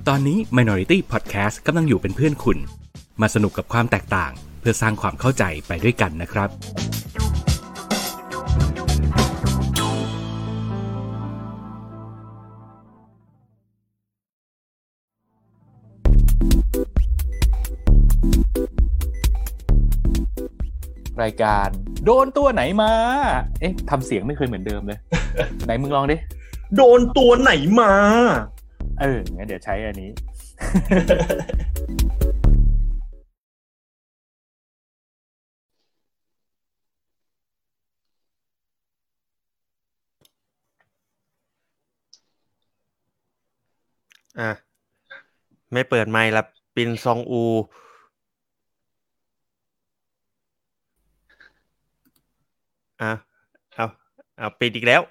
ตอนนี้ Minority Podcast กำลังอยู่เป็นเพื่อนคุณมาสนุกกับความแตกต่างเพื่อสร้างความเข้าใจไปด้วยกันนะครับรายการโดนตัวไหนมาทำเสียงไม่เคยเหมือนเดิมเลย ไหนมึงลองดิโดนตัวไหนมางั้นเดี๋ยวใช้อันนี้ไม่เปิดไมค์ละปินซองอูเอาปิดอีกแล้ว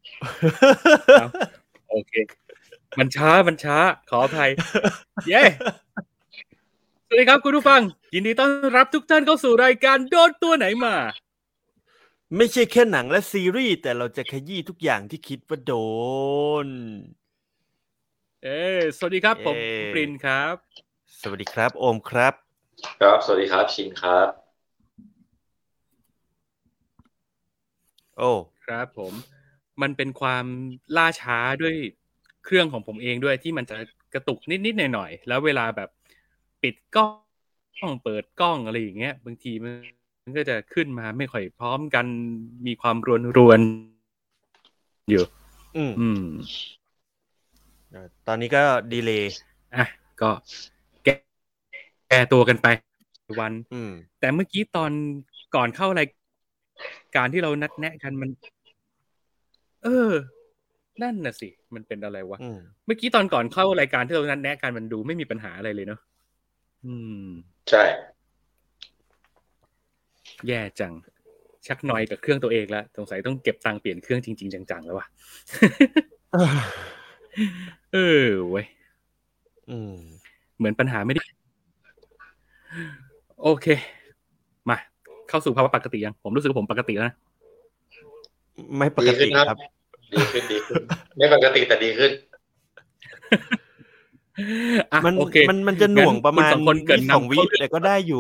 โอเคมันช้าขออภัยเย้สวัสดีครับคุณผู้ฟังยินดีต้อนรับทุกท่านเข้าสู่รายการโดนตัวไหนมาไม่ใช่แค่หนังและซีรีส์แต่เราจะขยี้ทุกอย่างที่คิดว่าโดนสวัสดีครับผมปรินครับสวัสดีครับโอมครับครับสวัสดีครับชินครับโอ้ครับผมมันเป็นความล่าช้าด้วยเครื่องของผมเองด้วยที่มันจะกระตุกนิดๆหน่อยๆแล้วเวลาแบบปิดกล้องเปิดกล้องอะไรอย่างเงี้ยบางทีมันก็จะขึ้นมาไม่ค่อยพร้อมกันมีความรวนๆอยู่ตอนนี้ก็ดีเลย์ก็แก้ตัวกันไปวันแต่เมื่อกี้ตอนก่อนเข้ารายการที่เรานัดแนะกันมันนั่นน่ะสิมันเป็นอะไรวะเมื่อกี้ตอนก่อนเข้ารายการที่เรานัดแนะกันมันดูไม่มีปัญหาอะไรเลยเนาะใช่แย่จังชักนอยกับเครื่องตัวเองแล้วสงสัยต้องเก็บตังค์เปลี่ยนเครื่องจริงๆจังๆแล้วว่ะเว้ยเหมือนปัญหาไม่ได้โอเคมาเข้าสู่ภาวะปกติยังผมรู้สึกว่าผมปกติแล้วนะไม่ปกติครับดีขึ้นไม่ปกติแต่ดีขึ้นมันจะหน่วงประมาณ2 วิแต่ก็ได้อยู่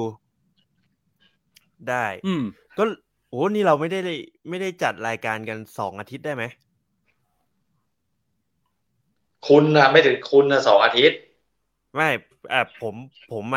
ได้ก็โอ้นี่เราไม่ได้จัดรายการกัน2 อาทิตย์ได้ไหมคุณนะไม่ถึงคุณนะ2 อาทิตย์ไม่ผม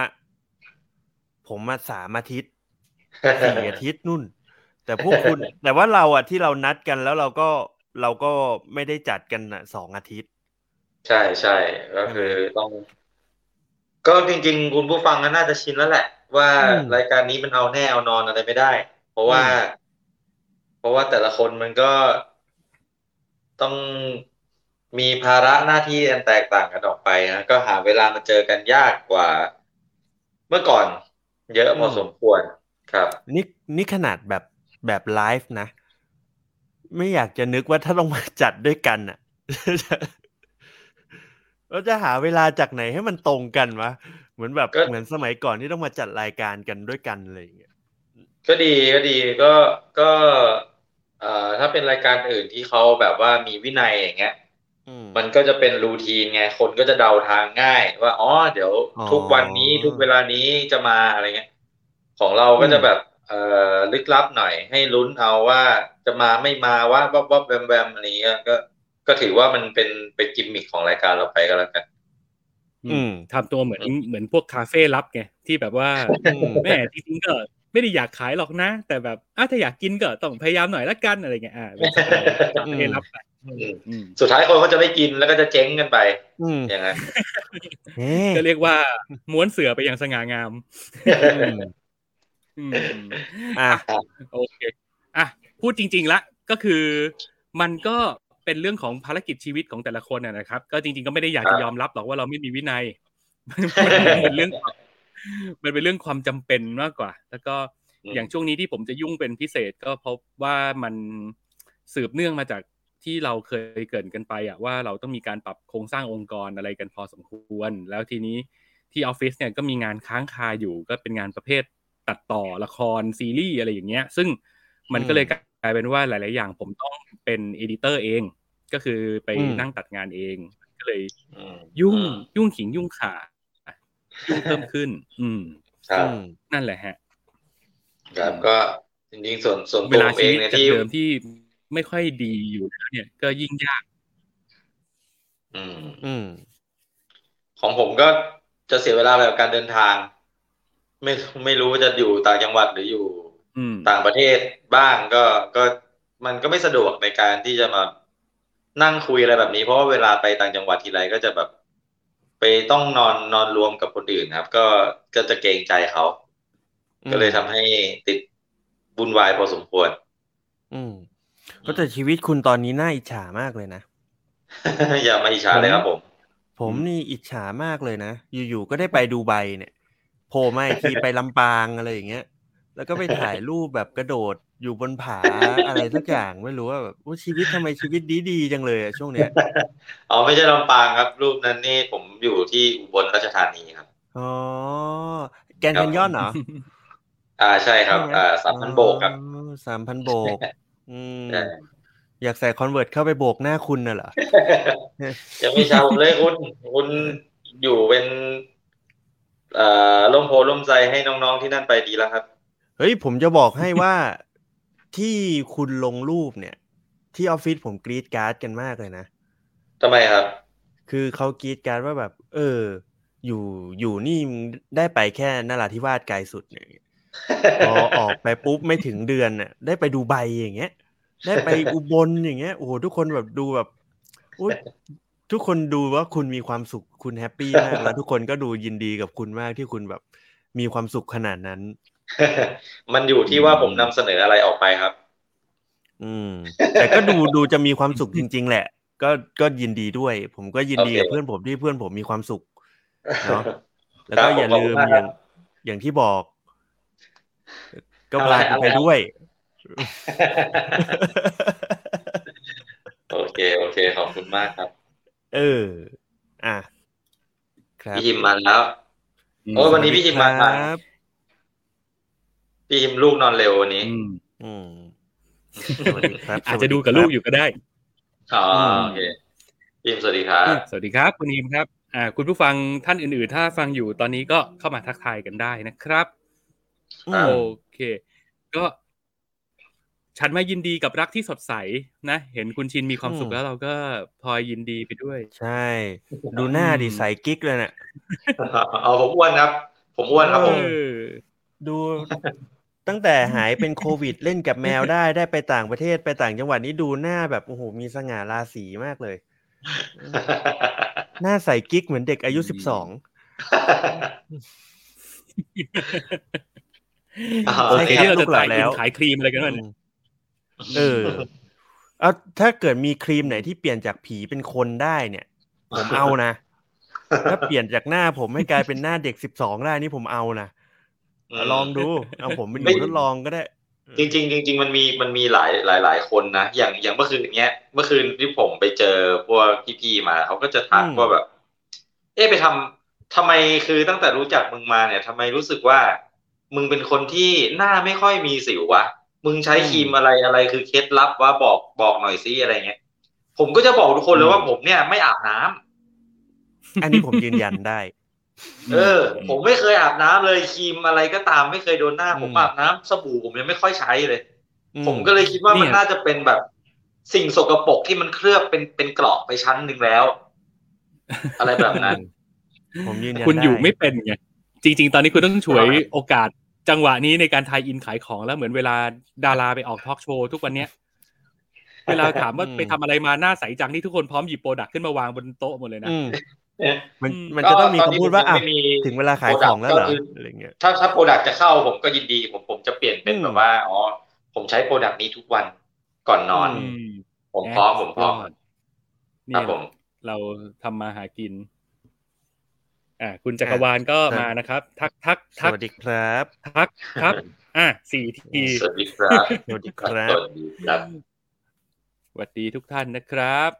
3 อาทิตย์4 อาทิตย์นู่นแต่พวกคุณ แต่ว่าเราที่เรานัดกันแล้วเราก็ไม่ได้จัดกัน2 อาทิตย์ใช่ก็คือต้องก็จริงๆคุณผู้ฟังก็น่าจะชินแล้วแหละว่ารายการนี้มันเอาแน่เอานอนอะไรไม่ได้เพราะว่าแต่ละคนมันก็ต้องมีภาระหน้าที่อันแตกต่างกันออกไปนะก็หาเวลามาเจอกันยากกว่าเมื่อก่อนเยอะพอสมควรครับนี่ขนาดแบบไลฟ์นะไม่อยากจะนึกว่าถ้าต้องมาจัดด้วยกันเราจะหาเวลาจากไหนให้มันตรงกันวะเหมือนสมัยก่อนที่ต้องมาจัดรายการกันด้วยกันอะไรอย่างเงี้ยก็ดีก็ถ้าเป็นรายการอื่นที่เขาแบบว่ามีวินัยอย่างเงี้ยมันก็จะเป็นรูทีนไงคนก็จะเดาทางง่ายว่าเดี๋ยวทุกวันนี้ทุกเวลานี้จะมาอะไรเงี้ยของเราก็จะแบบลึกลับหน่อยให้ลุ้นเอาว่าจะมาไม่มาว่าบ๊อบแวมอะไรเงี้ยก็ถือว่ามันเป็นกิมมิคของรายการเราไปก็แล้วกันทำตัวเหมือนพวกคาเฟ่ลับไงที่แบบว่าแม่จริงๆก็ไม่ได้อยากขายหรอกนะแต่แบบถ้าอยากกินก็ต้องพยายามหน่อยละกันอะไรเงี้ยเป็นสไตล์คาเฟ่ลับไปสุดท้ายคนก็จะไม่กินแล้วก็จะเจ๊งกันไปอย่างนั้นก็เรียกว่าม้วนเสือไปอย่างสง่างามโอเคพูดจริงๆละก็คือมันก็เป็นเรื่องของภารกิจชีวิตของแต่ละคนนะครับก็จริงๆก็ไม่ได้อยากจะยอมรับหรอกว่าเราไม่มีวินัยมันเป็นเรื่องความจำเป็นมากกว่าแล้วก็อย่างช่วงนี้ที่ผมจะยุ่งเป็นพิเศษก็พบว่ามันสืบเนื่องมาจากที่เราเคยเกริ่นกันไปว่าเราต้องมีการปรับโครงสร้างองค์กรอะไรกันพอสมควรแล้วทีนี้ที่ออฟฟิศเนี่ยก็มีงานค้างคาอยู่ก็เป็นงานประเภทตัดต่อละครซีรีส์อะไรอย่างเงี้ยซึ่งมันก็เลยกลายเป็นว่าหลายๆอย่างผมต้องเป็นเอดิเตอร์เองก็คือไปนั่งตัดงานเองก็เลยยุ่งขิงยุ่งข่าเพิ่มขึ้นครับนั่นแหละฮะครับก็จริงๆส่วนตัวผมเองเนี่ยที่เดิมที่ไม่ค่อยดีอยู่เนี่ยก็ยิ่งยากของผมก็จะเสียเวลาแบบการเดินทางไม่รู้จะอยู่ต่างจังหวัดหรืออยู่ต่างประเทศบ้างก็มันก็ไม่สะดวกในการที่จะมานั่งคุยอะไรแบบนี้เพราะว่าเวลาไปต่างจังหวัดทีไรก็จะแบบไปต้องนอนรวมกับคนอื่นครับก็จะเกรงใจเขาก็เลยทำให้ติดวุ่นวายพอสมควรก็แต่ชีวิตคุณตอนนี้น่าอิจฉามากเลยนะอย่ามาอิจฉาเลยครับผมนี่อิจฉามากเลยนะอยู่ๆก็ได้ไปดูไบเนี่ยโผล่มาอีกทีไปลำปางอะไรอย่างเงี้ยแล้วก็ไปถ่ายรูปแบบกระโดดอยู่บนผาอะไรสักอย่างไม่รู้ว่าแบบชีวิตทำไมชีวิตดีๆจังเลยช่วงเนี้ยไม่ใช่ลำปางครับรูปนั้นนี่ผมอยู่ที่อุบลราชธานีครับอ๋อแกรนด์แคนยอนเหรอใช่ครับ3,000 โบกครับ 3,000 โบกอยากใส่คอนเวิร์ตเข้าไปโบกหน้าคุณน่ะเหรอยังไม่เช่าเลยคุณอยู่เป็นร่มโพล่มใจให้น้องๆที่นั่นไปดีแล้วครับเฮ้ยผมจะบอกให้ว่าที่คุณลงรูปเนี่ยที่ออฟฟิศผมกรี๊ดกราร์ดกันมากเลยนะทำไมครับคือเขากรี๊ดกราร์ดว่าแบบอยู่นี่ได้ไปแค่นราธิวาสไกลสุดเนี่ยพอออกไปปุ๊บไม่ถึงเดือนน่ะได้ไปดูไบอย่างเงี้ยได้ไปอุบลอย่างเงี้ยโอ้โหทุกคนแบบดูแบบทุกคนดูว่าคุณมีความสุขคุณแฮปปี้มากแล้วทุกคนก็ดูยินดีกับคุณมากที่คุณแบบมีความสุขขนาดนั้นมันอยู่ที่ว่าผมนำเสนออะไรออกไปครับแต่ก็ดูจะมีความสุขจริงๆแหละก็ยินดีด้วยผมก็ยินดีกับเพื่อนผมที่เพื่อนผมมีความสุขเนาะแล้วก็อย่าลืมอย่างที่บอกก็พาไปด้วยโอเคขอบคุณมากครับครับพี่หิมมาแล้ววันนี้พี่หิมมาพี่หิมลูกนอนเร็ววันนี้อาจจะดูกับลูกอยู่ก็ได้โอเคพี่หิมสวัสดีครับสวัสดีครับคุณหิมครับคุณผู้ฟังท่านอื่นๆถ้าฟังอยู่ตอนนี้ก็เข้ามาทักทายกันได้นะครับโอเคก็ฉันมายินดีกับรักที่สดใสนะเห็นคุณชินมีความสุขแล้วเราก็พลอยยินดีไปด้วยใช่ดูหน้าดิใส่กิ๊กเลยเนี่ยผมอ้วนครับผมดูตั้งแต่หายเป็นโควิดเล่นกับแมวได้ไปต่างประเทศไปต่างจังหวัดนี้ดูหน้าแบบโอ้โหมีสง่าราศีมากเลยหน้าใส่กิ๊กเหมือนเด็กอายุ12 โอเคที่เราจะตายแล้วขายครีมอะไรกันนั่นเอาถ้าเกิดมีครีมไหนที่เปลี่ยนจากผีเป็นคนได้เนี่ยผมเอานะถ้าเปลี่ยนจากหน้าผมให้กลายเป็นหน้าเด็ก12ได้นี่ผมเอานะลองดูเอาผมเป็นหนูทดลองก็ได้จริงมันมีหลายคนนะอย่างเมื่อคืนที่ผมไปเจอพวกพี่ๆมาเขาก็จะทักว่าแบบไปทำไมคือตั้งแต่รู้จักมึงมาเนี่ยทำไมรู้สึกว่ามึงเป็นคนที่หน้าไม่ค่อยมีสิววะมึงใช้ครีมอะไรคือเคล็ดลับวะบอกหน่อยซิอะไรเงี้ยผมก็จะบอกทุกคนเลยว่าผมเนี่ยไม่อาบน้ำอันนี้ผมยืนยันได้ผมไม่เคยอาบน้ำเลยครีมอะไรก็ตามไม่เคยโดนหน้าผมอาบน้ำสบู่ผมยังไม่ค่อยใช้เลยผมก็เลยคิดว่ามันน่าจะเป็นแบบสิ่งสกปรกที่มันเคลือบเป็นเกราะไปชั้นนึงแล้วอะไรแบบนั้นผมยืนยันคุณอยู่ไม่เป็นไงจริงๆตอนนี้คุณต้องฉวยโอกาสจังหวะนี้ในการทายอินขายของแล้วเหมือนเวลาดาราไปออกทอล์กโชว์ทุกวันเนี้ยเวลาถามว่าไปทำอะไรมาหน้าใสจังที่ทุกคนพร้อมหยิบโปรดักต์ขึ้นมาวางบนโต๊ะหมดเลยนะมันจะต้องมีคำพูดว่าถึงเวลาขายของแล้วเหรออะไรเงี้ยถ้าโปรดักต์จะเข้าผมก็ยินดีผมจะเปลี่ยนเป็นแบบว่าผมใช้โปรดักต์นี้ทุกวันก่อนนอนผมพร้อมครับผมเราทำมาหากินคุณจักรวาลก็มานะครับทักสวัสดีครับทักครับ4 ทีสวัสดีครับสวัสดีครับสวัสดีทุกท่านนะครับ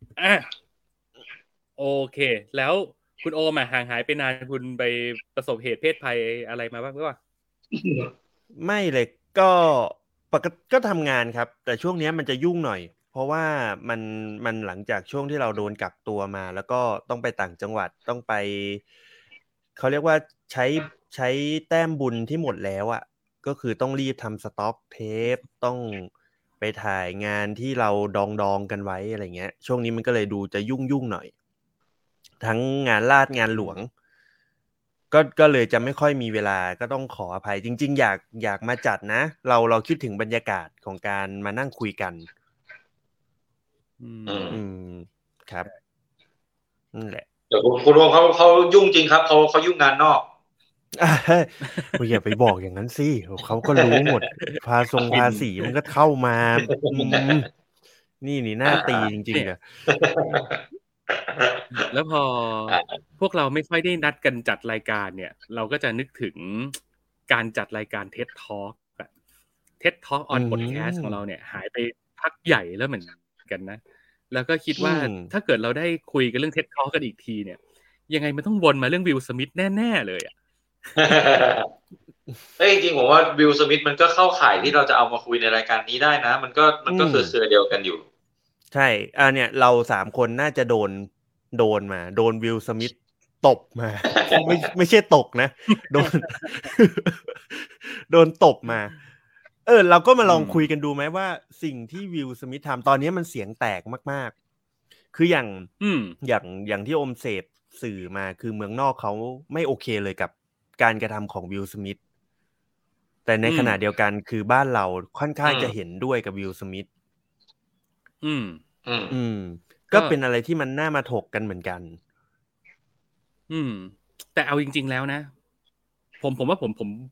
โอเคแล้วคุณโอมห่างหายไปนานคุณไปประสบเหตุเพศภัยอะไรมาบ้างหรือเปล่าไม่เลยก็ปกติก็ทำงานครับแต่ช่วงนี้มันจะยุ่งหน่อยเพราะว่ามันหลังจากช่วงที่เราโดนกักตัวมาแล้วก็ต้องไปต่างจังหวัดต้องไปเขาเรียกว่าใช้แต้มบุญที่หมดแล้วอ่ะก็คือต้องรีบทำสต็อกเทปต้องไปถ่ายงานที่เราดองกันไว้อะไรเงี้ยช่วงนี้มันก็เลยดูจะยุ่งหน่อยทั้งงานลาดงานหลวงก็เลยจะไม่ค่อยมีเวลาก็ต้องขออภัยจริงๆอยากมาจัดนะเราคิดถึงบรรยากาศของการมานั่งคุยกันครับนั่นแหละเดี๋ยวคุณโรมเขายุ่งจริงครับเขายุ่งงานนอกอย่าไปบอกอย่างนั้นสิเขาก็รู้หมดภาษีมันก็เข้ามานี่หน้าตีจริงๆอะแล้วพอพวกเราไม่ค่อยได้นัดกันจัดรายการเนี่ยเราก็จะนึกถึงการจัดรายการ TED Talk TED Talk on Podcast ของเราเนี่ยหายไปพักใหญ่แล้วเหมือนกันนะแล้วก็คิดว่าถ้าเกิดเราได้คุยกันเรื่อง TED Talk กันอีกทีเนี่ยยังไงมันต้องวนมาเรื่องวิลสมิธแน่ๆเลยอ่ะจริงๆผมว่าวิลสมิธมันก็เข้าข่ายที่เราจะเอามาคุยในรายการนี้ได้นะมันก็คือเดียวกันอยู่ใช่เนี่ยเรา3คนน่าจะโดนมาโดนวิลสมิธตบมาไม่ใช่ตกนะโดนตบมาเราก็มาลองคุยกันดูไหมว่าสิ่งที่วิลสมิธทำตอนนี้มันเสียงแตกมากๆคืออย่างที่อมเสพสื่อมาคือเมืองนอกเขาไม่โอเคเลยกับการกระทำของวิลสมิธแต่ในขณะเดียวกันคือบ้านเราค่อนข้างจะเห็นด้วยกับวิลสมิธก็เป็นอะไรที่มันน่ามาถกกันเหมือนกันแต่เอาจริงๆแล้วนะผมว่า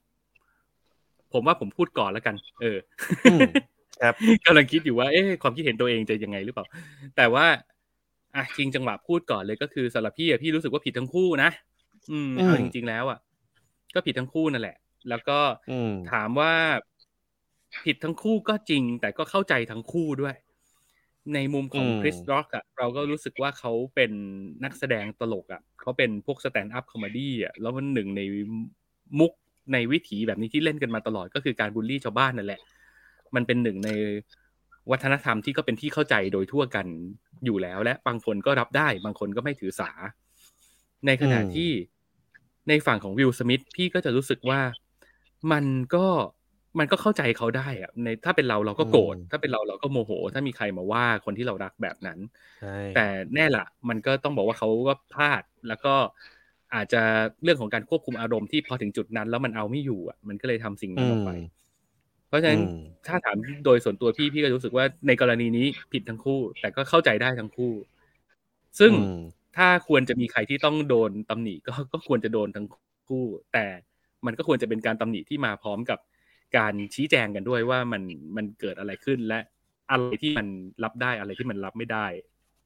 ผมพูดก่อนแล้วกันครับกำลังคิดอยู่ว่าความคิดเห็นตัวเองจะยังไงหรือเปล่าแต่ว่าจริงจังหวะพูดก่อนเลยก็คือสำหรับพี่รู้สึกว่าผิดทั้งคู่นะเอาจริงๆแล้วก็ผิดทั้งคู่นั่นแหละแล้วก็ถามว่าผิดทั้งคู่ก็จริงแต่ก็เข้าใจทั้งคู่ด้วยในมุมของคริสร็อกเราก็รู้สึกว่าเขาเป็นนักแสดงตลกเขาเป็นพวกสแตนด์อัพคอมเมดี้แล้วมันหนึ่งในมุกในวิถีแบบนี้ที่เล่นกันมาตลอดก็คือการบูลลี่ชาวบ้านนั่นแหละมันเป็นหนึ่งในวัฒนธรรมที่ก็เป็นที่เข้าใจโดยทั่วกันอยู่แล้วและบางคนก็รับได้บางคนก็ไม่ถือสาในขณะที่ในฝั่งของวิลสมิธพี่ก็จะรู้สึกว่ามันก็เข้าใจเขาได้ในถ้าเป็นเราก็โกรธถ้าเป็นเราก็โมโหถ้ามีใครมาว่าคนที่เรารักแบบนั้นแต่แน่ล่ะมันก็ต้องบอกว่าเขาก็พลาดแล้วก็อาจจะเรื่องของการควบคุมอารมณ์ที่พอถึงจุดนั้นแล้วมันเอาไม่อยู่มันก็เลยทำสิ่งนั้นออกไปเพราะฉะนั้นถ้าถามโดยส่วนตัวพี่ก็รู้สึกว่าในกรณีนี้ผิดทั้งคู่แต่ก็เข้าใจได้ทั้งคู่ซึ่งถ้าควรจะมีใครที่ต้องโดนตำหนิก็ควรจะโดนทั้งคู่แต่มันก็ควรจะเป็นการตำหนิที่มาพร้อมกับการชี้แจงกันด้วยว่ามันเกิดอะไรขึ้นและอะไรที่มันรับได้อะไรที่มันรับไม่ได้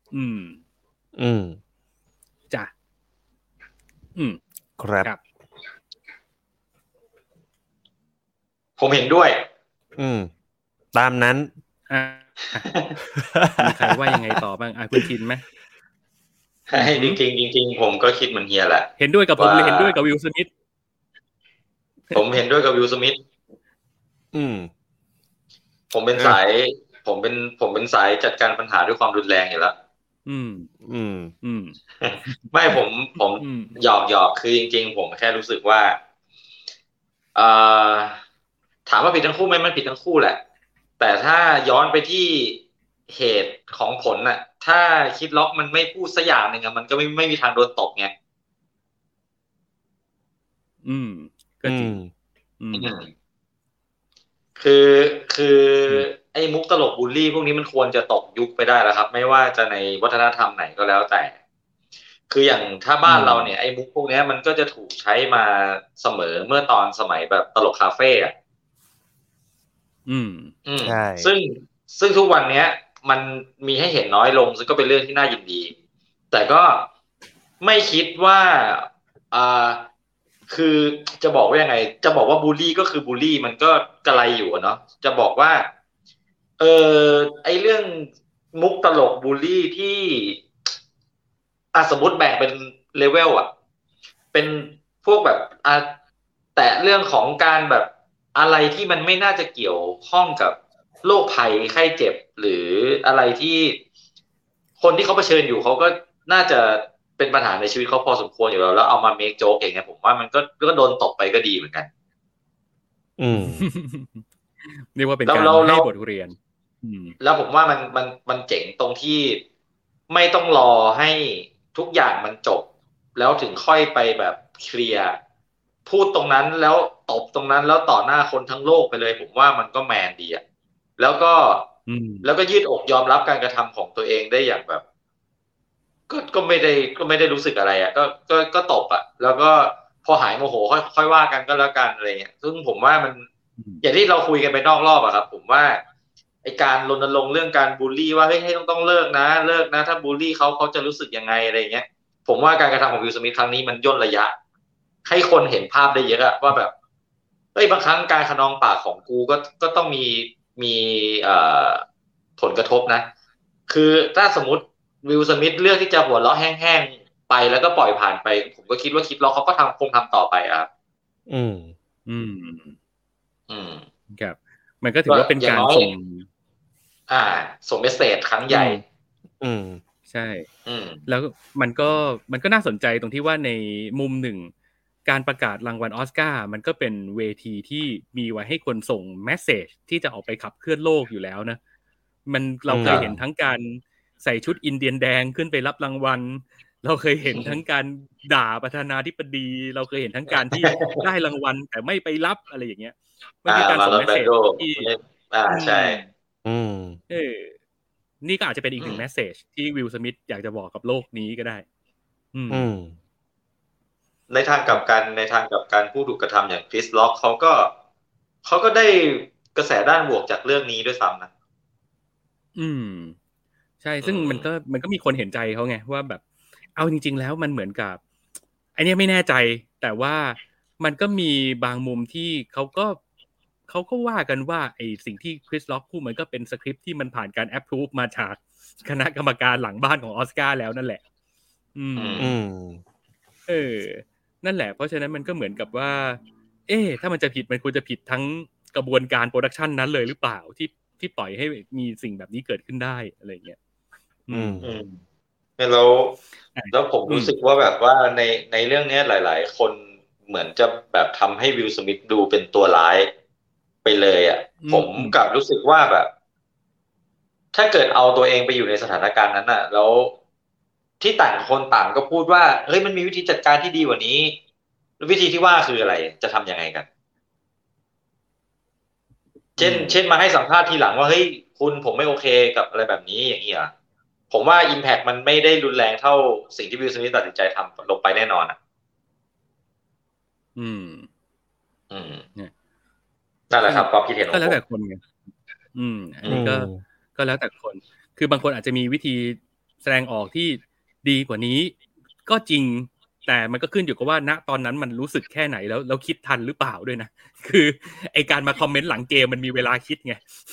จ้ะครับผมเห็นด้วยตามนั้นมีใครว่ายังไงต่อบ้างคุณชินไหมจริงผมก็คิดเหมือนเฮียแหละเห็นด้วยกับผมหรือเห็นด้วยกับวิลสมิธผมเห็นด้วยกับวิลสมิธผมเป็นสายจัดการปัญหาด้วยความรุนแรงอยู่แล้วไม่ผมหยอกคือจริงๆผมแค่รู้สึกว่าถามว่าผิดทั้งคู่ไหมมันผิดทั้งคู่แหละแต่ถ้าย้อนไปที่เหตุของผลน่ะถ้าคิดล็อกมันไม่พูดสักอย่างหนึ่งมันก็ไม่มีทางโดนตบไงก็จริงคือไอ้มุกตลกบูลลี่พวกนี้มันควรจะตกยุคไปได้แล้วครับไม่ว่าจะในวัฒนธรรมไหนก็แล้วแต่คืออย่างถ้าบ้านเราเนี่ยไอ้มุกพวกนี้มันก็จะถูกใช้มาเสมอเมื่อตอนสมัยแบบตลกคาเฟ่ใช่ซึ่งทุกวันนี้มันมีให้เห็นน้อยลงซึ่งก็เป็นเรื่องที่น่ายินดีแต่ก็ไม่คิดว่าคือจะบอกว่ายังไงจะบอกว่าบูลลี่ก็คือบูลลี่มันก็กระไรอยู่เนาะจะบอกว่าไอเรื่องมุกตลกบูลลี่ที่สมมติแบ่งเป็นเลเวลเป็นพวกแบบแต่เรื่องของการแบบอะไรที่มันไม่น่าจะเกี่ยวข้องกับโรคภัยไข้เจ็บหรืออะไรที่คนที่เขาเผชิญอยู่เขาก็น่าจะเป็นปัญหาในชีวิตเขาพอสมควรอยู่แล้วเอามาเมคโจ๊กอย่างเงี้ยผมว่ามันก็โดนตบไปก็ดีเหมือนกันเรียกว่าเป็นการให้บทเรียนแล้วผมว่ามันเจ๋งตรงที่ไม่ต้องรอให้ทุกอย่างมันจบแล้วถึงค่อยไปแบบเคลียร์พูดตรงนั้นแล้วตบตรงนั้นแล้วต่อหน้าคนทั้งโลกไปเลยผมว่ามันก็แมนดีอ่ะแล้วก็ยืดอกยอมรับการกระทำของตัวเองได้อย่างแบบก็ไม่ได้รู้สึกอะไรอ่ะก็ตบอ่ะแล้วก็พอหายโมโหค่อยว่ากันก็แล้วกันอะไรเงี้ยซึ่งผมว่ามันอย่างที่เราคุยกันไปนอกรอบอะครับผมว่าไอการรณรงค์เรื่องการบูลลี่ว่าเฮ้ยให้ต้องเลิกนะถ้าบูลลี่เขาจะรู้สึกยังไงอะไรเงี้ยผมว่าการกระทำของวิล สมิธครั้งนี้มันย่นระยะให้คนเห็นภาพได้เยอะอะว่าแบบเฮ้ยบางครั้งการขนองปากของกูก็ต้องมีผลกระทบนะคือถ้าสมมติวิล สมิธเลือกที่จะหัวเราะแห้งๆไปแล้วก็ปล่อยผ่านไปผมก็คิดว่าคลิปล็อกเขาก็คงทำต่อไปครับครับมันก็ถือว่าเป็นการส่งเมสเสจครั้งใหญ่ใช่แล้วมันก็น่าสนใจตรงที่ว่าในมุมหนึ่งการประกาศรางวัลออสการ์มันก็เป็นเวทีที่มีไว้ให้คนส่งเมสเสจที่จะออกไปขับเคลื่อนโลกอยู่แล้วนะเราเคยเห็นทั้งการใส่ชุดอินเดียนแดงขึ้นไปรับรางวัลเราเคยเห็นทั้งการด่าประธานาธิบดีเราเคยเห็นทั้งการที่ได้รางวัลแต่ไม่ไปรับอะไรอย่างเงี้ยมันคือการส่งเมสเสจที่ใช่นี่ก็อาจจะเป็นอีกหนึ่งเมสเสจที่วิล สมิธอยากจะบอกกับโลกนี้ก็ได้ในทางกลับกันผู้ถูกกระทำอย่างคริสล็อกเขาก็ได้กระแสด้านบวกจากเรื่องนี้ด้วยซ้ำนะใช่ซึ่งมันก็มีคนเห็นใจเขาไงว่าแบบเอาจริงๆแล้วมันเหมือนกับอันนี้ไม่แน่ใจแต่ว่ามันก็มีบางมุมที่เขาก็ว่ากันว่าไอ้สิ่งที่คริสล็อกพูดมันก็เป็นสคริปต์ที่มันผ่านการแอปพรูฟมาจากคณะกรรมการหลังบ้านของออสการ์แล้วนั่นแหละนั่นแหละเพราะฉะนั้นมันก็เหมือนกับว่าถ้ามันจะผิดมันควรจะผิดทั้งกระบวนการโปรดักชันนั้นเลยหรือเปล่าที่ปล่อยให้มีสิ่งแบบนี้เกิดขึ้นได้อะไรเงี้ยแล้วผมรู้สึกว่าแบบว่าในเรื่องนี้หลายๆคนเหมือนจะแบบทำให้วิล สมิธดูเป็นตัวร้ายไปเลยอ่ะผมกลับรู้สึกว่าแบบถ้าเกิดเอาตัวเองไปอยู่ในสถานการณ์นั้นน่ะแล้วที่ต่างคนต่างก็พูดว่าเฮ้ยมันมีวิธีจัดการที่ดีกว่านี้วิธีที่ว่าคืออะไรจะทำยังไงกันเช่นมาให้สัมภาษณ์ทีหลังว่าเฮ้ยคุณผมไม่โอเคกับอะไรแบบนี้อย่างนี้เหรอผมว่า impact มันไม่ได้รุนแรงเท่าสิ่งที่วิล สมิธตัดสินใจทำลงไปแน่นอนอ่ะนั่นแหละครับความคิดเห็นของผมก็แล้วแต่คนไงอันนี้ก็แล้วแต่คนคือบางคนอาจจะมีวิธีแสดงออกที่ดีกว่านี้ก็จริงแต่มันก็ขึ้นอยู่กับว่าณตอนนั้นมันรู้สึกแค่ไหนแล้วคิดทันหรือเปล่าด้วยนะคือไอการมาคอมเมนต์หลังเกมมันมีเวลาคิดไง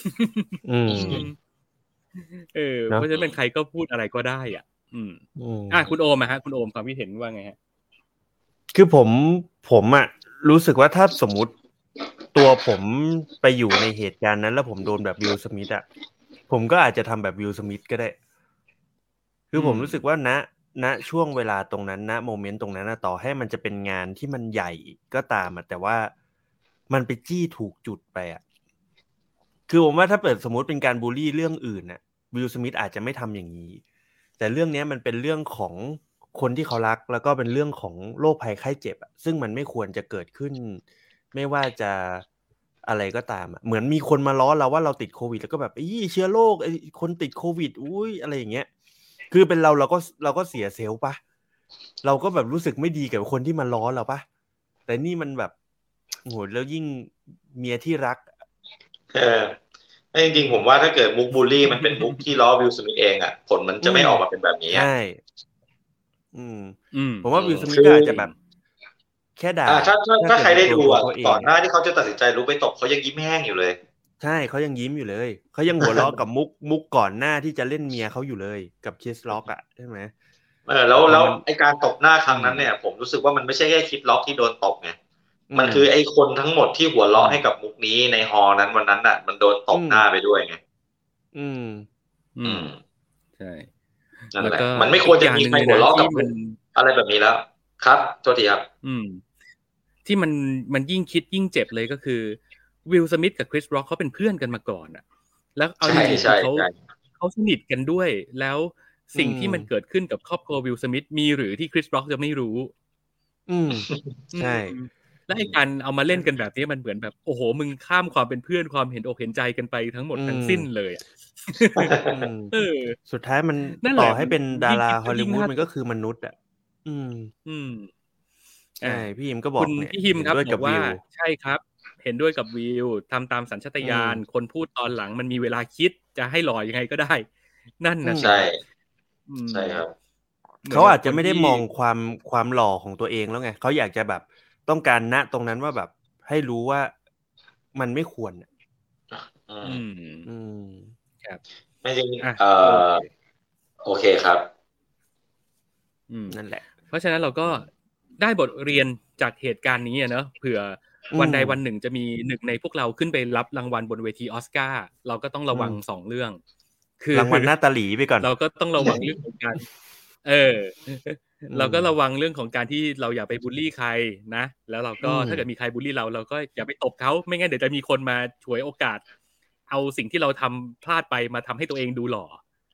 เพราะฉะนั้นเป็นใครก็พูดอะไรก็ได้อ่ะคุณโอมฮะคุณโอมความคิดเห็นว่าไงฮะคือผมอ่ะรู้สึกว่าถ้าสมมุติตัวผมไปอยู่ในเหตุการณ์นั้นแล้วผมโดนแบบวิล สมิธอ่ะผมก็อาจจะทำแบบวิล สมิธก็ได้คือผมรู้สึกว่าณช่วงเวลาตรงนั้นณโมเมนต์ตรงนั้นต่อให้มันจะเป็นงานที่มันใหญ่ก็ตามแต่ว่ามันไปจี้ถูกจุดไปอ่ะคือผมว่าถ้าเปิดสมมุติเป็นการบูลลี่เรื่องอื่นน่ะวิล สมิธอาจจะไม่ทำอย่างนี้แต่เรื่องนี้มันเป็นเรื่องของคนที่เขารักแล้วก็เป็นเรื่องของโรคภัยไข้เจ็บซึ่งมันไม่ควรจะเกิดขึ้นไม่ว่าจะอะไรก็ตามเหมือนมีคนมาล้อเราว่าเราติดโควิดแล้วก็แบบเชื้อโรคคนติดโควิดอุ้ยอะไรอย่างเงี้ยคือเป็นเราก็เสียเซลล์ปะเราก็แบบรู้สึกไม่ดีกับคนที่มาล้อเราปะแต่นี่มันแบบโหแล้วยิ่งเมียที่รักจริงๆผมว่าถ้าเกิดมุกบูลลี่มันเป็นมุกที่ล้อวิล สมิธเองอ่ะผลมันจะไม่ออกมาเป็นแบบนี้ใช่ผมว่าวิล สมิธก็อาจจะแบบแค่ด่าถ้าใครได้ดูอ่ะก่อนหน้าที่เขาจะตัดสินใจลุกไปตบเขายังยิ้มแห้งอยู่เลยใช่เขายังยิ้มอยู่เลยเขายังหัวเราะกับมุกก่อนหน้าที่จะเล่นเมียเขาอยู่เลยกับคิสล็อกอ่ะใช่ไหมแล้วไอการตบหน้าครั้งนั้นเนี่ยผมรู้สึกว่ามันไม่ใช่แค่คิสล็อกที่โดนตบไงมันคือไอ้คนทั้งหมดที่หัวเราะให้กับมุกนี้ในฮอนั้นวันนั้นน่ะมันโดนตบหน้าไปด้วยไงใช่นั่นแหละมันไม่ควรจะมีใครหัวเราะกับมันอะไรแบบนี้แล้วครับโทษทีครับที่มันยิ่งคิดยิ่งเจ็บเลยก็คือวิลสมิธกับคริสร็อกเขาเป็นเพื่อนกันมาก่อนอ่ะแล้วเอาจริงๆเขาสนิทกันด้วยแล้วสิ่งที่มันเกิดขึ้นกับครอบครัววิลสมิธมีหรือที่คริสร็อกจะไม่รู้ใช่และไอ้การเอามาเล่นกันแบบนี้มันเหมือนแบบโอ้โหมึงข้ามความเป็นเพื่อนความเห็นอกเห็นใจกันไปทั้งหมดทั้งสิ้นเลยสุดท้ายมันต่อให้เป็นดาราฮอลลีวูดมันก็คือมนุษย์อ่ะใช่พี่ฮิมก็บอกเนี่ยพี่ฮิมครับบอกว่าใช่ครับเห็นด้วยกับวิวทำตามสัญชาตญาณคนพูดตอนหลังมันมีเวลาคิดจะให้หล่อยังไงก็ได้นั่นนะใช่ใช่ครับเขาอาจจะไม่ได้มองความหล่อของตัวเองแล้วไงเขาอยากจะแบบต้องการณตรงนั้นว่าแบบให้รู้ว่ามันไม่ควรครับไม่จริงโอเคครับนั่นแหละเพราะฉะนั้นเราก็ได้บทเรียนจากเหตุการณ์นี้เนอะเผื่อวันใดวันหนึ่งจะมีหนึ่งในพวกเราขึ้นไปรับรางวัลบนเวทีออสการ์เราก็ต้องระวัง2เรื่องคือรางวัลหน้าตาหลีไปก่อนเราก็ต้องระวังเรื่องของการเราก็ระวังเรื่องของการที่เราอย่าไปบูลลี่ใครนะแล้วเราก็ถ้าเกิดมีใครบูลลี่เราก็อย่าไปตบเขาไม่งั้นเดี๋ยวจะมีคนมาฉวยโอกาสเอาสิ่งที่เราทำพลาดไปมาทำให้ตัวเองดูหล่อ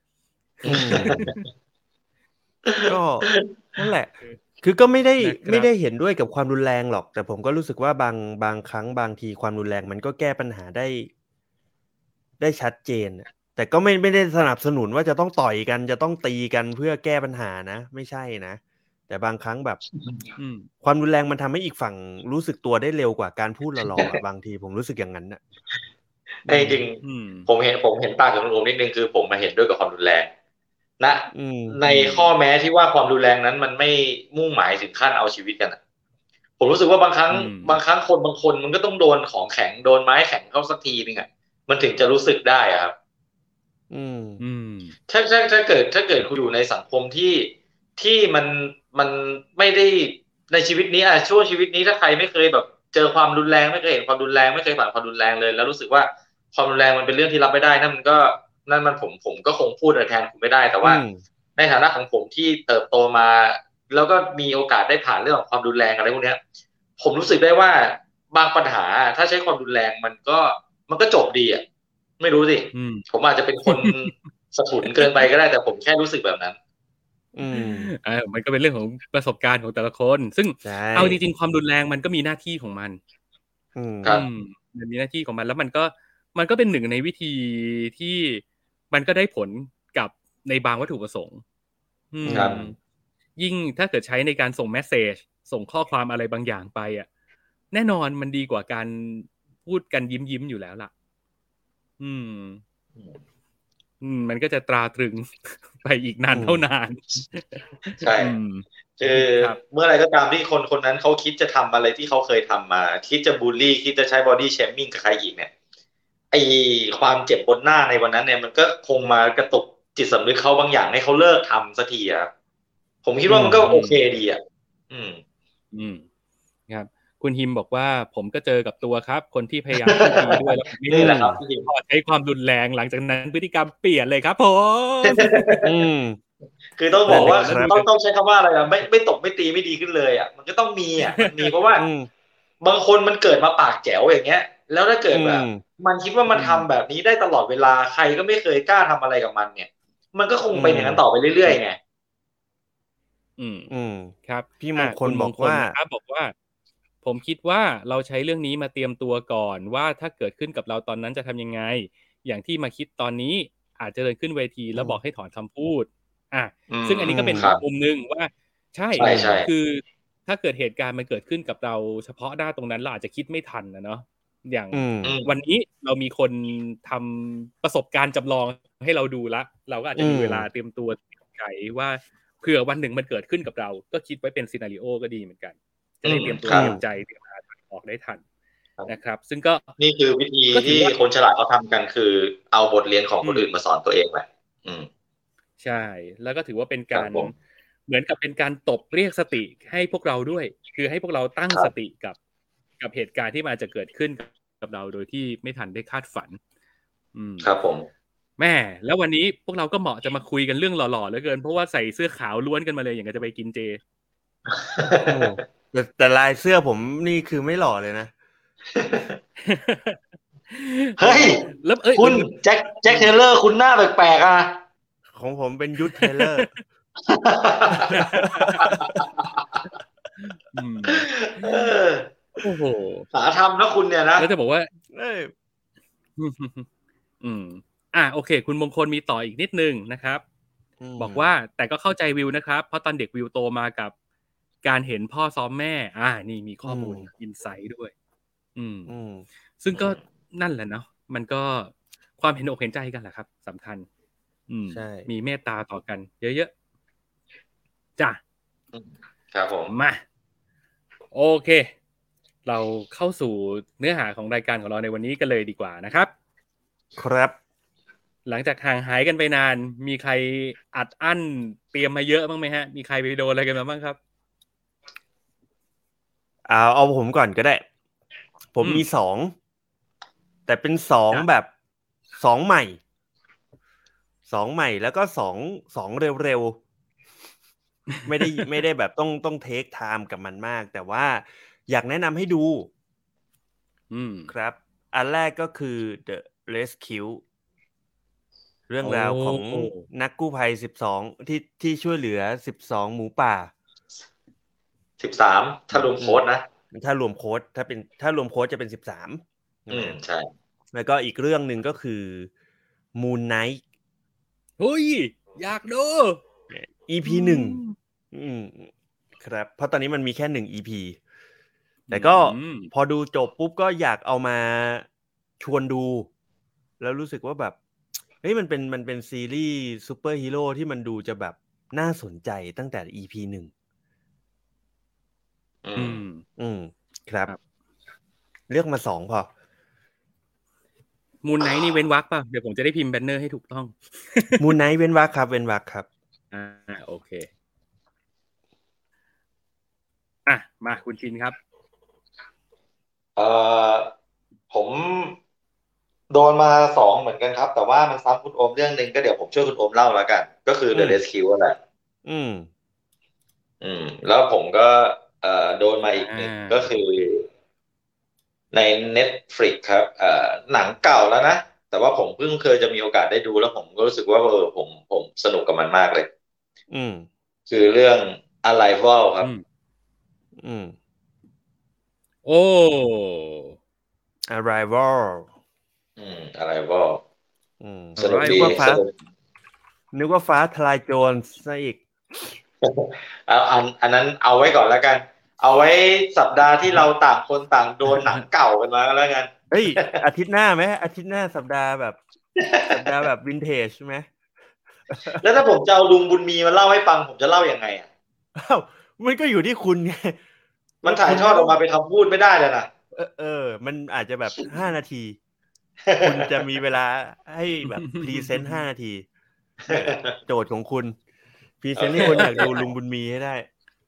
ก็นั่นแหละคือก็ไม่ได้เห็นด้วยกับความรุนแรงหรอกแต่ผมก็รู้สึกว่าบางครั้งบางทีความรุนแรงมันก็แก้ปัญหาได้ชัดเจนแต่ก็ไม่ได้สนับสนุนว่าจะต้องต่อยกันจะต้องตีกันเพื่อแก้ปัญหานะไม่ใช่นะแต่บางครั้งแบบความรุนแรงมันทำให้อีกฝั่งรู้สึกตัวได้เร็วกว่าการพูดหล่อๆบางทีผมรู้สึกอย่างนั้นนะจริงผมเห็นต่างจากคุณโอมนิดนึงคือผมมาเห็นด้วยกับความรุนแรงนะในข้อแม้ที่ว่าความรุนแรงนั้นมันไม่มุ่งหมายถึงขั้นเอาชีวิตกันผมรู้สึกว่าบางครั้งคนบางคนมันก็ต้องโดนของแข็งโดนไม้แข็งเข้าสักทีนึงมันถึงจะรู้สึกได้ครับถ้าเกิดคุณอยู่ในสังคมที่มันไม่ได้ในชีวิตนี้ช่วงชีวิตนี้ถ้าใครไม่เคยแบบเจอความรุนแรงไม่เคยเห็นความรุนแรงไม่เคยผ่านความรุนแรงเลยแล้วรู้สึกว่าความรุนแรงมันเป็นเรื่องที่รับไม่ได้นั่นมันผมก็คงพูดแทนคุณไม่ได้แต่ว่าในฐานะของผมที่เติบโตมาแล้วก็มีโอกาสได้ผ่านเรื่องของความรุนแรงอะไรพวกนี้ผมรู้สึกได้ว่าบางปัญหาถ้าใช้ความรุนแรงมันก็จบดีไม่รู้สิผมอาจจะเป็นคนสะทุนเกินไปก็ได้แต่ผมแค่รู้สึกแบบนั้นมันก็เป็นเรื่องของประสบการณ์ของแต่ละคนซึ่งเอาจริงๆความรุนแรงมันก็มีหน้าที่ของมันมันมีหน้าที่ของมันแล้วมันก็เป็นหนึ่งในวิธีที่มันก็ได้ผลกับในบางวัตถุประสงค์ยิ่งถ้าเกิดใช้ในการส่งเมสเสจส่งข้อความอะไรบางอย่างไปแน่นอนมันดีกว่าการพูดกันยิ้มอยู่แล้วล่ะมันก็จะตราตรึงไปอีกนานเท่านานใช่คือเมื่อไรก็ตามที่คนนั้นเขาคิดจะทำอะไรที่เขาเคยทำมาคิดจะบูลลี่คิดจะใช้บอดี้เชมมิ่งกับใครอีกเนี่ยไอความเจ็บบนหน้าในวันนั้นเนี่ยมันก็คงมากระตุกจิตสำนึกเขาบางอย่างให้เขาเลิกทำสักทีผมคิดว่ามันก็โอเคดีครับคุณฮิมบอกว่าผมก็เจอกับตัวครับคนที่พยายามพูดดีด้วยแล้วไม่ได้ใช้ความรุนแรงหลังจากนั้นพฤติกรรมเปลี่ยนเลยครับผมคือต้องบอกว่าต้องใช้คำว่าอะไรไม่ตบไม่ตีไม่ดีขึ้นเลยมันก็ต้องมีมีเพราะว่าบางคนมันเกิดมาปากแจ๋วอย่างเงี้ยแล้วถ้าเกิดแบบมันคิดว่ามันทำแบบนี้ได้ตลอดเวลาใครก็ไม่เคยกล้าทำอะไรกับมันเนี่ยมันก็คงเป็นอย่างนั้นต่อไปเรื่อยๆไงครับพี่มงคลบอกว่าผมคิดว่าเราใช้เรื่องนี้มาเตรียมตัวก่อนว่าถ้าเกิดขึ้นกับเราตอนนั้นจะทำยังไงอย่างที่มาคิดตอนนี้อาจจะเดินขึ้นเวทีแล้วบอกให้ถอนคำพูดซึ่งอันนี้ก็เป็นมุมนึงว่าใช่คือถ้าเกิดเหตุการณ์มันเกิดขึ้นกับเราเฉพาะหน้าตรงนั้นเราอาจจะคิดไม่ทันนะเนาะอย่างวันนี้เรามีคนทำประสบการณ์จำลองให้เราดูละเราก็อาจจะมีเวลาเตรียมตัวใจว่าเผื่อวันหนึ่งมันเกิดขึ้นกับเราก็คิดไว้เป็นซีนาริโอก็ดีเหมือนกันจะได้เตรียมตัวเตรียมใจเตรียมหาทางออกได้ทันนะครับซึ่งก็นี่คือวิธีที่คนฉลาดเขาทำกันคือเอาบทเรียนของคนอื่นมาสอนตัวเองแหละใช่แล้วก็ถือว่าเป็นการเหมือนกับเป็นการตบเรียกสติให้พวกเราด้วยคือให้พวกเราตั้งสติกับกับเหตุการณ์ที่มันจะเกิดขึ้นกับเราโดยที่ไม่ทันได้คาดฝันครับผมแม่แล้ววันนี้พวกเราก็เหมาะจะมาคุยกันเรื่องหล่อๆเหลือเกินเพราะว่าใส่เสื้อขาวล้วนกันมาเลยอย่างกับจะไปกินเจแต่ลายเสื้อผมนี่คือไม่หล่อเลยนะเฮ้ยแล้วคุณแจ็คเทเลอร์คุณหน้าแปลกๆอ่ะของผมเป็นยุทธเทเลอร์โอ้โหสาธรรมนะคุณเนี่ยนะแล้วจะบอกว่าโอเคคุณมงคลมีต่ออีกนิดนึงนะครับบอกว่าแต่ก็เข้าใจวิวนะครับเพราะตอนเด็กวิวโตมากับการเห็นพ่อซ้อมแม่นี่มีข้อมูลอินไซต์ด้วยซึ่งก็นั่นแหละเนาะมันก็ความเห็นอกเห็นใจกันแหละครับสำคัญใช่มีเมตตาต่อกันเยอะๆจ้ะครับผมมาโอเคเราเข้าสู่เนื้อหาของรายการของเราในวันนี้กันเลยดีกว่านะครับครับหลังจากห่างหายกันไปนานมีใครอัดอั้นเตรียมมาเยอะบ้างไหมฮะมีใครไปโดนอะไรกันมาบ้างครับเอาผมก่อนก็ได้ผมมี2แต่เป็น2แบบ2ใหม่2ใหม่แล้วก็2เร็วๆไม่ได้แบบต้องเทคไทม์กับมันมากแต่ว่าอยากแนะนำให้ดูครับอันแรกก็คือ The Rescue เรื่องราวของนักกู้ภัย12ที่ช่วยเหลือ12หมูป่า 13ถ้ารวมโค้ดนะถ้ารวมโค้ดถ้ารวมโค้ดจะเป็น13 ใช่แล้วก็อีกเรื่องนึงก็คือ Moon Knight เฮ้ยอยากดู EP 1ครับเพราะตอนนี้มันมีแค่1 EP แต่ก็พอดูจบปุ๊บก็อยากเอามาชวนดูแล้วรู้สึกว่าแบบเฮ้ยมันเป็นซีรีส์ซูเปอร์ฮีโร่ที่มันดูจะแบบน่าสนใจตั้งแต่ EP 1ครับเลือกมา2พอมูนไนท์นี่เว้นวรรคป่ะเดี๋ยวผมจะได้พิมพ์แบนเนอร์ให้ถูกต้องมูนไนท์เว้นวรรคครับเว้นวรรคครับโอเคมาคุณชินครับผมโดนมา2เหมือนกันครับแต่ว่ามันซ้ำคุณโอมเรื่องนึงก็เดี๋ยวผมช่วยคุณโอมเล่าแล้วกันก็คือ The Rescue แหละแล้วผมก็โดนมาอีกนึงก็คือใน Netflix ครับหนังเก่าแล้วนะแต่ว่าผมเพิ่งเคยจะมีโอกาสได้ดูแล้วผมก็รู้สึกว่าผมสนุกกับมันมากเลยคือเรื่อง Arrival ครับโอ้ Arrival Arrival สนุกดีนึกว่าฟ้าทลายโจรซะอีกอันนั้นเอาไว้ก่อนแล้วกันเอาไว้สัปดาห์ที่เราต่างคนต่างโดนหนังเก่ากันมาแล้วกันเฮ้ยอาทิตย์หน้าไหมอาทิตย์หน้าสัปดาห์แบบวินเทจใช่ไหมแล้วถ้าผมจะเอาลุงบุญมีมาเล่าให้ฟังผมจะเล่ายังไงมันก็อยู่ที่คุณไงมันถ่ายทอดออกมาไปทำพูดไม่ได้เลยนะมันอาจจะแบบ5นาทีคุณจะมีเวลาให้แบบพรีเซนต์5นาทีโจทย์ของคุณพรีเซนต์ให้คนอยากดูลุงบุญมีให้ได้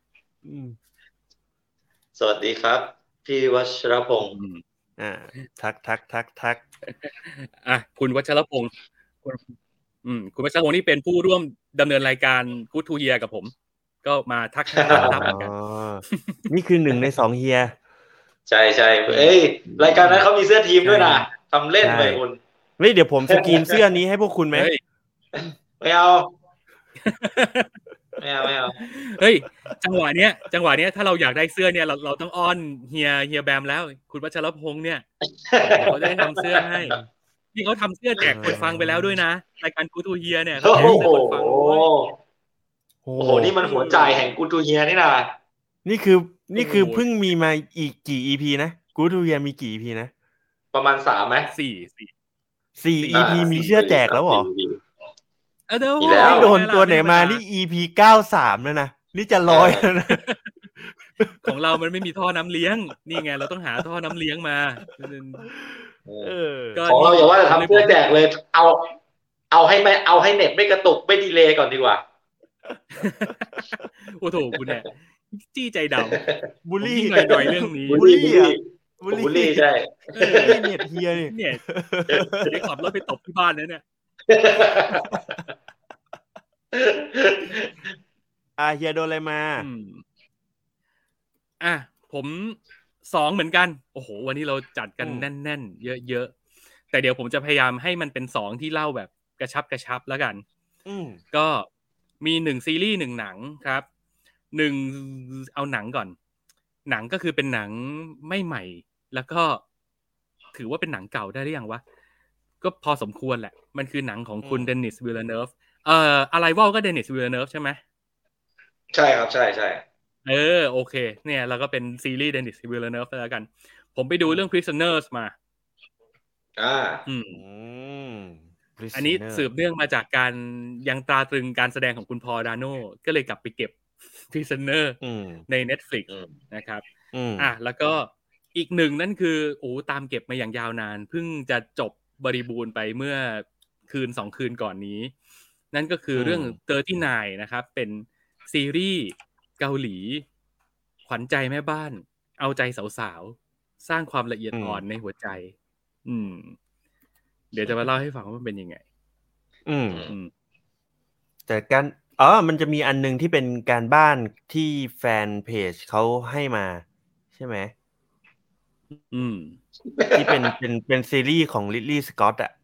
สวัสดีครับพี่วัชรพงศ์ทักคุณวัชรพงศ์คุณวัชรพงศ์นี่เป็นผู้ร่วมดำเนินรายการ Good to Hear กับผมก็มาทักรับเหมือนกันนี่คือ1ใน2เฮียใช่รายการนั้นเขามีเสื้อทีมด้วยนะทำเล่นไปคุณเดี๋ยวผมสกรีนเสื้อนี้ให้พวกคุณไหมไม่เอาเฮ้ยจังหวะเนี้ยถ้าเราอยากได้เสื้อเนี่ยเราต้องอ้อนเฮียแบมแล้วคุณวัชรพงษ์เนี่ยเขาได้ทำเสื้อให้ที่เขาทำเสื้อแจกคนฟังไปแล้วด้วยนะรายการกูทูเฮียเนี่ยเขาแจกเสื้อคนฟังโอ้โหนี่มันหัวใจแห่งกูทูเฮียนี่นะนี่คือเพิ่งมีมาอีกกี่ EP นะกูทูเฮียมีกี่ EP นะประมาณ3มั้ย 4 EP มีเสื้อแจกแล้วเหรอไม่โดนตัวไหนมานี่ EP 93แล้วนะนี่จะ100แล้วนะของเรามันไม่มีท่อน้ำเลี้ยงนี่ไงเราต้องหาท่อน้ำเลี้ยงมาของเราอย่าว่าจะทำเสื้อแจกเลยเอาให้เน็ตไม่กระตุกไม่ดีเลย์ก่อนดีกว่าโอ้โหคุณเนี่ยจี้ใจดำบูลลี่หน่อยเรื่องนี้บูลลี่บูลลี่ใช่เน็ตเฮียเนี่ยได้ขับรถไปตบที่บ้านเนี่ยเฮียโดนอะไรมาผม2เหมือนกันโอ้โหวันนี้เราจัดกันแน่นๆเยอะๆแต่เดี๋ยวผมจะพยายามให้มันเป็น2ที่เล่าแบบกระชับแล้วกันก็มี1ซีรีส์1หนังครับ1เอาหนังก่อนหนังก็คือเป็นหนังไม่ใหม่แล้วก็ถือว่าเป็นหนังเก่าได้หรือยังวะก็พอสมควรแหละมันคือหนังของคุณเดนิส วิลเลเนฟArrival ก็เดนิส วิลเลเนฟใช่ไหมใช่ครับใช่โอเคเนี่ยเราก็เป็นซีรีส์เดนิส วิลเลเนฟแล้วกันผมไปดูเรื่อง Prisoners มาอันนี้สืบเนื่องมาจากการยังตราตรึงการแสดงของคุณพอล ดาโน่ก็เลยกลับไปเก็บ Prisoner ใน Netflix นะครับแล้วก็อีกหนึ่งนั่นคือตามเก็บมาอย่างยาวนานเพิ่งจะจบบริบูรณ์ไปเมื่อ2 คืนก่อนนี้นั่นก็คือเรื่อง39นะครับเป็นซีรีส์เกาหลีขวัญใจแม่บ้านเอาใจสาวๆสร้างความละเอียดอ่อนในหัวใจเดี๋ยวจะมาเล่าให้ฟังว่ามันเป็นยังไงแต่การมันจะมีอันนึงที่เป็นการบ้านที่แฟนเพจเขาให้มาใช่ไหมที่เป็นซีรีส์ของลิลลี่สก็อตอ่ะ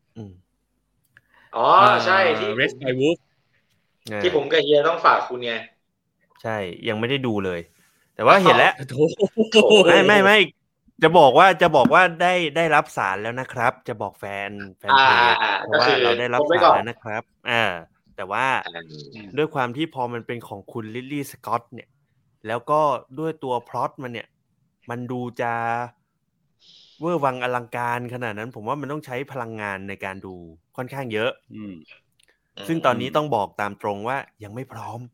ใช่ที่ Raised by Wolves ที่ผมกับเฮียต้องฝากคุณไงใช่ยังไม่ได้ดูเลยแต่ว่าเห็นแล้วไม่จะบอกว่าได้รับสารแล้วนะครับจะบอกแฟนเพจว่าเราได้รับสารแล้วนะครับแต่ว่าด้วยความที่พอมันเป็นของคุณลิลลี่สก็อตเนี่ยแล้วก็ด้วยตัวพล็อตมันเนี่ยมันดูจะเวอร์วังอลังการขนาดนั้นผมว่ามันต้องใช้พลังงานในการดูค่อนข้างเยอะซึ่งตอนนี้ต้องบอกตามตรงว่ายังไม่พร้อม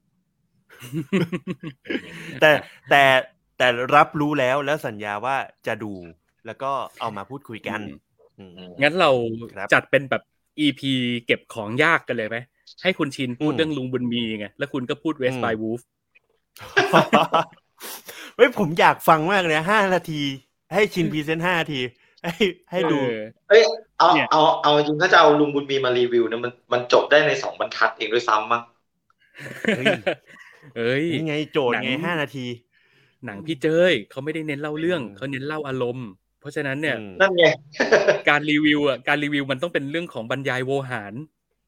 แต่รับรู้แล้วสัญญาว่าจะดูแล้วก็เอามาพูดคุยกันงั้นเราจัดเป็นแบบ EP เก็บของยากกันเลยไหมให้คุณชินพูดเรื่องลุงบุญมีไงแล้วคุณก็พูด Raised by Wolves เฮ้ยผมอยากฟังมากเลย5 นาทีให้ชินพรีเซนต์5 นาทีให้ดูเอาจริงถ้าจะเอาลุงบุญมีมารีวิวเนี่ยมันจบได้ใน2 บรรทัดเองด้วยซ้ำมั้งนี่ไงโจทย์ไง5 นาทีหนังพี่เจ้ยเขาไม่ได้เน้นเล่าเรื่องเขาเน้นเล่าอารมณ์เพราะฉะนั้นเนี่ยนั่นไงการรีวิวมันต้องเป็นเรื่องของบรรยายโวหาร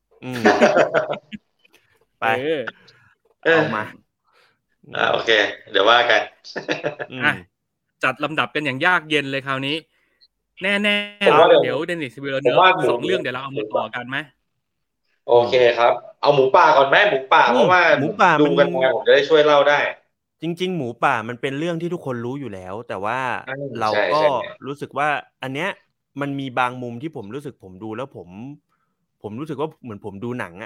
ไปเอามาโอเคเดี๋ยวว่ากันจัดลำดับกันอย่างยากเย็นเลยคราวนี้แน่เดี๋ยวเดนิส วิลเลเนฟ2 เรื่องเดี๋ยวเราเอามาต่อกันไหมโอเคครับเอาหมูป่าก่อนไหมหมูป่าเพราะว่าหมูป่าดูกันมาผมจะได้ช่วยเล่าได้จริงๆหมูป่ามันเป็นเรื่องที่ทุกคนรู้อยู่แล้วแต่ว่าเราก็รู้สึกว่าอันเนี้ยมันมีบางมุมที่ผมรู้สึกผมดูแล้วผมรู้สึกว่าเหมือนผมดูหนังอ่ะ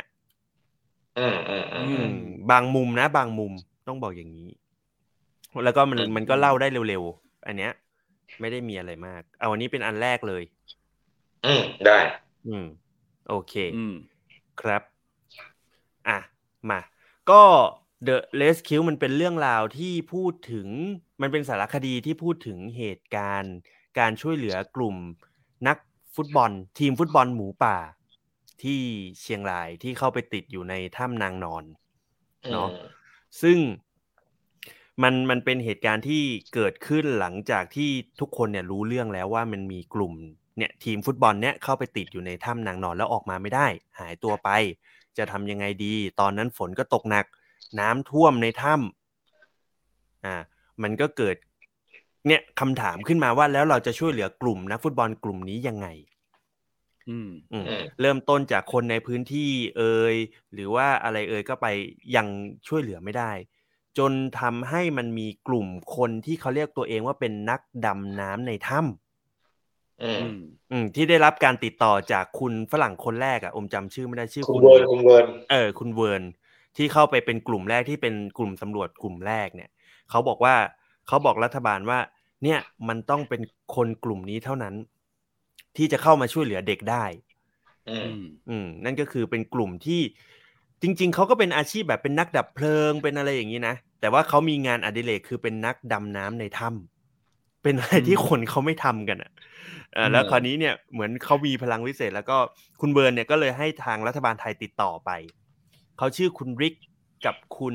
บางมุมนะบางมุมต้องบอกอย่างนี้แล้วก็มันก็เล่าได้เร็วๆอันเนี้ยไม่ได้มีอะไรมากเอาอันนี้เป็นอันแรกเลยได้โอเคครับมาก็ The Rescue มันเป็นเรื่องราวที่พูดถึงมันเป็นสารคดีที่พูดถึงเหตุการณ์การช่วยเหลือกลุ่มนักฟุตบอลทีมฟุตบอลหมูป่าที่เชียงรายที่เข้าไปติดอยู่ในถ้ำนางนอนเนาะซึ่งมันเป็นเหตุการณ์ที่เกิดขึ้นหลังจากที่ทุกคนเนี่ยรู้เรื่องแล้วว่ามันมีกลุ่มเนี่ยทีมฟุตบอลเนี่ยเข้าไปติดอยู่ในถ้ำนางนอนแล้วออกมาไม่ได้หายตัวไปจะทำยังไงดีตอนนั้นฝนก็ตกหนักน้ำท่วมในถ้ำมันก็เกิดเนี่ยคำถามขึ้นมาว่าแล้วเราจะช่วยเหลือกลุ่มนักฟุตบอลกลุ่มนี้ยังไงเริ่มต้นจากคนในพื้นที่หรือว่าอะไรก็ไปยังช่วยเหลือไม่ได้จนทำให้มันมีกลุ่มคนที่เขาเรียกตัวเองว่าเป็นนักดำน้ำในถ้ำที่ได้รับการติดต่อจากคุณฝรั่งคนแรกจำชื่อไม่ได้ชื่อคุณเวิร์นคุณเวิร์นที่เข้าไปเป็นกลุ่มแรกที่เป็นกลุ่มสำรวจกลุ่มแรกเนี่ยเขาบอกรัฐบาลว่าเนี่ยมันต้องเป็นคนกลุ่มนี้เท่านั้นที่จะเข้ามาช่วยเหลือเด็กได้นั่นก็คือเป็นกลุ่มที่จริงๆเขาก็เป็นอาชีพแบบเป็นนักดับเพลิงเป็นอะไรอย่างนี้นะแต่ว่าเขามีงานอดิเรกคือเป็นนักดำน้ำในถ้ำเป็นอะไรที่คนเขาไม่ทำกันแล้วคราวนี้เนี่ยเหมือนเขามีพลังวิเศษแล้วก็คุณเบิร์นเนี่ยก็เลยให้ทางรัฐบาลไทยติดต่อไปเขาชื่อคุณริกกับ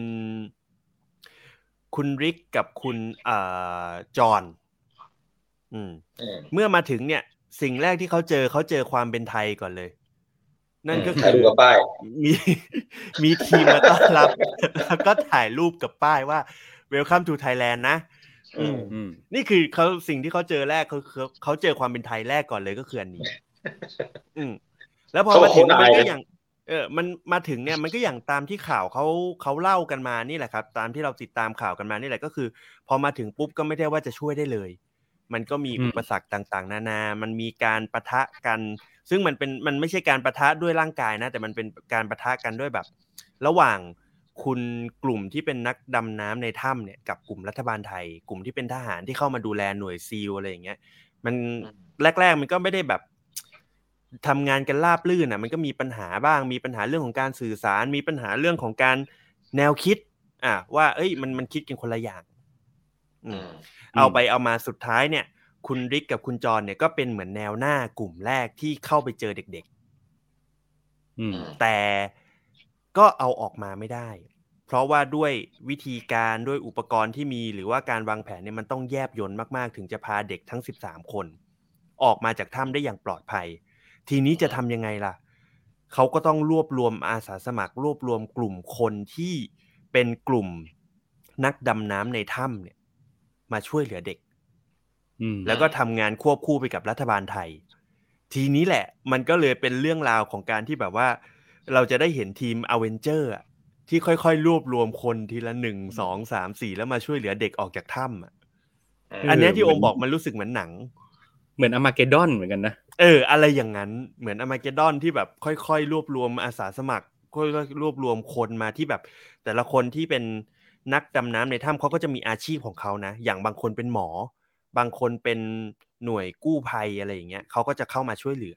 คุณริกกับคุณจอห์นเมื่อมาถึงเนี่ยสิ่งแรกที่เขาเจอความเป็นไทยก่อนเลยนั่นก็คือมีทีมมาต้อนรับแล้วก็ถ่ายรูปกับป้ายว่า Welcome to Thailand นะนี่คือเขาสิ่งที่เขาเจอแรกเขาเจอความเป็นไทยแรกก่อนเลยก็คืออันนี้แล้วพอมาถึงมันก็อย่างมันมาถึงเนี่ยมันก็อย่างตามที่ข่าวเขาเล่ากันมานี่แหละครับตามที่เราติดตามข่าวกันมานี่แหละก็คือพอมาถึงปุ๊บก็ไม่ได้ว่าจะช่วยได้เลยมันก็มีอุปสรรคต่างๆนานามันมีการปะทะกันซึ่งมันไม่ใช่การปะทะด้วยร่างกายนะแต่มันเป็นการปะทะกันด้วยแบบระหว่างคุณกลุ่มที่เป็นนักดำน้ำในถ้ำเนี่ยกับกลุ่มรัฐบาลไทยกลุ่มที่เป็นทหารที่เข้ามาดูแลหน่วยซีลอะไรอย่างเงี้ยมันแรกๆมันก็ไม่ได้แบบทำงานกันราบรื่นมันก็มีปัญหาบ้างมีปัญหาเรื่องของการสื่อสารมีปัญหาเรื่องของการแนวคิดว่ามันคิดกันคนละอย่างเอาไปเอามาสุดท้ายเนี่ยคุณริกกับคุณจรเนี่ยก็เป็นเหมือนแนวหน้ากลุ่มแรกที่เข้าไปเจอเด็กๆแต่ก็เอาออกมาไม่ได้เพราะว่าด้วยวิธีการด้วยอุปกรณ์ที่มีหรือว่าการวางแผนเนี่ยมันต้องแยบยลมากๆถึงจะพาเด็กทั้ง13คนออกมาจากถ้ำได้อย่างปลอดภัยทีนี้จะทำยังไงล่ะเขาก็ต้องรวบรวมอาสาสมัครรวบรวมกลุ่มคนที่เป็นกลุ่มนักดำน้ำในถ้ำเนี่ยมาช่วยเหลือเด็กแล้วก็ทำงานควบคู่ไปกับรัฐบาลไทยทีนี้แหละมันก็เลยเป็นเรื่องราวของการที่แบบว่าเราจะได้เห็นทีมอเวนเจอร์ที่ค่อยๆรวบรวมคนทีละ1 2 3 4แล้วมาช่วยเหลือเด็กออกจากถ้ำอันนี้ที่โอมบอกมันรู้สึกเหมือนหนังเหมือนอาร์มาเกดดอนเหมือนกันนะอะไรอย่างนั้นเหมือนอาร์มาเกดดอนที่แบบค่อยๆรวบรวมอาสาสมัครค่อยๆรวบรวมคนมาที่แบบแต่ละคนที่เป็นนักดำน้ำในถ้ำเขาก็จะมีอาชีพของเขานะอย่างบางคนเป็นหมอบางคนเป็นหน่วยกู้ภัยอะไรอย่างเงี้ยเขาก็จะเข้ามาช่วยเหลือ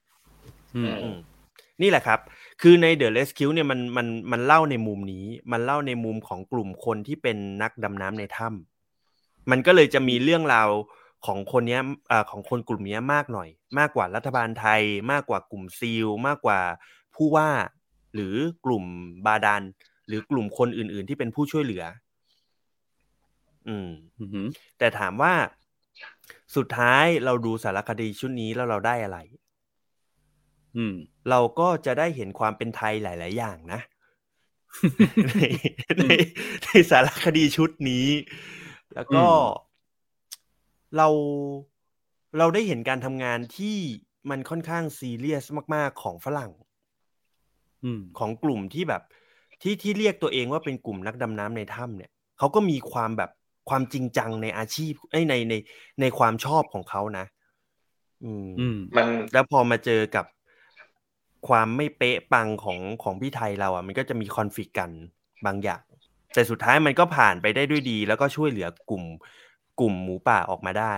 นี่แหละครับคือใน The Rescue เนี่ยมันเล่าในมุมนี้มันเล่าในมุมของกลุ่มคนที่เป็นนักดำน้ำในถ้ำมันก็เลยจะมีเรื่องราวของคนเนี้ยของคนกลุ่มนี้มากหน่อยมากกว่ารัฐบาลไทยมากกว่ากลุ่มซีลมากกว่าผู้ว่าหรือกลุ่มบาดาลหรือกลุ่มคนอื่นๆที่เป็นผู้ช่วยเหลือแต่ถามว่าสุดท้ายเราดูสารคดีชุดนี้แล้วเราได้อะไรเราก็จะได้เห็นความเป็นไทยหลายๆอย่างนะ ในสารคดีชุดนี้แล้วก็เราได้เห็นการทำงานที่มันค่อนข้างซีเรียสมากๆของฝรั่งของกลุ่มที่แบบที่เรียกตัวเองว่าเป็นกลุ่มนักดำน้ำในถ้ำเนี่ยเขาก็มีความแบบความจริงจังในอาชีพในความชอบของเขานะมันแล้วพอมาเจอกับความไม่เป๊ะปังของพี่ไทยเรามันก็จะมีคอนฟลิกต์กันบางอย่างแต่สุดท้ายมันก็ผ่านไปได้ด้วยดีแล้วก็ช่วยเหลือกลุ่มหมูป่าออกมาได้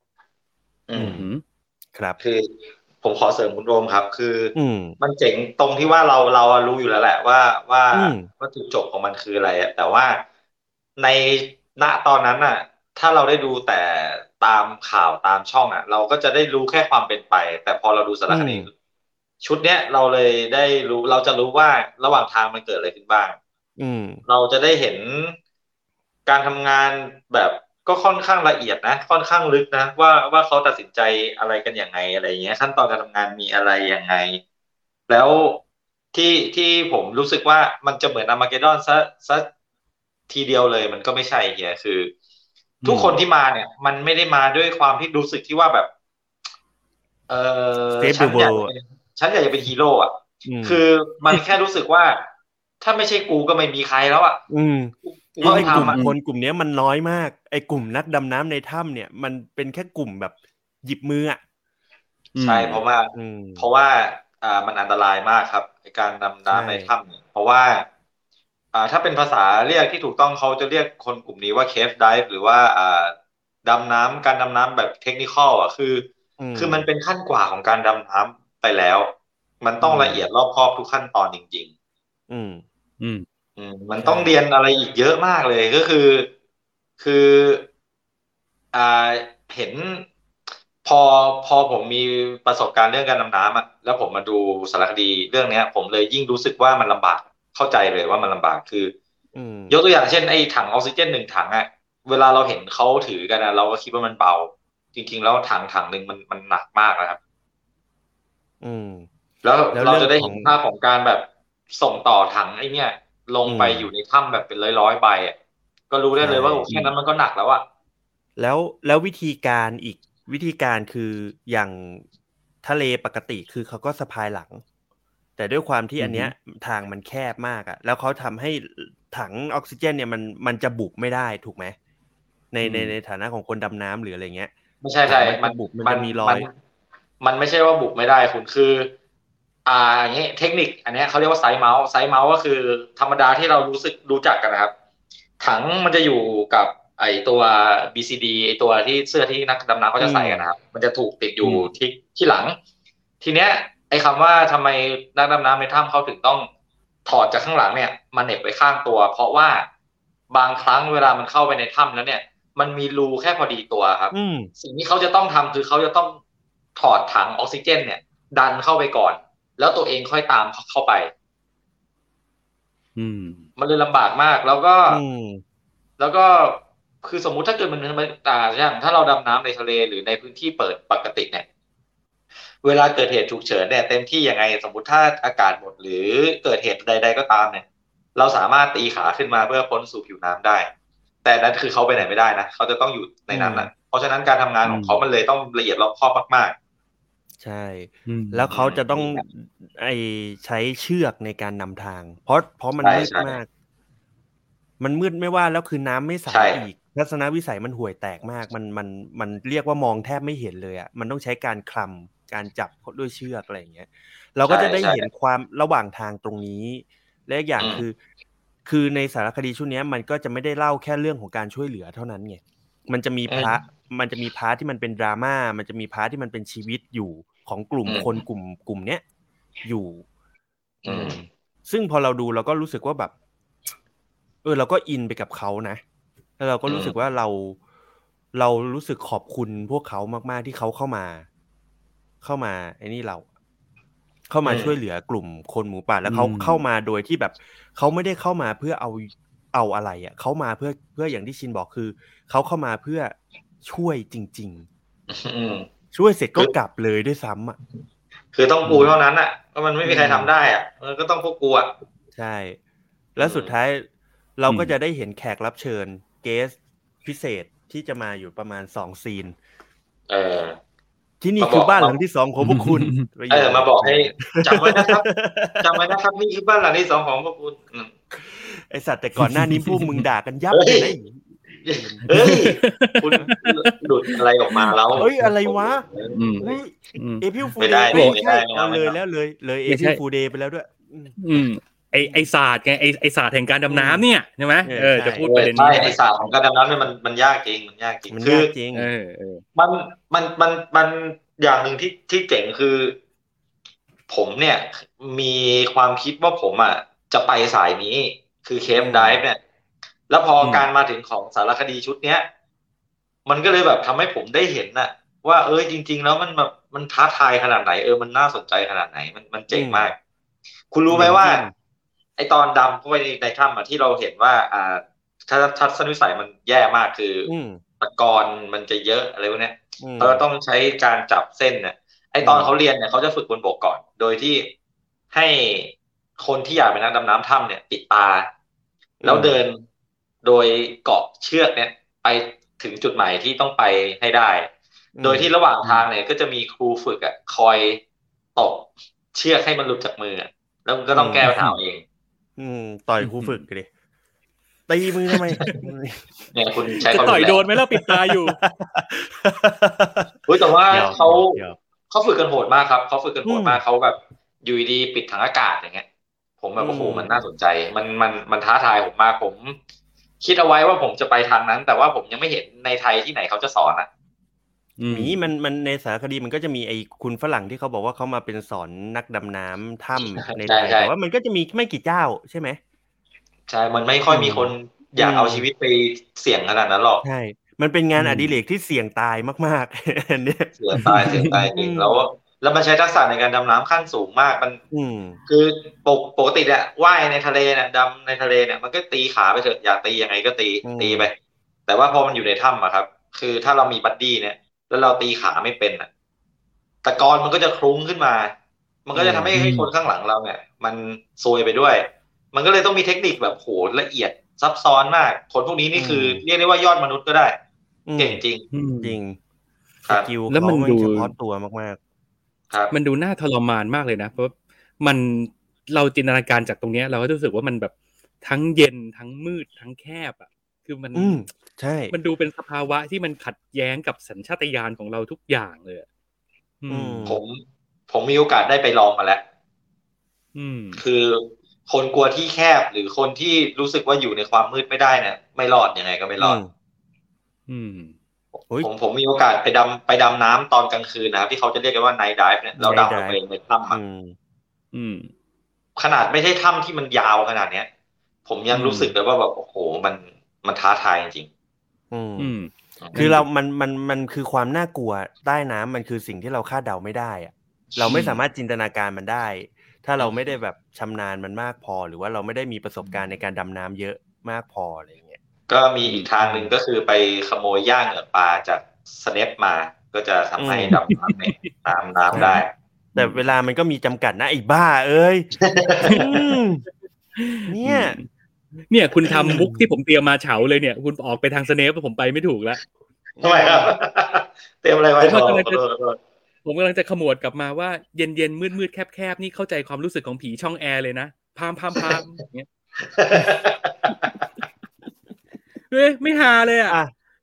ครับคือผมขอเสริมคุณโรมครับคือมันเจ๋งตรงที่ว่าเรารู้อยู่แล้วแหละว่าจุดจบของมันคืออะไรแต่ว่าในณตอนนั้นน่ะถ้าเราได้ดูแต่ตามข่าวตามช่องเราก็จะได้รู้แค่ความเป็นไปแต่พอเราดูสารคดีชุดเนี้ยเราเลยได้รู้เราจะรู้ว่าระหว่างทางมันเกิดอะไรขึ้นบ้างเราจะได้เห็นการทำงานแบบก็ค่อนข้างละเอียดนะค่อนข้างลึกนะว่าเขาตัดสินใจอะไรกันยังไงอะไรเงี้ยขั้นตอนการทำงานมีอะไรยังไงแล้วที่ผมรู้สึกว่ามันจะเหมือนอาร์มาเกดดอนซะทีเดียวเลยมันก็ไม่ใช่เฮียคือทุกคนที่มาเนี่ยมันไม่ได้มาด้วยความที่รู้สึกที่ว่าแบบฉันอยากจะเป็นฮีโร่คือมันแค่รู้สึกว่าถ้าไม่ใช่กูก็ไม่มีใครแล้วเพราะไอ้กลุ่มคนกลุ่มนี้มันน้อยมากไอ้กลุ่มนักดำน้ำในถ้ำเนี่ยมันเป็นแค่กลุ่มแบบหยิบมือใช่เพราะว่ามันอันตรายมากครับในการดำน้ำในถ้ำเพราะว่าถ้าเป็นภาษาเรียกที่ถูกต้องเขาจะเรียกคนกลุ่มนี้ว่าเคฟไดฟ์หรือว่าดำน้ำการดำน้ำแบบเทคนิคอลคือมันเป็นขั้นกว่าของการดำน้ำไปแล้วมันต้องละเอียดรอบคอบทุกขั้นตอนจริงๆมันต้องเรียนอะไรอีกเยอะมากเลยก็คือเห็นพอผมมีประสบการณ์เรื่องการดำน้ำอ่ะแล้วผมมาดูสารคดีเรื่องเนี้ยผมเลยยิ่งรู้สึกว่ามันลำบากเข้าใจเลยว่ามันลำบากคือยกตัวอย่างเช่นไอ้ถังออกซิเจน1 ถังอ่ะเวลาเราเห็นเขาถือกันนะเราก็คิดว่ามันเบาจริงๆแล้วถังหนึ่งมันหนักมากนะครับแล้วเราจะได้เห็นภาพของการแบบส่งต่อถังไอ้เนี่ยลงไปอยู่ในถ้ำแบบเป็นร้อยๆใบอ่ะก็รู้ได้เลยว่าแค่นั้นมันก็หนักแล้วอ่ะแล้ววิธีการคืออย่างทะเลปกติคือเขาก็สะพายหลังแต่ด้วยความที่อันเนี้ยทางมันแคบมากอ่ะแล้วเขาทำให้ถังออกซิเจนเนี่ยมันจะบุบไม่ได้ถูกไหมในฐานะของคนดำน้ำหรืออะไรเงี้ยไม่ใช่มันบุบมันจะมีรอยมันไม่ใช่ว่าบุบไม่ได้คุณคืออย่างเงี้ยเทคนิคอันเนี้ยเขาเรียกว่าไซส์เมาส์ก็คือธรรมดาที่เรารู้จักกันนะครับถังมันจะอยู่กับไอตัว BCD ไอตัวที่เสื้อที่นักดำน้ำเขาจะใส่กันนะครับมันจะถูกติดอยู่ที่หลังทีเนี้ยไอคำว่าทำไมนักดำน้ำในถ้ำเขาถึงต้องถอดจากข้างหลังเนี่ยมาเหน็บไว้ข้างตัวเพราะว่าบางครั้งเวลามันเข้าไปในถ้ำแล้วเนี่ยมันมีรูแค่พอดีตัวครับสิ่งที่เขาจะต้องทำคือเขาจะต้องถอดถังออกซิเจนเนี่ยดันเข้าไปก่อนแล้วตัวเองค่อยตามเข้าไปมันเลยลำบากมากแล้วก็คือสมมุติถ้าเกิดมันอย่างถ้าเราดำน้ำในทะเลหรือในพื้นที่เปิดปกติเนี่ยเวลาเกิดเหตุฉุกเฉินเนี่ยเต็มที่ยังไงสมมุติถ้าอากาศหมดหรือเกิดเหตุใดๆก็ตามเนี่ยเราสามารถตีขาขึ้นมาเพื่อพ้นสู่ผิวน้ำได้แต่นั้นคือเขาไปไหนไม่ได้นะเขาจะต้องอยู่ในนั้นนะเพราะฉะนั้นการทำงานของเขามันเลยต้องละเอียดรอบคอบมากๆใช่แล้วเขาจะต้องใช้เชือกในการนำทางเพราะมันมืดมากมันมืดไม่ว่าแล้วคือน้ำไม่ใสอีกทัศนวิสัยมันห่วยแตกมากมันเรียกว่ามองแทบไม่เห็นเลยอ่ะมันต้องใช้การคลำการจับด้วยเชือกอะไรอย่างเงี้ยเราก็จะได้เห็นความระหว่างทางตรงนี้และอีกอย่างคือในสารคดีชุดนี้มันก็จะไม่ได้เล่าแค่เรื่องของการช่วยเหลือเท่านั้นไงมันจะมีพาร์ทที่มันเป็นดราม่ามันจะมีพาร์ทที่มันเป็นชีวิตอยู่ของกลุ่มคนกลุ่มเนี้ยอยู่ซึ่งพอเราดูเราก็รู้สึกว่าแบบเราก็อินไปกับเขานะแล้วเราก็รู้สึกว่าเรารู้สึกขอบคุณพวกเขามากๆที่เขาเข้ามาไอ้นี่เราเข้ามาช่วยเหลือกลุ่มคนหมูป่าแล้วเขาเข้ามาโดยที่แบบเขาไม่ได้เข้ามาเพื่อเอาอะไรอ่ะเขามาเพื่ออย่างที่ชินบอกคือเขาเข้ามาเพื่อช่วยจริงๆช่วยเสร็จก็กลับเลยด้วยซ้ำอ่ะคือต้องกูเท่านั้นอ่ะเพราะมันไม่มีใครทำได้อ่ะมันก็ต้องพวกกูอ่ะใช่แล้วสุดท้ายเราก็จะได้เห็นแขกรับเชิญเกสพิเศษที่จะมาอยู่ประมาณ2 ซีนที่นี่คือบ้านหลังที่2ของพวกคุณมาบอกให้จำไว้นะครับนี่คือบ้านหลังที่2ของพวกคุณไอสัตว์แต่ก่อนหน้านี้พวกมึงด่ากันยับเลยนะคุณหลุดอะไรออกมาแล้วอะไรวะเอพิลฟูเดย์เอาเลยแล้วเลยเอพิลฟูเดย์ไปแล้วด้วยไอศาสตร์ไงไอศาสตร์แห่งการดำน้ำเนี่ยใช่ไหมจะพูดประเด็นนี้ไอศาสตร์ของการดำน้ำเนี่ยมันยากจริงคือมันอย่างหนึ่งที่เจ๋งคือผมเนี่ยมีความคิดว่าผมอ่ะจะไปสายนี้คือเคปไดฟ์เนี่ยแล้วพอการมาถึงของสารคดีชุดเนี้ยมันก็เลยแบบทำให้ผมได้เห็นน่ะว่าจริงๆแล้วมันแบบมันท้าทายขนาดไหนมันน่าสนใจขนาดไหนมันเจ๋งมากคุณรู้ไหมว่าไอตอนดำเข้าไปในถ้ำที่เราเห็นว่าถ้าทัศนวิสัยมันแย่มากคือตะกอนมันจะเยอะอะไรพวกนี้เราต้องใช้การจับเส้นเนี่ยไอตอนเขาเรียนเนี่ยเขาจะฝึกบนบกก่อนโดยที่ให้คนที่อยากเป็นนักดำน้ำถ้ำเนี่ยปิดตาแล้วเดินโดยเกาะเชือกเนี่ยไปถึงจุดหมายที่ต้องไปให้ได้โดยที่ระหว่างทางเนี่ยก็จะมีครูฝึกคอยตบเชือกให้มันหลุดจากมือแล้วมันก็ต้องแก้ปัญหาเองต่อยครูฝึกดิตีมือทำไมเนี่ยคุณใช้จะต่อยโดนไหมแล้วปิดตาอยู่แต่ว่าเขาฝึกกันโหดมากครับเขาฝึกกันโหดมากเขาแบบอยู่ดีปิดถังอากาศอย่างเงี้ยผมแบบโอ้โหมันน่าสนใจมันท้าทายผมมากผมคิดเอาไว้ว่าผมจะไปทางนั้นแต่ว่าผมยังไม่เห็นในไทยที่ไหนเขาจะสอนมันในสารคดีมันก็จะมีไอ้คุณฝรั่งที่เขาบอกว่าเขามาเป็นสอนนักดำน้ำถ้ำในไทยแต่ว่ามันก็จะมีไม่กี่เจ้าใช่ไหมใช่มันไม่ค่อยมีคนอยากเอาชีวิตไปเสี่ยงขนาดนั้นหรอกใช่มันเป็นงานอดิเรกที่เสี่ยงตายมากๆอันเนี้ยเสียตายจริงแล้วมันใช้ทักษะในการดำน้ำขั้นสูงมากมันคือปกติเนี่ยว่ายในทะเลเนี่ยดำในทะเลเนี่ยมันก็ตีขาไปเถอะอยากตียังไงก็ตีไปแต่ว่าพอมันอยู่ในถ้ำอะครับคือถ้าเรามีบัดดี้เนี่ยแล้วเราตีขาไม่เป็นอะตะกอนมันก็จะคลุ้งขึ้นมามันก็จะทำให้คนข้างหลังเราเนี่ยมันซวยไปด้วยมันก็เลยต้องมีเทคนิคแบบโหละเอียดซับซ้อนมากคนพวกนี้นี่คือเรียกได้ว่ายอดมนุษย์ก็ได้เก่งจริงจริงสกิลแล้วมันดูเฉพาะตัวมากๆครับมันดูน่าทรมานมากเลยนะเพราะมันเราจินตนาการจากตรงนี้เราก็รู้สึกว่ามันแบบทั้งเย็นทั้งมืดทั้งแคบอ่ะคือมันใช่มันดูเป็นสภาวะที่มันขัดแย้งกับสัญชาตญาณของเราทุกอย่างเลยผมมีโอกาสได้ไปลองมาแล้วคือคนกลัวที่แคบหรือคนที่รู้สึกว่าอยู่ในความมืดไม่ได้เนี่ยไม่รอดยังไงก็ไม่รอดผมมีโอกาสไปดำน้ำตอนกลางคืนนะครับที่เขาจะเรียกกันว่า night dive เนี่ยเราดำลงไปในถ้ำขนาดไม่ใช่ถ้ำที่มันยาวขนาดเนี้ยผมยังรู้สึกเลยว่าแบบโอ้โหมันท้าทายจริงคือมันคือความน่ากลัวใต้น้ำมันคือสิ่งที่เราคาดเดาไม่ได้อะเราไม่สามารถจินตนาการมันได้ถ้าเราไม่ได้แบบชำนาญมันมากพอหรือว่าเราไม่ได้มีประสบการณ์ในการดำน้ำเยอะมากพออะไรอย่างเงี้ยก็มีอีกทางหนึ่งก็คือไปขโมยย่างเหนือปลาจากสเนปมาก็จะทำให้ดำน้ำในน้ำได้แต่เวลามันก็มีจำกัดนะไอ้บ้าเอ้ยเนี่ยคุณทำมุกที่ผมเตรียมมาเฉาเลยเนี่ยคุณออกไปทางสเนปผมไปไม่ถูกแล้วทำไมครับเตรียมอะไรไว้ผมกำลังจะขมวดกลับมาว่าเย็นๆมืดๆแคบๆนี่เข้าใจความรู้สึกของผีช่องแอร์เลยนะพามอย่างเงี้ยเฮ้ยไม่ฮาเลยอ่ะ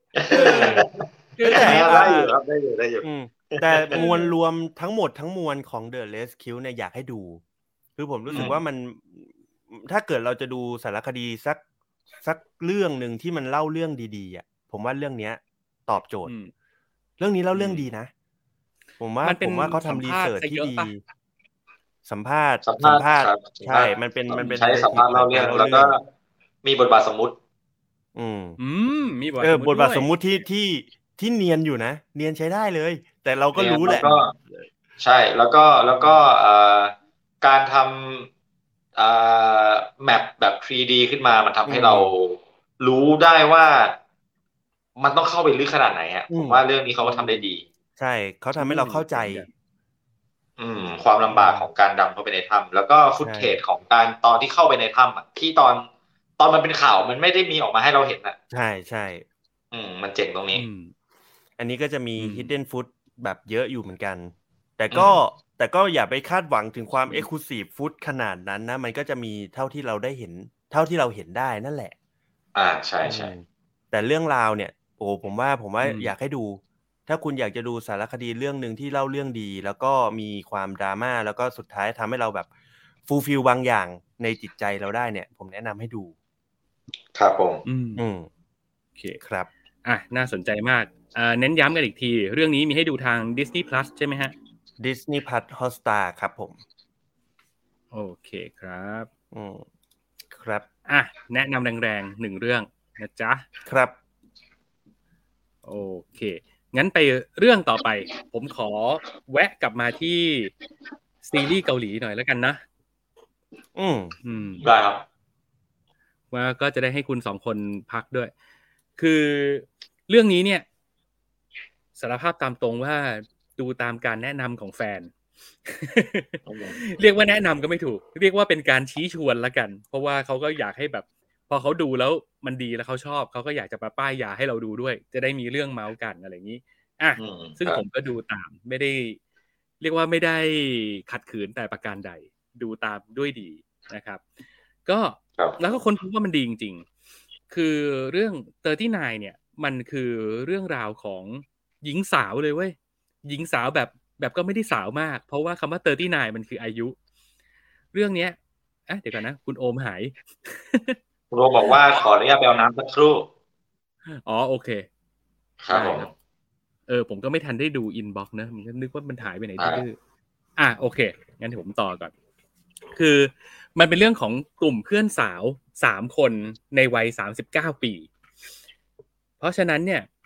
แต่ได้อยู่ครับได้อยู่แต่มวลรวมทั้งหมดทั้งมวลของ The Rescue เนี่ยอยากให้ดูคือผมรู้สึกว่ามันถ้าเกิดเราจะดูสารคดีสักเรื่องนึงที่มันเล่าเรื่องดีๆอ่ะผมว่าเรื่องนี้ตอบโจทย์เรื่องนี้เล่าเรื่องดีนะผมว่าเขาทำรีเสิร์ชที่ดีสัมภาษณ์ใช่มันเป็นใช้สัมภาษณ์เล่าเรื่องแล้วก็มีบทบาทสมมุติมีบทบาทสมมุติที่เนียนอยู่นะเนียนใช้ได้เลยแต่เราก็รู้แหละใช่แล้วก็การทำแมปแบบ 3D ขึ้นมามันทำให้เรารู้ได้ว่ามันต้องเข้าไปลึกขนาดไหนอ่ะผมว่าเรื่องนี้เขาก็ทำได้ดีใช่เขาทำให้เราเข้าใจความลำบากของการดำเข้าไปในถ้ำแล้วก็ฟุตเทจของการตอนที่เข้าไปในถ้ำอ่ะที่ตอนมันเป็นข่าวมันไม่ได้มีออกมาให้เราเห็นอ่ะใช่มันเจ๋งตรงนี้อันนี้ก็จะมี hidden foot แบบเยอะอยู่เหมือนกันแต่ก็อย่าไปคาดหวังถึงความ exclusive foot ขนาดนั้นนะมันก็จะมีเท่าที่เราได้เห็นเท่าที่เราเห็นได้นั่นแหละใช่แต่เรื่องราวเนี่ยโอ้ผมว่าอยากให้ดูถ้าคุณอยากจะดูสารคดีเรื่องนึงที่เล่าเรื่องดีแล้วก็มีความดราม่าแล้วก็สุดท้ายทำให้เราแบบฟูลฟิลบางอย่างในจิตใจเราได้เนี่ยผมแนะนำให้ดูครับผมโอเคครับน่าสนใจมากเน้นย้ำกันอีกทีเรื่องนี้มีให้ดูทาง Disney Plus ใช่ไหมฮะ Disney Plus Hotstar ครับผมโอเคครับครับแนะนำแรงๆ1เรื่องนะจ๊ะครับโอเคงั้นไปเรื่องต่อไปผมขอแวะกลับมาที่ซีรีส์เกาหลีหน่อยแล้วกันนะได้ครับว่าก็จะได้ให้คุณ2คนพักด้วยคือเรื่องนี้เนี่ยสารภาพตามตรงว่าดูตามการแนะนำของแฟน เรียกว่าแนะนำก็ไม่ถูกเรียกว่าเป็นการชี้ชวนละกันเพราะว่าเขาก็อยากให้แบบพอเขาดูแล้วมันดีแล้วเขาชอบเขาก็อยากจะมาป้ายยาให้เราดูด้วยจะได้มีเรื่องเมาส์กันอะไรอย่างนี้ซึ่งผมก็ดูตามไม่ได้เรียกว่าไม่ได้ขัดขืนแต่ประการใดดูตามด้วยดีนะครับก็แล้วก็ค้นพบว่ามันดีจริงๆคือเรื่อง39เนี่ยมันคือเรื่องราวของหญิงสาวเลยเว้ยหญิงสาวแบบก็ไม่ได้สาวมากเพราะว่าคำว่า39มันคืออายุเรื่องเนี้ยเดี๋ยวก่อนนะคุณโอมหายคุณโอมบอกว่าขออนุญาตไปเอาน้ำสักครู่โอเคครับผมผมก็ไม่ทันได้ดูอินบ็อกซ์นะผมก็นึกว่ามันถ่ายไปไหนดื้อโอเคงั้นเดี๋ยวผมต่อก่อนคือมันเป็นเรื่องของกลุ่มเพื่อนสาว3คนในวัย39ปีเพราะฉะนั้นเนี่ย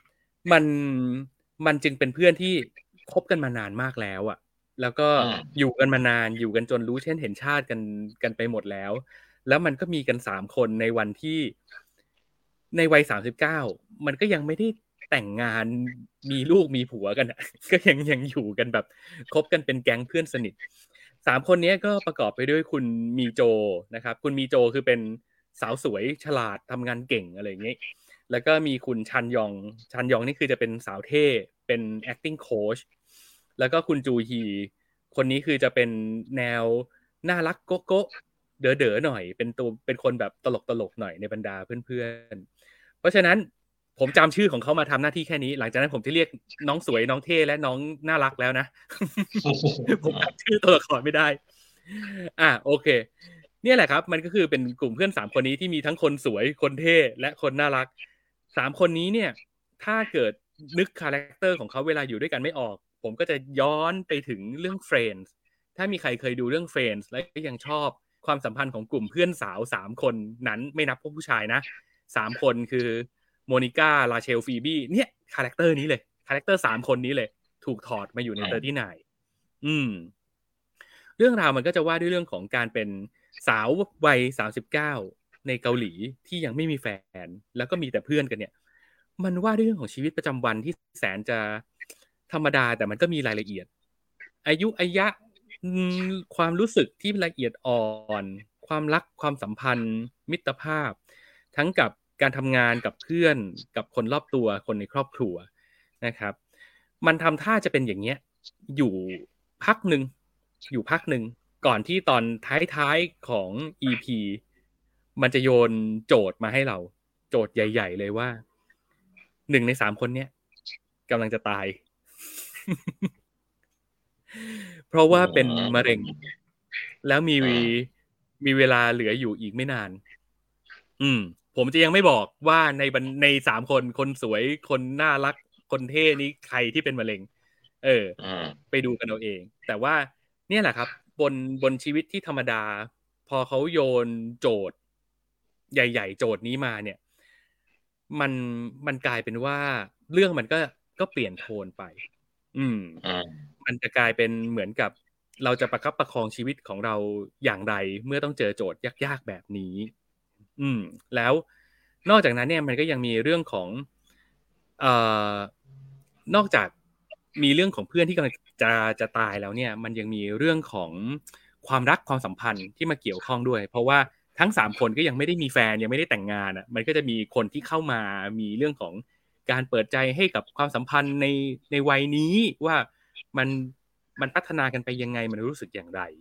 มันจึงเป็นเพื่อนที่คบกันมานานมากแล้วอ่ะแล้วก็อยู่กันมานานอยู่กันจนรู้เช่นเห็นชาติกันไปหมดแล้วมันก็มีกัน3คนในวันที่ในวัย39มันก็ยังไม่ได้แต่งงานมีลูกมีผัวกันก็ยังอยู่กันแบบคบกันเป็นแก๊งเพื่อนสนิท3คนนี้ก็ประกอบไปด้วยคุณมีโจนะครับคุณมีโจคือเป็นสาวสวยฉลาดทำงานเก่งอะไรอย่างเงี้ยแล้วก็มีคุณชันยองนี่คือจะเป็นสาวเท่เป็น acting coach แล้วก็คุณจูฮีคนนี้คือจะเป็นแนวน่ารักโก๊ะเด๋อๆหน่อยเป็นคนแบบตลกหน่อยในบรรดาเพื่อนๆเพราะฉะนั้นผมจำชื่อของเขามาทำหน้าที่แค่นี้หลังจากนั้นผมจะเรียกน้องสวยน้องเท่และน้องน่ารักแล้วนะ ผมจำชื่อตัวละครไม่ได้โอเคเนี่ยแหละครับมันก็คือเป็นกลุ่มเพื่อน3คนนี้ที่มีทั้งคนสวยคนเท่และคนน่ารัก3คนนี้เนี่ยถ้าเกิดนึกคาแรคเตอร์ของเขาเวลาอยู่ด้วยกันไม่ออกผมก็จะย้อนไปถึงเรื่อง Friends ถ้ามีใครเคยดูเรื่อง Friends และก็ยังชอบความสัมพันธ์ของกลุ่มเพื่อนสาว3คนนั้นไม่นับพวกผู้ชายนะ3คนคือโมนิก้าราเชลฟีบี้เนี่ยคาแรคเตอร์นี้เลยคาแรคเตอร์3คนนี้เลยถูกถอดมาอยู่ใน39เรื่องราวมันก็จะว่าด้วยเรื่องของการเป็นสาววัย39ในเกาหลีที่ยังไม่มีแฟนแล้วก็มีแต่เพื่อนกันเนี่ยมันว่าด้วยเรื่องของชีวิตประจำวันที่แสนจะธรรมดาแต่มันก็มีรายละเอียดอายุอายะความรู้สึกที่ละเอียดอ่อนความรักความสัมพันธ์มิตรภาพทั้งกับการทำงานกับเพื่อนกับคนรอบตัวคนในครอบครัวนะครับมันทำท่าจะเป็นอย่างเงี้ยอยู่พักหนึ่งก่อนที่ตอนท้ายๆของ EP มันจะโยนโจทย์มาให้เราโจทย์ใหญ่ๆเลยว่า1ใน3คนเนี้ยกำลังจะตาย เพราะว่าเป็นมะเร็งแล้วมีเวลาเหลืออยู่อีกไม่นานผมจะยังไม่บอกว่าใน3คนคนสวยคนน่ารักคนเท่นี้ใครที่เป็นมะเร็งไปดูกันเอาเองแต่ว่าเนี่ยแหละครับบนชีวิตที่ธรรมดาพอเขาโยนโจทย์ใหญ่ๆโจทย์นี้มาเนี่ยมันกลายเป็นว่าเรื่องมันก็เปลี่ยนโทนไปมันจะกลายเป็นเหมือนกับเราจะประคับประคองชีวิตของเราอย่างไรเมื่อต้องเจอโจทย์ยากๆแบบนี้แล้วนอกจากนั้นเนี่ยมันก็ยังมีเรื่องของนอกจากมีเรื่องของเพื่อนที่กำลังจะตายแล้วเนี่ยมันยังมีเรื่องของความรักความสัมพันธ์ที่มาเกี่ยวข้องด้วยเพราะว่าทั้ง3คนก็ยังไม่ได้มีแฟนยังไม่ได้แต่งงานอ่ะมันก็จะมีคนที่เข้ามามีเรื่องของการเปิดใจให้กับความสัมพันธ์ในวัยนี้ว่ามันพัฒนากันไปยังไงมันรู้สึกอย่างไร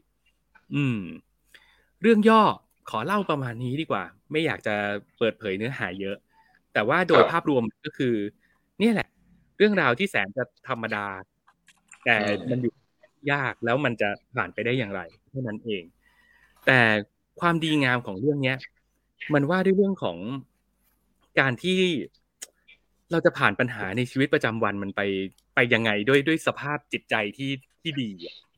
เรื่องย่อขอเล่าประมาณนี้ดีกว่าไม่อยากจะเปิดเผยเนื้อหาเยอะแต่ว่าโดยภาพรวมก็คือเนี่ยแหละเรื่องราวที่แสนจะธรรมดาแต่มันอยู่ยากแล้วมันจะผ่านไปได้อย่างไรเท่านั้นเองแต่ความดีงามของเรื่องนี้มันว่าด้วยเรื่องของการที่เราจะผ่านปัญหาในชีวิตประจำวันมันไปยังไงด้วยสภาพจิตใจที่ดี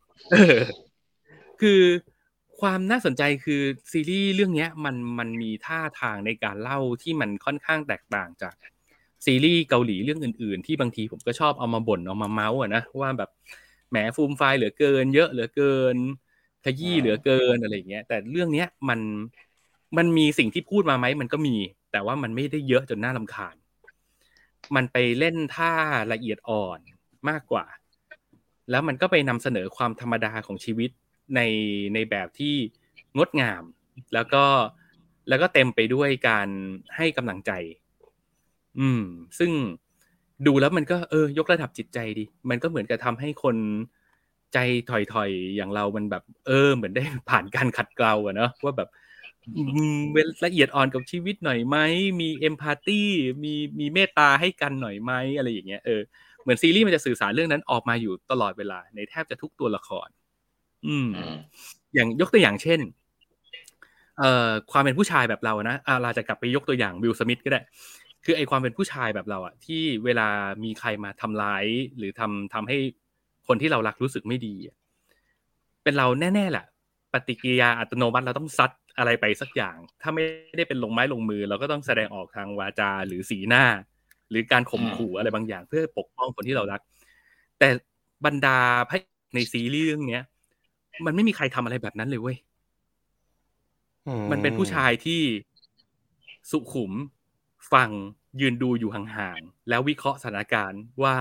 คือความน่าสนใจคือซีรีส์เรื่องนี้มันมีท่าทางในการเล่าที่มันค่อนข้างแตกต่างจากซีรีส์เกาหลีเรื่องอื่นๆที่บางทีผมก็ชอบเอามาบ่นเอามาเมาส์นะว่าแบบแหมฟูมไฟล์เหลือเกินเยอะเหลือเกินขยี้เหลือเกินอะไรอย่างเงี้ยแต่เรื่องนี้มันมีสิ่งที่พูดมาไหมมันก็มีแต่ว่ามันไม่ได้เยอะจนน่ารำคาญมันไปเล่นท่าละเอียดอ่อนมากกว่าแล้วมันก็ไปนำเสนอความธรรมดาของชีวิตในแบบที่งดงามแล้วก็เต็มไปด้วยการให้กำลังใจซึ่งดูแล้วมันก็ยกระดับจิตใจดีมันก็เหมือนกับทำให้คนใจถอยๆอย่างเรามันแบบเหมือนได้ผ่านการขัดเกลาอะเนาะว่าแบบละเอียดอ่อนกับชีวิตหน่อยไหมมีเอมพาธีมีเมตตาให้กันหน่อยไหมอะไรอย่างเงี้ยเหมือนซีรีส์มันจะสื่อสารเรื่องนั้นออกมาอยู่ตลอดเวลาในแทบจะทุกตัวละครอย่างยกตัวอย่างเช่นความเป็นผู้ชายแบบเรานะเราจะกลับไปยกตัวอย่างวิล สมิธก็ได้คือไอ้ความเป็นผู้ชายแบบเราอ่ะที่เวลามีใครมาทำร้ายหรือทำให้คนที่เรารักรู้สึกไม่ดีเป็นเราแน่ๆแหละปฏิกิริยาอัตโนมัติเราต้องซัดอะไรไปสักอย่างถ้าไม่ได้เป็นลงไม้ลงมือเราก็ต้องแสดงออกทางวาจาหรือสีหน้าหรือการข่มขู่อะไรบางอย่างเพื่อปกป้องคนที่เรารักแต่บรรดาพระในซีรีส์เรื่องเนี้ยมันไม่มีใครทำอะไรแบบนั้นเลยเว้ยมันเป็นผู้ชายที่สุขุมฟังยืนดูอยู่ห่างๆแล้ววิเคราะห์สถานการณ์ว่า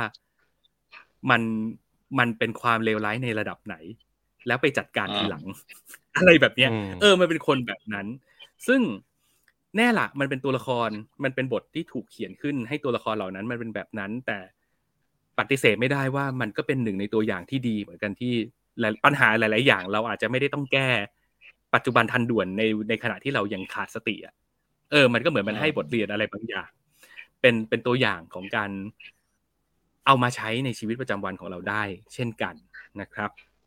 มันเป็นความเลวร้ายในระดับไหนแล้วไปจัดการทีหลังอะไรแบบเนี้ยมันเป็นคนแบบนั้นซึ่งแน่ล่ะมันเป็นตัวละครมันเป็นบทที่ถูกเขียนขึ้นให้ตัวละครเหล่านั้นมันเป็นแบบนั้นแต่ปฏิเสธไม่ได้ว่ามันก็เป็นหนึ่งในตัวอย่างที่ดีเหมือนกันที่ปัญหาหลายๆอย่างเราอาจจะไม่ได้ต้องแก้ปัจจุบันทันด่วนในขณะที่เรายังขาดสติมันก็เหมือนมันให้บทเรียนอะไรบางอย่างเป็นตัวอย่างของการเอามาใช้ในชีวิตประจำวันของเราได้เช่นกันนะครับ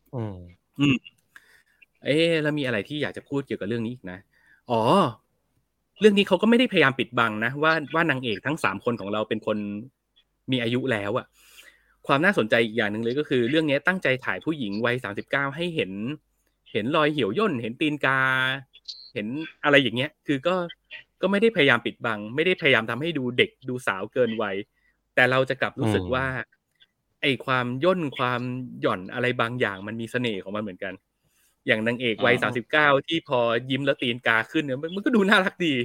แล้วมีอะไรที่อยากจะพูดเกี่ยวกับเรื่องนี้อีกนะเรื่องนี้เขาก็ไม่ได้พยายามปิดบังนะว่านางเอกทั้ง3คนของเราเป็นคนมีอายุแล้วอ่ะความน่าสนใจอีกอย่างนึงเลยก็คือเรื่องนี้ตั้งใจถ่ายผู้หญิงวัย39ให้เห็นรอยเหี่ยวย่นเห็นตีนกาเห็นอะไรอย่างเงี้ยคือก็ไม่ได้พยายามปิดบังไม่ได้พยายามทำให้ดูเด็กดูสาวเกินวัยแต่เราจะกลับรู้สึกว่าไอ้ความย่นความหย่อนอะไรบางอย่างมันมีเสน่ห์ของมันเหมือนกันอย่างนางเอกวัย39ที่พอยิ้มแล้วตีนกาขึ้นเนี่ยมันก็ดูน่ารักดี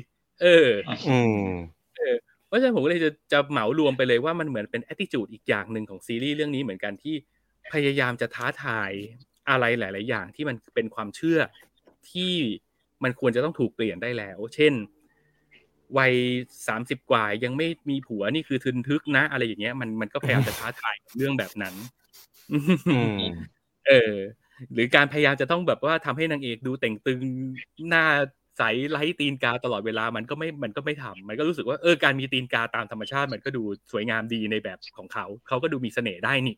เพราะฉะนั้นผมก็เลยจะเหมารวมไปเลยว่ามันเหมือนเป็น attitude อีกอย่างนึงของซีรีส์เรื่องนี้เหมือนกันที่พยายามจะท้าทายอะไรหลายๆอย่างที่มันเป็นความเชื่อที่มันควรจะต้องถูกเปลี่ยนได้แล้วเช่นวัย30กว่ายังไม่มีผัวนี่คือทึนทึกนะอะไรอย่างเงี้ยมันก็พยายามจะท้าทายเรื่องแบบนั้นหรือการพยายามจะต้องแบบว่าทำให้นางเอกดูแต่งตึงหน้าใสไร้ตีนกาตลอดเวลามันก็ไม่ทำมันก็รู้สึกว่าการมีตีนกาตามธรรมชาติมันก็ดูสวยงามดีในแบบของเขาก็ดูมีเสน่ห์ได้นี่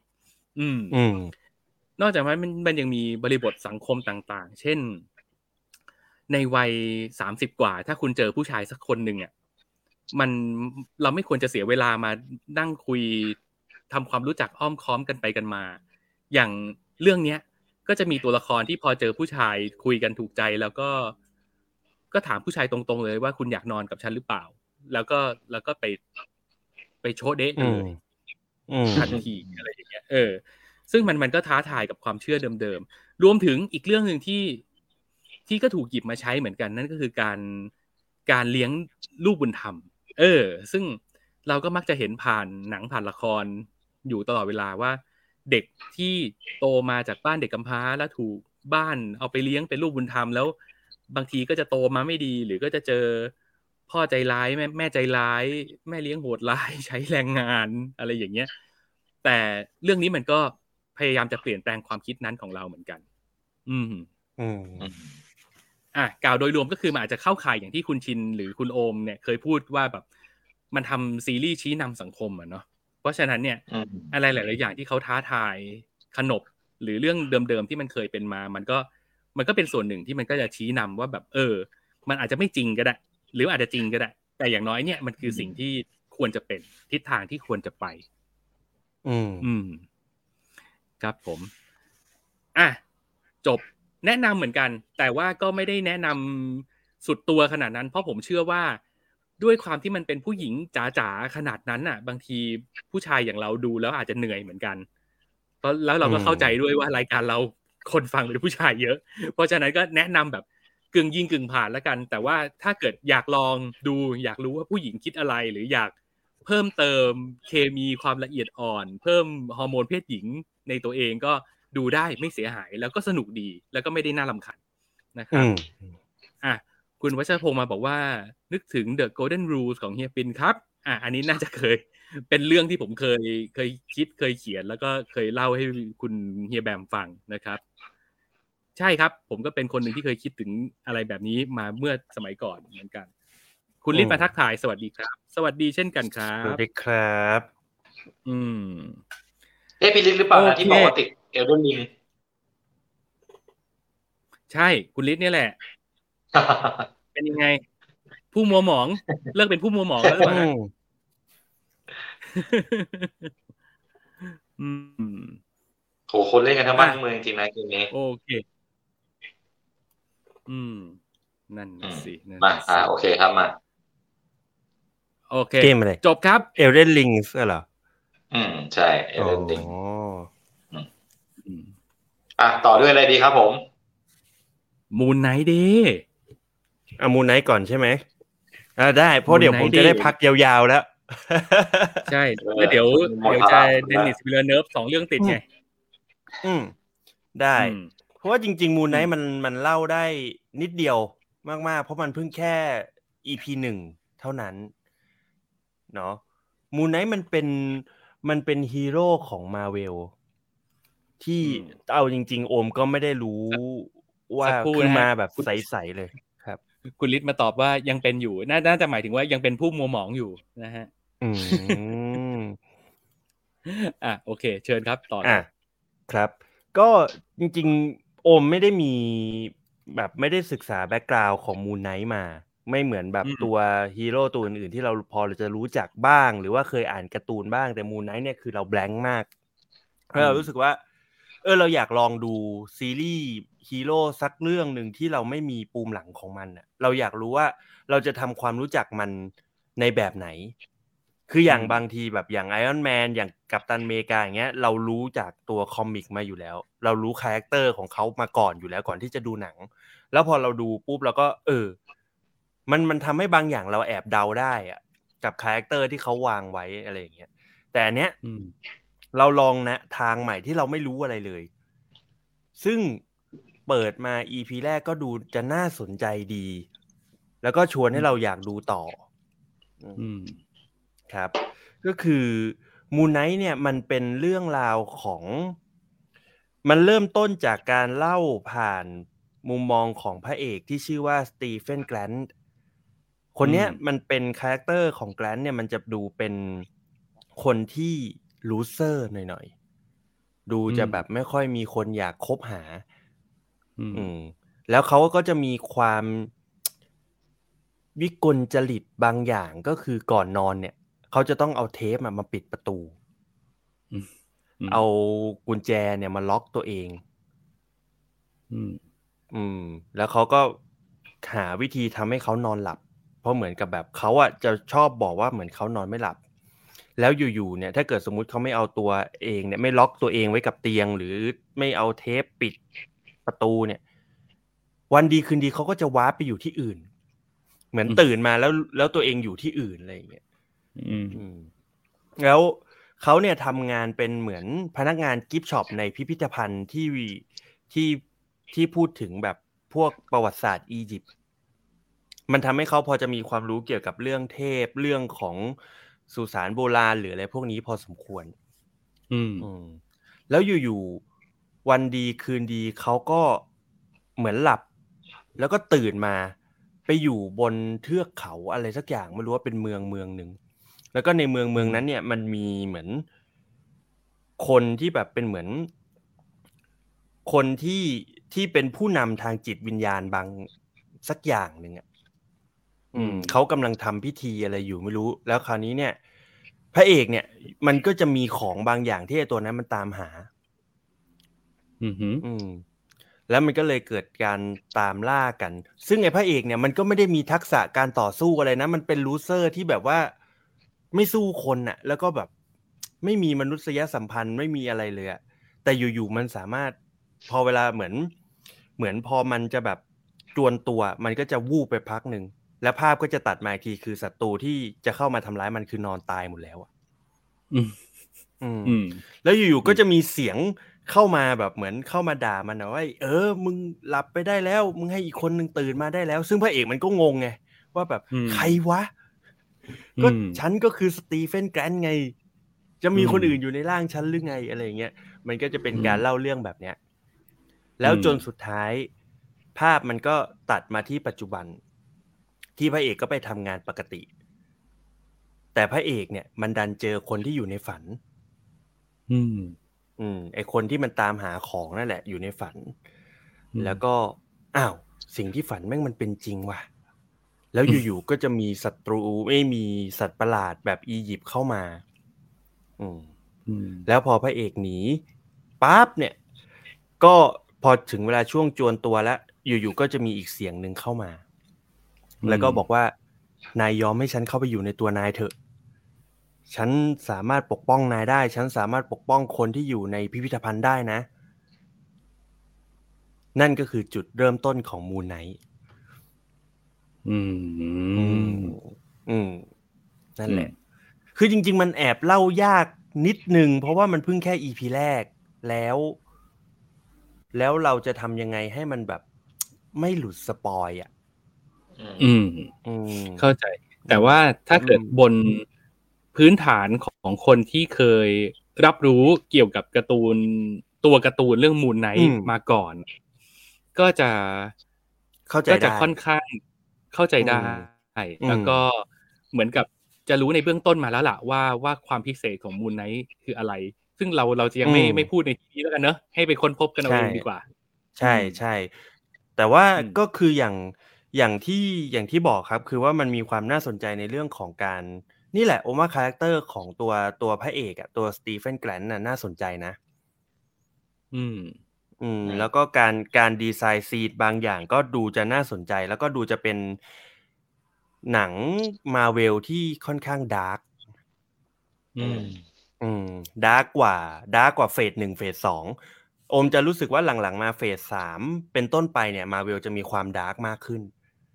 นอกจากนั้นมันยังมีบริบทสังคมต่างๆเช่นในวัย30กว่าถ้าคุณเจอผู้ชายสักคนนึงอ่ะเราไม่ควรจะเสียเวลามานั่งคุยทำความรู้จักอ้อมค้อมกันไปกันมาอย่างเรื่องเนี้ยก็จะมีตัวละครที่พอเจอผู้ชายคุยกันถูกใจแล้วก็ถามผู้ชายตรงๆเลยว่าคุณอยากนอนกับฉันหรือเปล่าแล้วก็ไปโชว์เดทเลยทันทีอะไรอย่างเงี้ยซึ่งมันก็ท้าทายกับความเชื่อเดิมๆรวมถึงอีกเรื่องนึงที่ก็ถูกหยิบมาใช้เหมือนกันนั่นก็คือการเลี้ยงลูกบุญธรรมซึ่งเราก็มักจะเห็นผ่านหนังผ่านละครอยู่ตลอดเวลาว่าเด็กที่โตมาจากบ้านเด็กกำพร้าแล้วถูกบ้านเอาไปเลี้ยงเป็นลูกบุญธรรมแล้วบางทีก็จะโตมาไม่ดีหรือก็จะเจอพ่อใจร้ายแม่ใจร้ายแม่เลี้ยงโหดร้ายใช้แรงงานอะไรอย่างเงี้ยแต่เรื่องนี้มันก็พยายามจะเปลี่ยนแปลงความคิดนั้นของเราเหมือนกันกล่าวโดยรวมก็คือมันอาจจะเข้าข่ายอย่างที่คุณชินหรือคุณโอมเนี่ยเคยพูดว่าแบบมันทำซีรีส์ชี้นำสังคมเนาะเพราะฉะนั้นเนี่ยอะไรหลายๆอย่างที่เขาท้าทายขนบหรือเรื่องเดิมๆที่มันเคยเป็นมามันก็เป็นส่วนหนึ่งที่มันก็จะชี้นำว่าแบบมันอาจจะไม่จริงก็ได้หรืออาจจะจริงก็ได้แต่อย่างน้อยเนี่ยมันคือสิ่งที่ควรจะเป็นทิศทางที่ควรจะไปครับผมจบแนะนำเหมือนกันแต่ว่าก็ไม่ได้แนะนำสุดตัวขนาดนั้นเพราะผมเชื่อว่าด้วยความที่มันเป็นผู้หญิงจ๋าๆขนาดนั้นน่ะบางทีผู้ชายอย่างเราดูแล้วอาจจะเหนื่อยเหมือนกันเพราะแล้วเราก็เข้าใจด้วยว่ารายการเราคนฟังเป็นผู้ชายเยอะเพราะฉะนั้นก็แนะนำแบบกึ่งยิงกึ่งผ่านแล้วกันแต่ว่าถ้าเกิดอยากลองดูอยากรู้ว่าผู้หญิงคิดอะไรหรืออยากเพิ่มเติมเคมีความละเอียดอ่อนเพิ่มฮอร์โมนเพศหญิงในตัวเองก็ดูได้ไม่เสียหายแล้วก็สนุกดีแล้วก็ไม่ได้น่ารำคาญนะครับคุณวัชรพงษ์มาบอกว่านึกถึง The Golden Rules ของเฮียปินครับอันนี้น่าจะเคยเป็นเรื่องที่ผมเคยคิดเคยเขียนแล้วก็เคยเล่าให้คุณเฮียแบมฟังนะครับใช่ครับผมก็เป็นคนหนึ่งที่เคยคิดถึงอะไรแบบนี้มาเมื่อสมัยก่อนเหมือนกันคุณฤทธิ์มาทักทายสวัสดีครับสวัสดีเช่นกันครับสวัสดีครับพี่ฤทธิ์หรือเปล่าที่บอกว่าติดเอลเดนริงใช่คุณฤทธิ์นี่แหละเป็นยังไงผู้มัวหมองเลิกเป็นผู้มัวหมองแล้วหรือเปล่าโหคนเล่นกันทั้งบ้านทั้งเมืองจริงๆนะเกมนี้โอเคนั่นสิมาโอเคครับมาโอเคเกมอะไรจบครับ Elden Ring เหรอใช่ Elden Ring ต่อด้วยอะไรดีครับผม Moon Knight ดิ Moon Knight ก่อนใช่ไหมได้เพราะเดี๋ยวผมจะได้พักยาวๆแล้วใช่แล้วเดี๋ยวจะเดนิสวิลเลเนิร์ฟ2เรื่องติดไงได้เพราะว่าจริงๆ Moon Knight มันเล่าได้นิดเดียวมากๆเพราะมันเพิ่งแค่ EP 1เท่านั้นเนาะ Moon Knight มันเป็นฮีโร่ของ Marvel ที่เอาจริงๆโอมก็ไม่ได้รู้ว่าคือมาแบบใสๆเลยครับคุณฤทธิ์มาตอบว่ายังเป็นอยู่น่าจะหมายถึงว่ายังเป็นผู้มัวหมองอยู่นะฮะโอเคเชิญครับต่อครับก็จริงๆโอมไม่ได้มีแบบไม่ได้ศึกษาแบ็คกราวด์ของ Moon Knight มาไม่เหมือนแบบตัวฮีโร่ตัวอื่นๆที่เราพอจะรู้จักบ้างหรือว่าเคยอ่านการ์ตูนบ้างแต่ Moon Knight เนี่ยคือเราแบงค์มากเพราะเรารู้สึกว่าเราอยากลองดูซีรีส์ฮีโร่สักเรื่องนึงที่เราไม่มีปูมหลังของมันน่ะเราอยากรู้ว่าเราจะทำความรู้จักมันในแบบไหนคืออย่างบางทีแบบอย่างไอรอนแมนอย่างกัปตันอเมริกาอย่างเงี้ยเรารู้จากตัวคอมิกมาอยู่แล้วเรารู้คาแรคเตอร์ของเขามาก่อนอยู่แล้วก่อนที่จะดูหนังแล้วพอเราดูปุ๊บเราก็มันทำให้บางอย่างเราแอบเดาได้อะกับคาแรคเตอร์ที่เขาวางไว้อะไรอย่างเงี้ยแต่อันเนี้ยเราลองนะทางใหม่ที่เราไม่รู้อะไรเลยซึ่งเปิดมา EP แรกก็ดูจะน่าสนใจดีแล้วก็ชวนให้เราอยากดูต่อครับก็คือ Moon Knight เนี่ยมันเป็นเรื่องราวของมันเริ่มต้นจากการเล่าผ่านมุมมองของพระเอกที่ชื่อว่าสตีเฟนแกรนท์คนเนี้ยมันเป็นคาแรคเตอร์ของแกรนท์เนี่ยมันจะดูเป็นคนที่ลูเซอร์หน่อยๆดูจะแบบไม่ค่อยมีคนอยากคบหาแล้วเขาก็จะมีความวิกลจริตบางอย่างก็คือก่อนนอนเนี่ยเขาจะต้องเอาเทปมาปิดประตูเอากุญแจเนี่ยมาล็อกตัวเองแล้วเขาก็หาวิธีทำให้เขานอนหลับเพราะเหมือนกับแบบเขาจะชอบบอกว่าเหมือนเขานอนไม่หลับแล้วอยู่ๆเนี่ยถ้าเกิดสมมุติเขาไม่เอาตัวเองเนี่ยไม่ล็อกตัวเองไว้กับเตียงหรือไม่เอาเทปปิดประตูเนี่ยวันดีคืนดีเขาก็จะวาร์ปไปอยู่ที่อื่นเหมือนตื่นมาแล้วตัวเองอยู่ที่อื่นอะไรอย่างเงี้ยแล้วเขาเนี่ยทำงานเป็นเหมือนพนักงานกิฟต์ช็อปในพิพิธภัณฑ์ที่พูดถึงแบบพวกประวัติศาสตร์อียิปต์มันทำให้เขาพอจะมีความรู้เกี่ยวกับเรื่องเทพเรื่องของสุสานโบราณหรืออะไรพวกนี้พอสมควรแล้วอยู่ๆวันดีคืนดีเขาก็เหมือนหลับแล้วก็ตื่นมาไปอยู่บนเทือกเขาอะไรสักอย่างไม่รู้ว่าเป็นเมืองนึงแล้วก็ในเมืองนั้นเนี่ยมันมีเหมือนคนที่แบบเป็นเหมือนคนที่เป็นผู้นำทางจิตวิญญาณบางสักอย่างหนึ่งเขากำลังทำพิธีอะไรอยู่ไม่รู้แล้วคราวนี้เนี่ยพระเอกเนี่ยมันก็จะมีของบางอย่างที่ไอ้ตัวนั้นมันตามหาแล้วมันก็เลยเกิดการตามล่ากันซึ่งไอ้พระเอกเนี่ยมันก็ไม่ได้มีทักษะการต่อสู้อะไรนะมันเป็นลูเซอร์ที่แบบว่าไม่สู้คนน่ะแล้วก็แบบไม่มีมนุษยสัมพันธ์ไม่มีอะไรเลยแต่อยู่ๆมันสามารถพอเวลาเหมือนพอมันจะแบบจวนตัวมันก็จะวูบไปพักนึงแล้วภาพก็จะตัดมาอีกทีคือศัตรูที่จะเข้ามาทำร้ายมันคือนอนตายหมดแล้วแล้วอยู่ๆก็จะมีเสียงเข้ามาแบบเหมือนเข้ามาด่ามันนะว่ามึงหลับไปได้แล้วมึงให้อีกคนนึงตื่นมาได้แล้วซึ่งพระเอกมันก็งงไงว่าแบบใครวะก็ฉันก็คือสตีเฟนแกรนท์ไงจะมีคนอื่นอยู่ในร่างฉันหรือไงอะไรเงี้ยมันก็จะเป็นการเล่าเรื่องแบบเนี้ยแล้วจนสุดท้ายภาพมันก็ตัดมาที่ปัจจุบันที่พระเอกก็ไปทำงานปกติแต่พระเอกเนี่ยมันดันเจอคนที่อยู่ในฝันไอคนที่มันตามหาของนั่นแหละอยู่ในฝันแล้วก็สิ่งที่ฝันแม่งมันเป็นจริงว่ะแล้วอยู่ๆก็จะมีศัตรูไม่มีสัตว์ประหลาดแบบอียิปต์เข้ามาแล้วพอพระเอกหนีปั๊บเนี่ยก็พอถึงเวลาช่วงจวนตัวแล้วอยู่ๆก็จะมีอีกเสียงนึงเข้ามาแล้วก็บอกว่านายยอมให้ฉันเข้าไปอยู่ในตัวนายเถอะฉันสามารถปกป้องนายได้ฉันสามารถปกป้องคนที่อยู่ในพิพิธภัณฑ์ได้นะนั่นก็คือจุดเริ่มต้นของมูนไนท์นั่นแหละคือจริงๆมันแอบเล่ายากนิดนึงเพราะว่ามันเพิ่งแค่ EP แรกแล้วเราจะทำยังไงให้มันแบบไม่หลุดสปอยอ่ะเข้าใจแต่ว่าถ้าเกิดบนพื้นฐานของคนที่เคยรับรู้เกี่ยวกับการ์ตูนตัวการ์ตูนเรื่องมูนไนท์มาก่อนก็จะค่อนข้างเข้าใจได้แล้วก็เหมือนกับจะรู้ในเบื้องต้นมาแล้วล่ะว่าความพิเศษของมูนไนท์คืออะไรซึ่งเราจะยังไม่พูดในที่นี้แล้วกันเนอะให้ไปค้นพบกันเอาเองดีกว่าใช่แต่ว่าก็คืออย่างที่บอกครับคือว่ามันมีความน่าสนใจในเรื่องของการนี่แหละโอมาคาแรคเตอร์ของตัวพระเอกอ่ะตัวสตีเฟนแกรนท์น่าสนใจนะแล้วก็การดีไซน์ซีดบางอย่างก็ดูจะน่าสนใจแล้วก็ดูจะเป็นหนังมาเวลที่ค่อนข้างดาร์กดาร์กกว่าเฟส1เฟส2โอมจะรู้สึกว่าหลังๆมาเฟส3เป็นต้นไปเนี่ยมาเวลจะมีความดาร์กมากขึ้น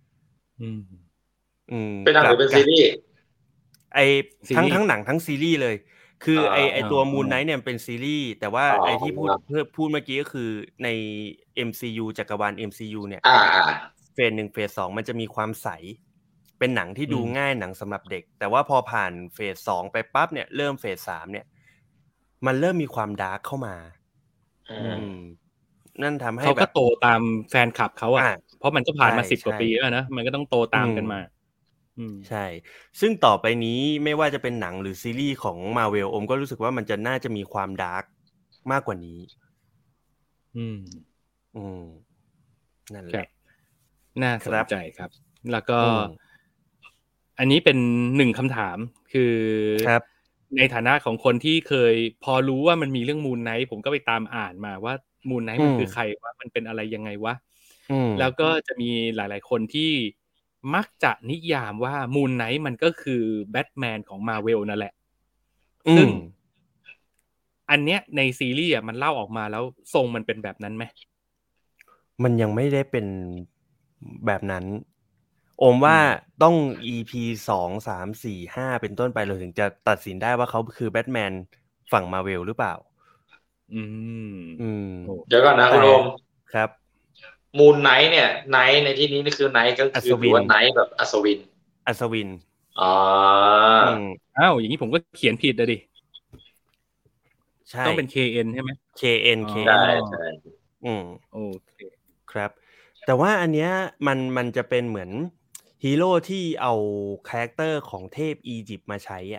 เป็นหนังหรือเป็นซีรีส์ทั้งหนังทั้งซีรีส์เลยคือไอตัว Moon Knight เนี่ยเป็นซีรีส์แต่ว่าไอที่พูดเมื่อกี้ก็คือใน MCU จักรวาล MCU เนี่ยเฟส1เฟส2มันจะมีความใสเป็นหนังที่ดูง่ายหนังสำหรับเด็กแต่ว่าพอผ่านเฟส2ไปปั๊บเนี่ยเริ่มเฟส3เนี่ยมันเริ่มมีความดาร์กเข้ามานั่นทำให้เขาก็โตตามแฟนคลับเขาอ่ะเพราะมันก็ผ่านมา10กว่าปีแล้วนะมันก็ต้องโตตามกันมาใช่ซึ่งต่อไปนี้ไม่ว่าจะเป็นหนังหรือซีรีส์ของ Marvel ผมก็รู้สึกว่ามันจะน่าจะมีความดาร์กมากกว่านี้นั่นแหละน่าสนใจครับแล้วก็อันนี้เป็น1คำถามคือในฐานะของคนที่เคยพอรู้ว่ามันมีเรื่องมูนไนท์ผมก็ไปตามอ่านมาว่ามูนไนท์มันคือใครวะมันเป็นอะไรยังไงวะแล้วก็จะมีหลายๆคนที่มักจะนิยามว่ามูนไนท์มันก็คือแบทแมนของมาร์เวลนั่นแหละซึ่งอันเนี้ยในซีรีส์มันเล่าออกมาแล้วทรงมันเป็นแบบนั้นไหมมันยังไม่ได้เป็นแบบนั้นโอมว่าต้อง EP 2 3 4 5เป็นต้นไปเราถึงจะตัดสินได้ว่าเขาคือแบทแมนฝั่งมาร์เวลหรือเปล่าเดี๋ยวก่อนนะคุณโอมครับมูนไนท์เนี่ยไนท์ในที่นี้นี่คือไนท์ก็คือว่าไนท์แบบอัศวินอ้าวอย่างนี้ผมก็เขียนผิดเลยดิใช่ต้องเป็น KN ใช่ไหม KN ใช่โอเคครับแต่ว่าอันเนี้ยมันจะเป็นเหมือนฮีโร่ที่เอาคาแรคเตอร์ของเทพอียิปต์มาใช้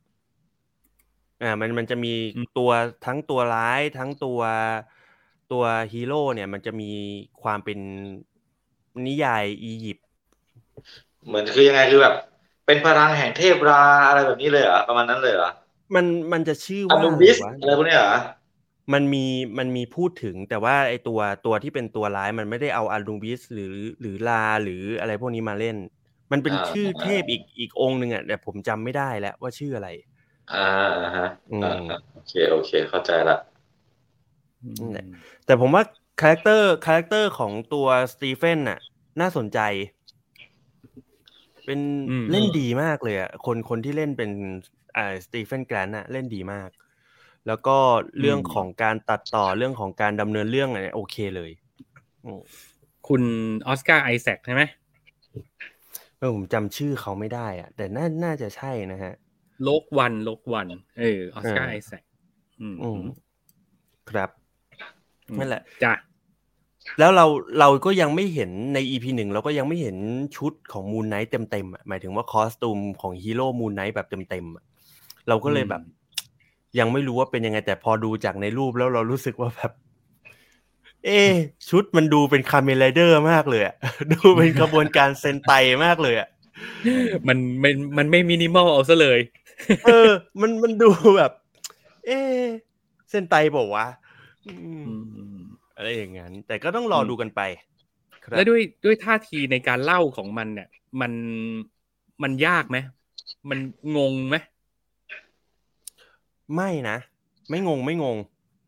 มันจะมีตัวทั้งตัวร้ายทั้งตัวฮีโร่เนี่ยมันจะมีความเป็นนิยายอียิปต์เหมือนคือยังไงคือแบบเป็นพลังแห่งเทพราอะไรแบบนี้เลยเหรอประมาณนั้นเลยเหรอมันจะชื่อว่าอะไรพวกนี้เหรอมันมีพูดถึงแต่ว่าไอตัวที่เป็นตัวร้ายมันไม่ได้เอาอานูบิสหรือลาหรืออะไรพวกนี้มาเล่นมันเป็นชื่อเทพอีกองค์นึงแต่ผมจำไม่ได้แล้วว่าชื่ออะไรโอเคเข้าใจละแต่ผมว่าคาแรคเตอร์ของตัวสตีเฟนน่ะน่าสนใจเป็นเล่นดีมากเลยคนที่เล่นเป็นสตีเฟนแกรนท์น่ะเล่นดีมากแล้วก็เรื่องของการตัดต่อเรื่องของการดำเนินเรื่องอะไรโอเคเลยคุณออสการ์ไอแซคใช่ไหมผมจำชื่อเขาไม่ได้แต่น่าจะใช่นะฮะโลกวันออสการ์ไอแซคครับนั่นแหละจ้ะแล้วเราก็ยังไม่เห็นใน EP 1เราก็ยังไม่เห็นชุดของ Moon Knight เต็มๆหมายถึงว่าคอสตูมของฮีโร่ Moon Knight แบบเต็มๆเราก็เลยแบบยังไม่รู้ว่าเป็นยังไงแต่พอดูจากในรูปแล้วเรารู้สึกว่าแบบชุดมันดูเป็นคาเมนไรเดอร์มากเลยดูเป็นกระบวนการเซนไตมากเลยมันไม่มินิมอลเอาซะเลยมันดูแบบเซนไตบอกว่าอะไรอย่างนั้นแต่ก็ต้องรอดูกันไปและด้วยท่าทีในการเล่าของมันเนี่ยมันยากไหมมันงงไหมไม่นะไม่งงไม่งง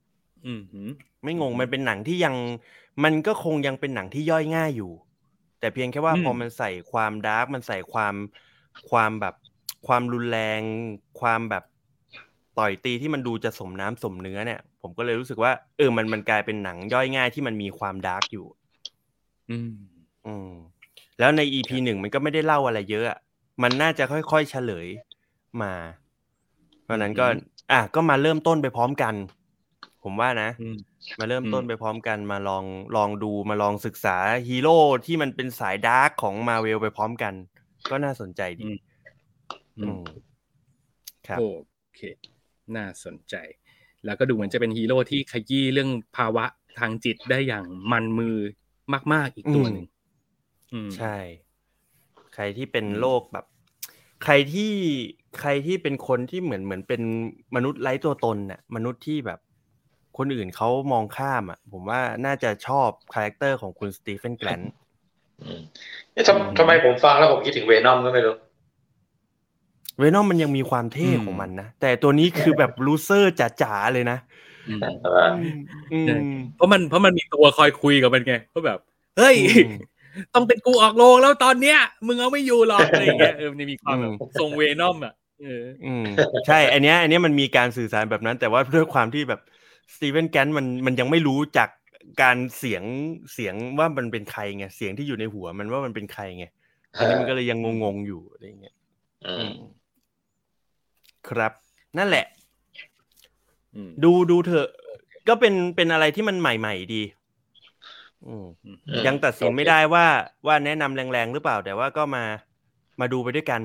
มันเป็นหนังที่ยังมันก็คงยังเป็นหนังที่ย่อยง่ายอยู่แต่เพียงแค่ว่าพอมันใส่ความดาร์กมันใส่ความแบบความรุนแรงความแบบต่อยตีที่มันดูจะสมน้ำสมเนื้อเนี่ยผมก็เลยรู้สึกว่ามันกลายเป็นหนังย่อยง่ายที่มันมีความดาร์กอยู่แล้วใน EP 1มันก็ไม่ได้เล่าอะไรเยอะมันน่าจะค่อยๆเฉลยมาเพราะนั้นก็มาเริ่มต้นไปพร้อมกันผมว่านะมาเริ่มต้นไปพร้อมกันมาลองดูมาลองศึกษาฮีโร่ที่มันเป็นสายดาร์กของ Marvel ไปพร้อมกันก็น่าสนใจดีครับโอเคน่าสนใจแล้วก็ดูเหมือนจะเป็นฮีโร่ที่ขยี้เรื่องภาวะทางจิตได้อย่างมันมือมากๆอีกตัวนึงใช่ใครที่เป็นโรคแบบใครที่เป็นคนที่เหมือนเป็นมนุษย์ไร้ตัวตนน่ะมนุษย์ที่แบบคนอื่นเขามองข้ามผมว่าน่าจะชอบคาแรคเตอร์ของคุณสตีเฟนแกลนทำไมผมฟังแล้วผมคิดถึงเวนอมก็ไม่รู้เวนอมมันยังมีความเท่ของมันนะแต่ตัวนี้คือแบบลูเซอร์จ๋าๆเลยนะเพราะมันมีตัวคอยคุยกับมันไงก็แบบเฮ้ยต้องเป็นกูออกโรงแล้วตอนเนี้ยมึงเอาไม่อยู่หรอกอะไรอย่างเงี้ยมันมีความแบบทรงเวนอมใช่อันเนี้ยมันมีการสื่อสารแบบนั้นแต่ว่าด้วยความที่แบบสตีเฟนแกนมันยังไม่รู้จากการเสียงว่ามันเป็นใครไงเสียงที่อยู่ในหัวมันว่ามันเป็นใครไงอันนี้มันก็เลยยังงงๆอยู่อะไรอย่างเงี้ยครับนั่นแหละดูเถอะก็เป็นอะไรที่มันใหม่ๆดียังตัดสินไม่ได้ว่าแนะนำแรงๆหรือเปล่าแต่ว่าก็มาดูไปด้วยกัน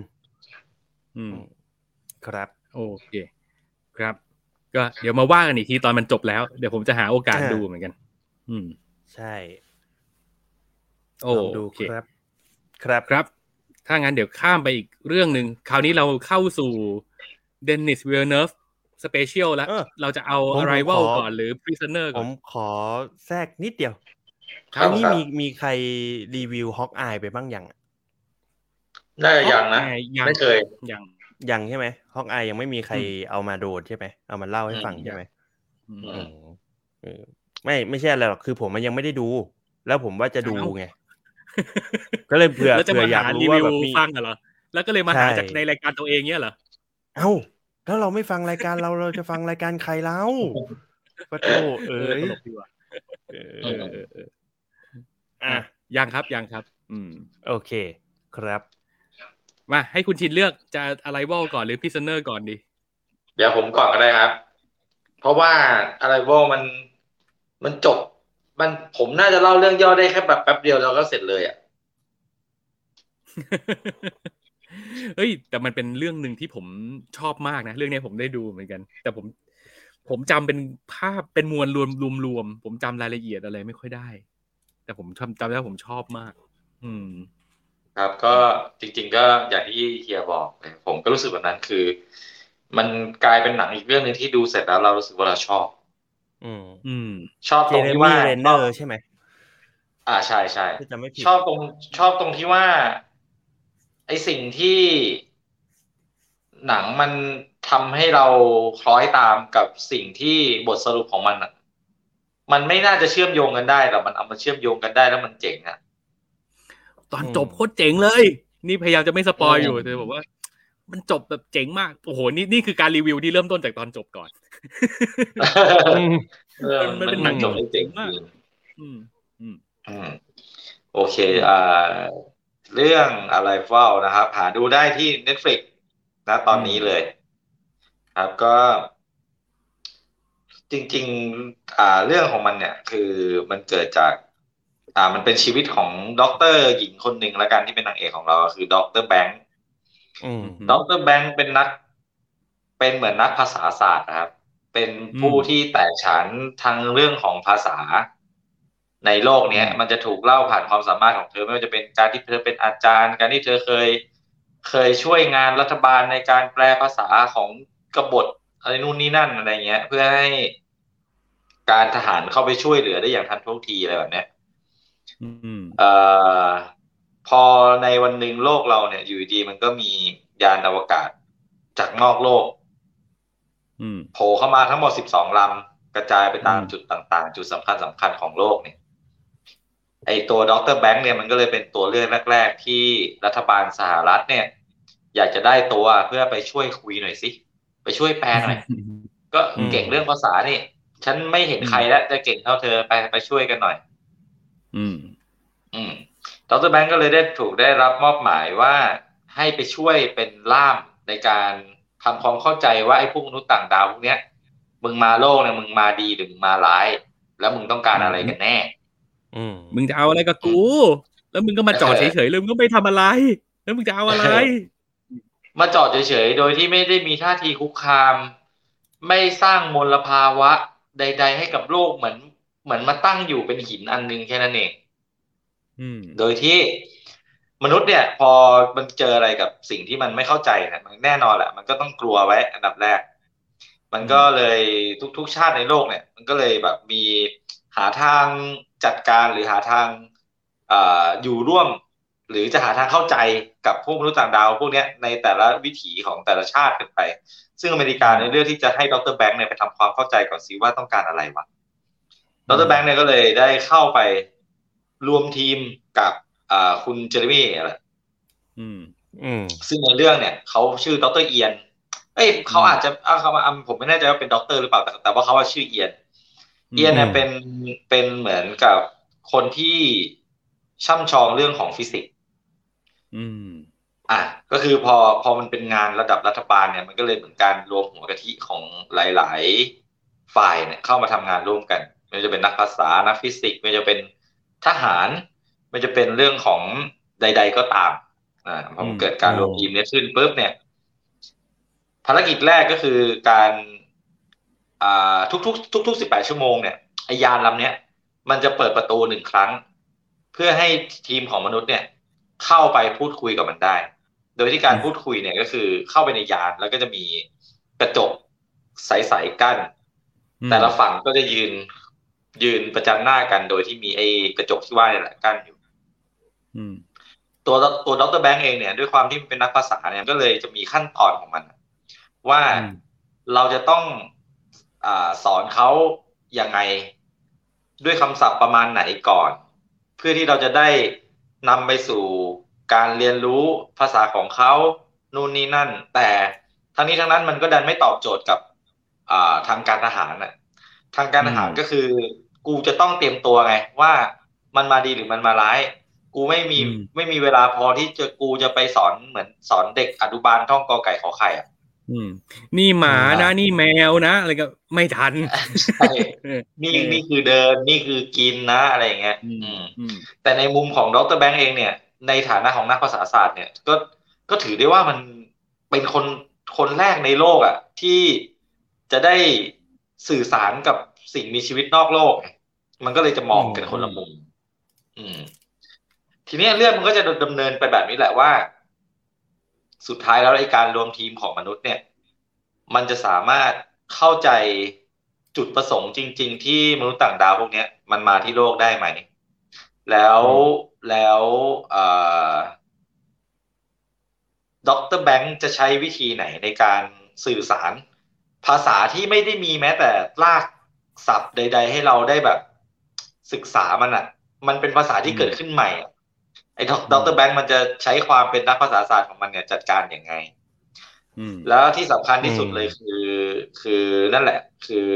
ครับโอเคครับก็เดี๋ยวมาว่ากันอีกทีตอนมันจบแล้วเดี๋ยวผมจะหาโอกาสดูเหมือนกันใช่โอเคครับถ้างั้นเดี๋ยวข้ามไปอีกเรื่องนึงคราวนี้เราเข้าสู่เดนิสวิลเนฟสเปเชียลแล้วเราจะเอา Arrival ก่อนหรือ Prisoner ก่อนผมขอแทรกนิดเดียวคราวนี้มีใครรีวิว Hawkeye ไปบ้างยังน่าจะยังนะไม่เคยยังใช่ไหม Hawkeye ยังไม่มีใครเอามาโดดใช่ไหมเอามาเล่าให้ฟังใช่ไหมไม่ใช่อะไรหรอกคือผมมันยังไม่ได้ดูแล้วผมว่าจะดูไงก็เลยเผื่ออยากรู้ว่าแบบมีฟังเหรอแล้วก็เลยมาหาจากในรายการตัวเองเนี่ยเหรอเอ้าแล้วเราไม่ฟังรายการเราจะฟังรายการใครเล่าปะโถยังครับโอเคครับมาให้คุณชินเลือกจะ Arrival ก่อนหรือ Prisoner ก่อนดีเดี๋ยวผมก่อนก็ได้ครับเพราะว่า Arrival มันจบผมน่าจะเล่าเรื่องย่อได้แค่แบบแป๊บเดียวแล้วก็เสร็จเลยเฮ้ยแต่มันเป็นเรื่องนึงที่ผมชอบมากนะเรื่องนี้ผมได้ดูเหมือนกันแต่ผมจำเป็นภาพเป็นมวลรวมผมจำรายละเอียดอะไรไม่ค่อยได้แต่ผมจำได้ผมชอบมากครับก็จริงๆก็อย่างที่เฮียบอกผมก็รู้สึกแบบนั้นคือมันกลายเป็นหนังอีกเรื่องนึงที่ดูเสร็จแล้วเรารู้สึกว่าเราชอบชอบตรงที่ว่าเรนเนอร์ใช่ไหมใช่ใช่ชอบตรงที่ว่าไอสิ่งที่หนังมันทำให้เราคล้อยตามกับสิ่งที่บทสรุปของมันไม่น่าจะเชื่อมโยงกันได้แต่มันเอามาเชื่อมโยงกันได้แล้วมันเจ๋งตอนจบโคตรเจ๋งเลยนี่พยายามจะไม่สปอยอยู่แต่บอกว่ามันจบแบบเจ๋งมากโอ้โหนี่คือการรีวิวที่เริ่มต้นจากตอนจบก่อนมันเป็นหนังจบเจ๋งมากโอเคเรื่องอะไรเฝ้านะครับหาดูได้ที่ Netflix นะตอนนี้เลยครับก็จริงๆเรื่องของมันเนี่ยคือมันเกิดจากมันเป็นชีวิตของด็อกเตอร์หญิงคนหนึ่งละกันที่เป็นนางเอกของเราคือด็อกเตอร์แบงค์ด็อกเตอร์แบงค์เป็นเหมือนนักภาษาศาสตร์นะครับเป็นผู้ที่แตกฉานทางเรื่องของภาษาในโลกนี้มันจะถูกเล่าผ่านความสามารถของเธอไม่ว่าจะเป็นการที่เธอเป็นอาจารย์การที่เธอเคยช่วยงานรัฐบาลในการแปลภาษาของกบฏอะไรนู่นนี่นั่นอะไรเงี้ยเพื่อให้การทหารเข้าไปช่วยเหลือได้อย่างทันท่วงทีอะไรแบบเนี้ยพอในวันหนึ่งโลกเราเนี่ยอยู่ดีมันก็มียานอวกาศจากนอกโลกโผล่เข้ามาทั้งหมด12 ลำกระจายไปตามจุดต่างๆจุดสำคัญของโลกเนี่ยไอตัวดร.แบงค์เนี่ยมันก็เลยเป็นตัวเลือกแรกๆที่รัฐบาลสหรัฐเนี่ยอยากจะได้ตัวเพื่อไปช่วยคุยหน่อยสิไปช่วยแปลหน่อยก็เก่งเรื่องภาษานี่ฉันไม่เห็นใครแล้วจะเก่งเท่าเธอไปช่วยกันหน่อยดร.แบงค์ก็เลยได้รับมอบหมายว่าให้ไปช่วยเป็นล่ามในการทำความเข้าใจว่าไอ้พวกมนุษย์ต่างดาวพวกเนี้ยมึงมาโลกเนี่ยมึงมาดีหรือมึงมาร้ายแล้วมึงต้องการอะไรกันแน่มึงจะเอาอะไรกับกูแล้วมึงก็มาจอดเฉยๆเลยมึงก็ไม่ทำอะไรแล้วมึงจะเอาอะไรมาจอดเฉยๆโดยที่ไม่ได้มีท่าทีคุกคามไม่สร้างมลภาวะใดๆให้กับโลกเหมือนมาตั้งอยู่เป็นหินอันนึงแค่นั้นเองโดยที่มนุษย์เนี่ยพอมันเจออะไรกับสิ่งที่มันไม่เข้าใจเนี่ยมันแน่นอนแหละมันก็ต้องกลัวไว้อันดับแรกมันก็เลยทุกชาติในโลกเนี่ยมันก็เลยแบบมีหาทางจัดการหรือหาทางอยู่ร่วมหรือจะหาทางเข้าใจกับพวกมนุษย์ต่างดาวพวกนี้ในแต่ละวิถีของแต่ละชาติกันไปซึ่งอเมริกาในเรื่องที่จะให้ดร.แบงค์เนี่ยไปทำความเข้าใจก่อนซิว่าต้องการอะไรวะดร.แบงค์เนี่ยก็เลยได้เข้าไปรวมทีมกับคุณเจอร์มี่อะไรซึ่งในเรื่องเนี่ยเขาชื่อดร.เอียนเขาอาจจะผมไม่แน่ใจว่าเป็นด็อกเตอร์หรือเปล่าแต่ว่าเขาว่าชื่อเอียนเนี่ยเป็นเหมือนกับคนที่ช่ำชองเรื่องของฟิสิกส์ก็คือพอมันเป็นงานระดับรัฐบาลเนี่ยมันก็เลยเหมือนการรวมหัวกะทิของหลายๆฝ่ายเนี่ยเข้ามาทำงานร่วมกันไม่ว่าจะเป็นนักภาษานักฟิสิกส์ไม่ว่าจะเป็นทหารไม่ว่าจะเป็นเรื่องของใดๆก็ตามพอมันเกิดการรวมทีมนี้ขึ้นปุ๊บเนี่ยภารกิจแรกก็คือการทุก18 ชั่วโมงเนี่ยไอยานลำเนี้ยมันจะเปิดประตู1 ครั้งเพื่อให้ทีมของมนุษย์เนี่ยเข้าไปพูดคุยกับมันได้โดยที่การพูดคุยเนี่ยก็คือเข้าไปในยานแล้วก็จะมีกระจกใสๆกั้นแต่ละฝั่งก็จะยืนประจันหน้ากันโดยที่มีไอ้กระจกที่ว่าเนี่ยแหละกั้นอยู่ตัวดร.แบงค์เองเนี่ยด้วยความที่เป็นนักภาษาเนี่ยก็เลยจะมีขั้นตอนของมันว่าเราจะต้องสอนเขายังไงด้วยคำศัพท์ประมาณไหนก่อนเพื่อที่เราจะได้นำไปสู่การเรียนรู้ภาษาของเขานู่นนี่นั่นแต่ทั้งนี้ทั้งนั้นมันก็ดันไม่ตอบโจทย์กับทางการทหารทางการทหารก็คือกูจะต้องเตรียมตัวไงว่ามันมาดีหรือมันมาร้ายกูไม่มีเวลาพอที่กูจะไปสอนเหมือนสอนเด็กอนุบาลท่องกอไก่ขอไข่นี่หมานะนี่แมวนะอะไรก็ไม่ทันใช่นี่คือเดินนี่คือกินนะอะไรอย่างเงี้ยแต่ในมุมของดร.แบงค์เองเนี่ยในฐานะของนักภาษาศาสตร์เนี่ยก็ถือได้ว่ามันเป็นคนแรกในโลกที่จะได้สื่อสารกับสิ่งมีชีวิตนอกโลกมันก็เลยจะมองกันคนละมุมทีนี้เรื่องมันก็จะดำเนินไปแบบนี้แหละว่าสุดท้ายแล้วไอ้การรวมทีมของมนุษย์เนี่ยมันจะสามารถเข้าใจจุดประสงค์จริงๆที่มนุษย์ต่างดาวพวกนี้มันมาที่โลกได้ไหมแล้วดร.แบงค์จะใช้วิธีไหนในการสื่อสารภาษาที่ไม่ได้มีแม้แต่รากศัพท์ใดๆให้เราได้แบบศึกษามันเป็นภาษาที่เกิดขึ้นใหม่ไอ้ดร.แบงค์มันจะใช้ความเป็นนักภาษาศาสตร์ของมันเนี่ยจัดการยังไงแล้วที่สำคัญที่สุดเลยคือนั่นแหละคือ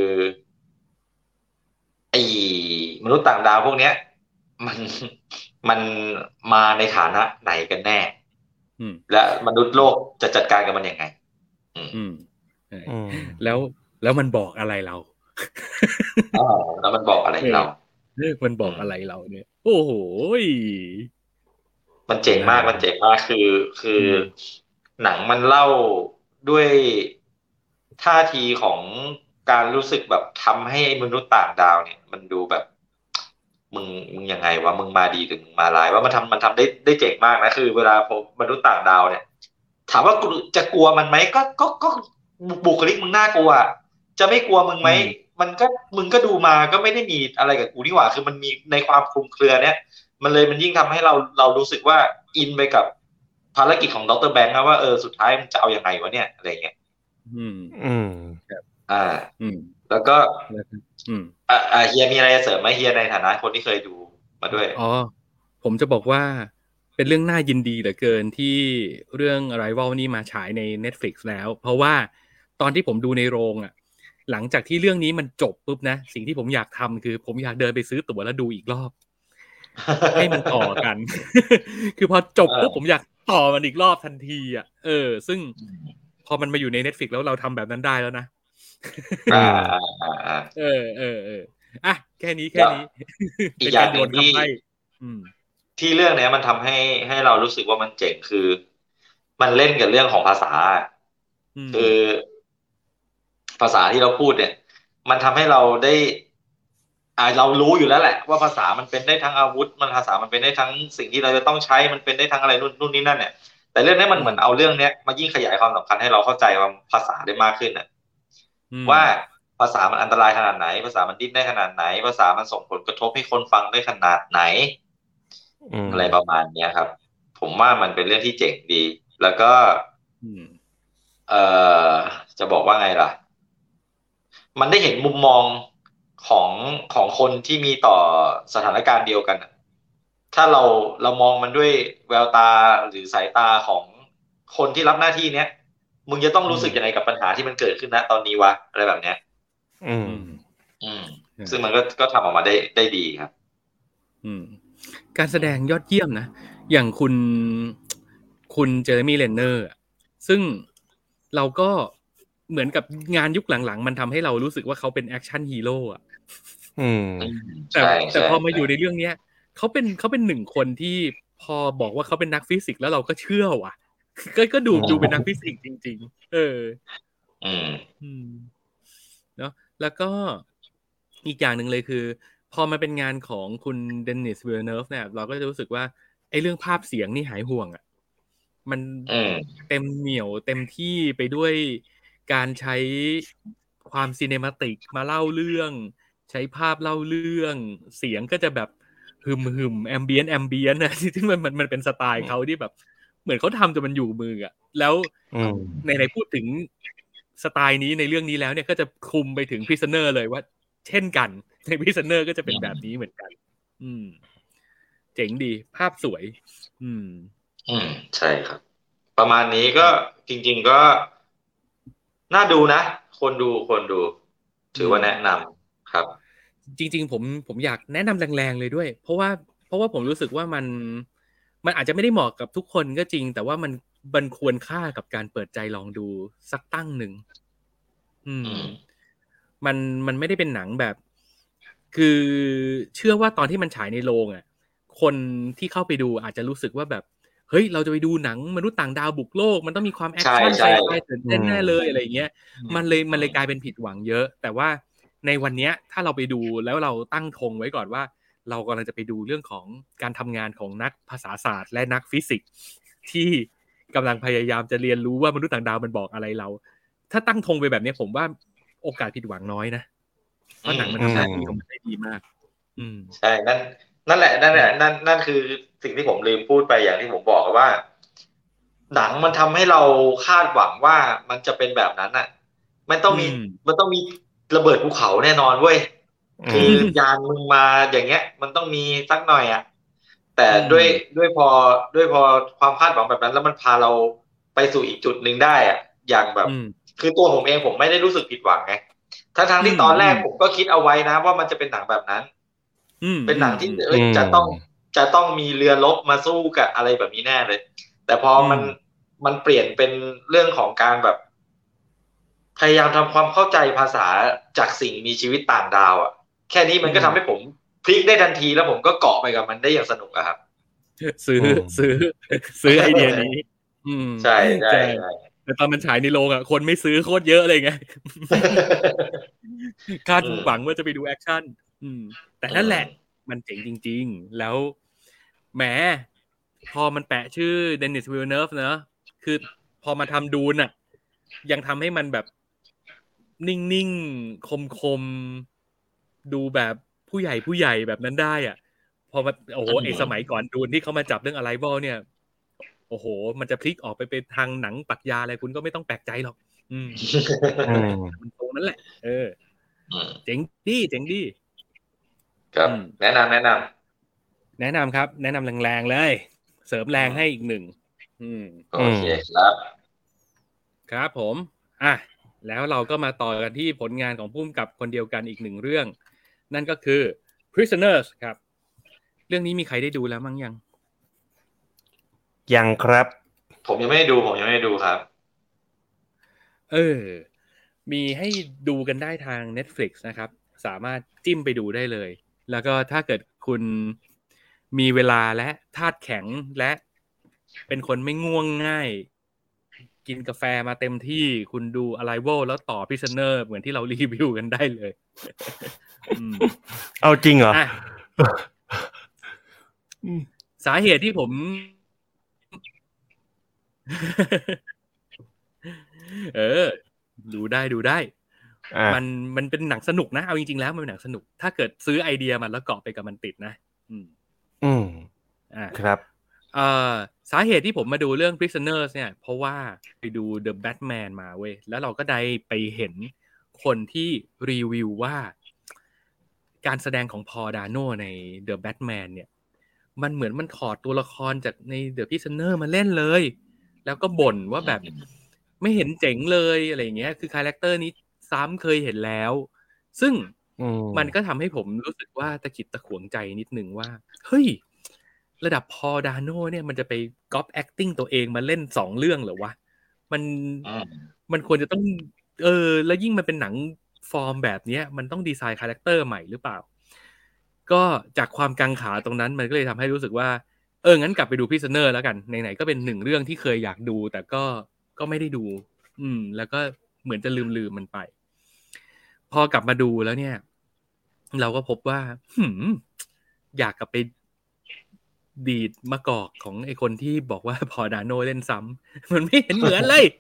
ไอ้มนุษย์ต่างดาวพวกเนี้ยมันมาในฐานะไหนกันแน่และมนุษย์โลกจะจัดการกับมันยังไงแล้วมันบอกอะไรเราแล้วมันบอกอะไรเรามันบอกอะไรเราเนี่ยโอ้โหมันเจ๋งมากคือหนังมันเล่าด้วยท่าทีของการรู้สึกแบบทำให้มนุษย์ต่างดาวเนี่ยมันดูแบบมึงยังไงวะมึงมาดีหรือมึงมาร้ายว่ามันทำได้เจ๋งมากนะคือเวลาพบมนุษย์ต่างดาวเนี่ยถามว่ากูจะกลัวมันไหมก็บุคลิกมึงน่ากลัวจะไม่กลัวมึงไหมมึงก็ดูมาก็ไม่ได้มีอะไรกับกูนี่หว่าคือมันมีในความคลุมเครือเนี่ยมันยิ่งทำให้เรารู้สึกว่าอินไปกับภารกิจของดร.แบงค์นะว่าสุดท้ายมันจะเอายังไงวะเนี่ยอะไรเงี้ยแล้วก็เฮียมีอะไรจะเสริมไหมเฮียในฐานะคนที่เคยดูมาด้วยอ๋อผมจะบอกว่าเป็นเรื่องน่ายินดีเหลือเกินที่เรื่อง Arrival นี่มาฉายใน Netflix แล้วเพราะว่าตอนที่ผมดูในโรงอ่ะหลังจากที่เรื่องนี้มันจบปุ๊บนะสิ่งที่ผมอยากทำคือผมอยากเดินไปซื้อตั๋วแล้วดูอีกรอบให้มันต่อกัน คือพอจบปุ๊บผมอยากต่อมันอีกรอบทันทีอ่ะซึ่งพอมันมาอยู่ใน Netflix แล้วเราทำแบบนั้นได้แล้วนะอ่ะแค่นี้อีกอย่างหนึ่งที่เรื่องนี้มันทำให้เรารู้สึกว่ามันเจ๋งคือมันเล่นกับเรื่องของภาษาคือภาษาที่เราพูดเนี่ยมันทำให้เราได้เรารู้อยู่แล้วแหละว่าภาษามันเป็นได้ทั้งอาวุธภาษามันเป็นได้ทั้งสิ่งที่เราจะต้องใช้มันเป็นได้ทั้งอะไรนู่นนี่นั่นเนี่ยแต่เรื่องนี้มันเหมือนเอาเรื่องนี้มายิ่งขยายความสำคัญให้เราเข้าใจว่าภาษาได้มากขึ้นน่ะว่าภาษามันอันตรายขนาดไหนภาษามันดิ้นได้ขนาดไหนภาษามันส่งผลกระทบให้คนฟังได้ขนาดไหนอะไรประมาณนี้ครับผมว่ามันเป็นเรื่องที่เจ๋งดีแล้วก็จะบอกว่าไงล่ะมันได้เห็นมุมมองของคนที่มีต่อสถานการณ์เดียวกันถ้าเรามองมันด้วยแววตาหรือสายตาของคนที่รับหน้าที่เนี้ยมึงจะต้องรู้สึกยังไงกับปัญหาที่มันเกิดขึ้นนะตอนนี้วะอะไรแบบเนี้ยซึ่งมันก็ทำออกมาได้ดีครับการแสดงยอดเยี่ยมนะอย่างคุณเจอร์มี่เรนเนอร์ซึ่งเราก็เหมือนกับงานยุคหลังๆมันทำให้เรารู้สึกว่าเขาเป็นแอคชั่นฮีโร่อะแต่พอมาอยู่ในเรื่องเนี้ยเขาเป็นหนึ่งคนที่พอบอกว่าเขาเป็นนักฟิสิกส์แล้วเราก็เชื่อว่ะก็ดูเป็นนักฟิสิกส์จริงๆเนาะแล้วก็อีกอย่างหนึ่งเลยคือพอมาเป็นงานของคุณเดนิส วิลเนฟเนี่ยเราก็จะรู้สึกว่าไอ้เรื่องภาพเสียงนี่หายห่วงอ่ะมันเต็มเหนี่ยวเต็มที่ไปด้วยการใช้ความซีเนมาติกมาเล่าเรื่องใช้ภาพเล่าเรื่องเสียงก็จะแบบหึมแอมเบียนนะที่มันเป็นสไตล์เขาที่แบบเหมือนเขาทำจนมันอยู่มืออ่ะแล้วในพูดถึงสไตล์นี้ในเรื่องนี้แล้วเนี่ยก็จะคุมไปถึง Prisoner เลยว่าเช่นกันใน Prisoner ก็จะเป็นแบบนี้เหมือนกันเจ๋งดีภาพสวยใช่ครับประมาณนี้ก็จริงๆก็น่าดูนะคนดูถือว่าแนะนำครับจริงๆผมอยากแนะนำแรงๆเลยด้วยเพราะว่าผมรู้สึกว่ามันอาจจะไม่ได้เหมาะกับทุกคนก็จริงแต่ว่ามันควรค่ากับการเปิดใจลองดูสักตั้งหนึ่งมันไม่ได้เป็นหนังแบบคือเชื่อว่าตอนที่มันฉายในโรงอ่ะคนที่เข้าไปดูอาจจะรู้สึกว่าแบบเฮ้ยเราจะไปดูหนังมนุษย์ต่างดาวบุกโลกมันต้องมีความแอคชั่นไซไฟตื่นเต้นแน่เลยอะไรอย่างเงี้ยมันเลยกลายเป็นผิดหวังเยอะแต่ว่าในวันนี้ถ้าเราไปดูแล้วเราตั้งธงไว้ก่อนว่าเรากำลังจะไปดูเรื่องของการทำงานของนักภาษาศาสตร์และนักฟิสิกส์ที่กำลังพยายามจะเรียนรู้ว่ามนุษย์ต่างดาวมันบอกอะไรเราถ้าตั้งธงไปแบบนี้ผมว่าโอกาสผิดหวังน้อยนะเพราะหนังมันทำหน้าที่ของมันได้ดีมากใช่นั่นแหละนั่นคือสิ่งที่ผมลืมพูดไปอย่างที่ผมบอกว่าหนังมันทำให้เราคาดหวังว่ามันจะเป็นแบบนั้นน่ะมันต้องมีระเบิดภูเขาแน่นอนเว้ยคือยานมึงมาอย่างเงี้ยมันต้องมีสักหน่อยอ่ะแต่ด้วยพอความคาดหวังแบบนั้นแล้วมันพาเราไปสู่อีกจุดหนึ่งได้อ่ะอย่างแบบคือตัวผมเองผมไม่ได้รู้สึกผิดหวังไงทั้งที่ตอนแรกผมก็คิดเอาไว้นะว่ามันจะเป็นหนังแบบนั้นเป็นหนังที่จะต้องมีเรือรบมาสู้กับอะไรแบบนี้แน่เลยแต่พอมันเปลี่ยนเป็นเรื่องของการแบบพยายามทำความเข้าใจภาษาจากสิ่งมีชีวิตต่างดาวอ่ะแค่นี้มันก็ทำให้ผมพลิกได้ทันทีแล้วผมก็เกาะไปกับมันได้อย่างสนุกอะครับซื้อไอเดียนี้ใช่แต่ตอนมันฉายในโรงอ่ะคนไม่ซื้อโคตรเยอะเลยไงคาดหวังว่าจะไปดูแอคชั่นแต่นั่นแหละมันเจ๋งจริงๆแล้วแหมพอมันแปะชื่อเดนิส วิลเนฟเนอะคือพอมาทำดูนอ่ะยังทำให้มันแบบนิ่งๆคมดูแบบผู้ใหญ่แบบนั้นได้อ่ะพอมาโอ้โหไอ้สมัยก่อนดูนที่เขามาจับเรื่อง Arrival เนี่ยโอ้โหมันจะพลิกออกไปเป็นทางหนังปรัชญาอะไรคุณก็ไม่ต้องแปลกใจหรอกมันตรงนั้นแหละเจ๋งดีครับแนะนำครับแนะนำแรงๆเลยเสริมแรงให้อีกหนึ่งโอเคครับผมแล้วเราก็มาต่อกันที่ผลงานของผู้กำกับคนเดียวกันอีกหนึ่งเรื่องนั่นก็คือ Prisoners ครับเรื่องนี้มีใครได้ดูแล้วมั้งยังครับผมยังไม่ได้ดูครับมีให้ดูกันได้ทาง Netflix นะครับสามารถจิ้มไปดูได้เลยแล้วก็ถ้าเกิดคุณมีเวลาและธาตุแข็งและเป็นคนไม่ง่วงง่ายกินกาแฟมาเต็มที่คุณดู Arrival แล้วต่อ Prisoner เหมือนที่เรารีวิวกันได้เลยเอาจริงเหรอสาเหตุที่ผมดูได้มันเป็นหนังสนุกนะเอาจริงๆแล้วมันเป็นหนังสนุกถ้าเกิดซื้อไอเดียมันแล้วเกาะไปกับมันติดนะครับสาเหตุที่ผมมาดูเรื่อง Prisoners เนี่ยเพราะว่าไปดู The Batman มาเว้ยแล้วเราก็ได้ไปเห็นคนที่รีวิวว่าการแสดงของพอล ดาโน่ใน The Batman เนี่ยมันเหมือนมันถอดตัวละครจากใน The Prisoner มาเล่นเลยแล้วก็บ่นว่าแบบไม่เห็นเจ๋งเลยอะไรอย่างเงี้ยคือคาแรคเตอร์นี้ซ้ำเคยเห็นแล้วซึ่งมันก็ทำให้ผมรู้สึกว่าตะขิดตะขวงใจนิดนึงว่าเฮ้ยระดับพอล ดาโน่เนี่ยมันจะไปก๊อปแอคติ้งตัวเองมาเล่น2เรื่องเหรอวะมันควรจะต้องแล้วยิ่งมันเป็นหนังฟอร์มแบบนี้มันต้องดีไซน์คาแรคเตอร์ใหม่หรือเปล่าก็จากความกังขาตรงนั้นมันก็เลยทำให้รู้สึกว่างั้นกลับไปดู Prisoner แล้วกันไหนๆก็เป็น1เรื่องที่เคยอยากดูแต่ก็ไม่ได้ดูแล้วก็เหมือนจะลืมมันไปพอกลับมาดูแล้วเนี่ยเราก็พบว่าอยากกลับไปดีดมะกอกของไอ้คนที่บอกว่าพอดาโน่เล่นซ้ำมันไม่เห็นเหมือนเลย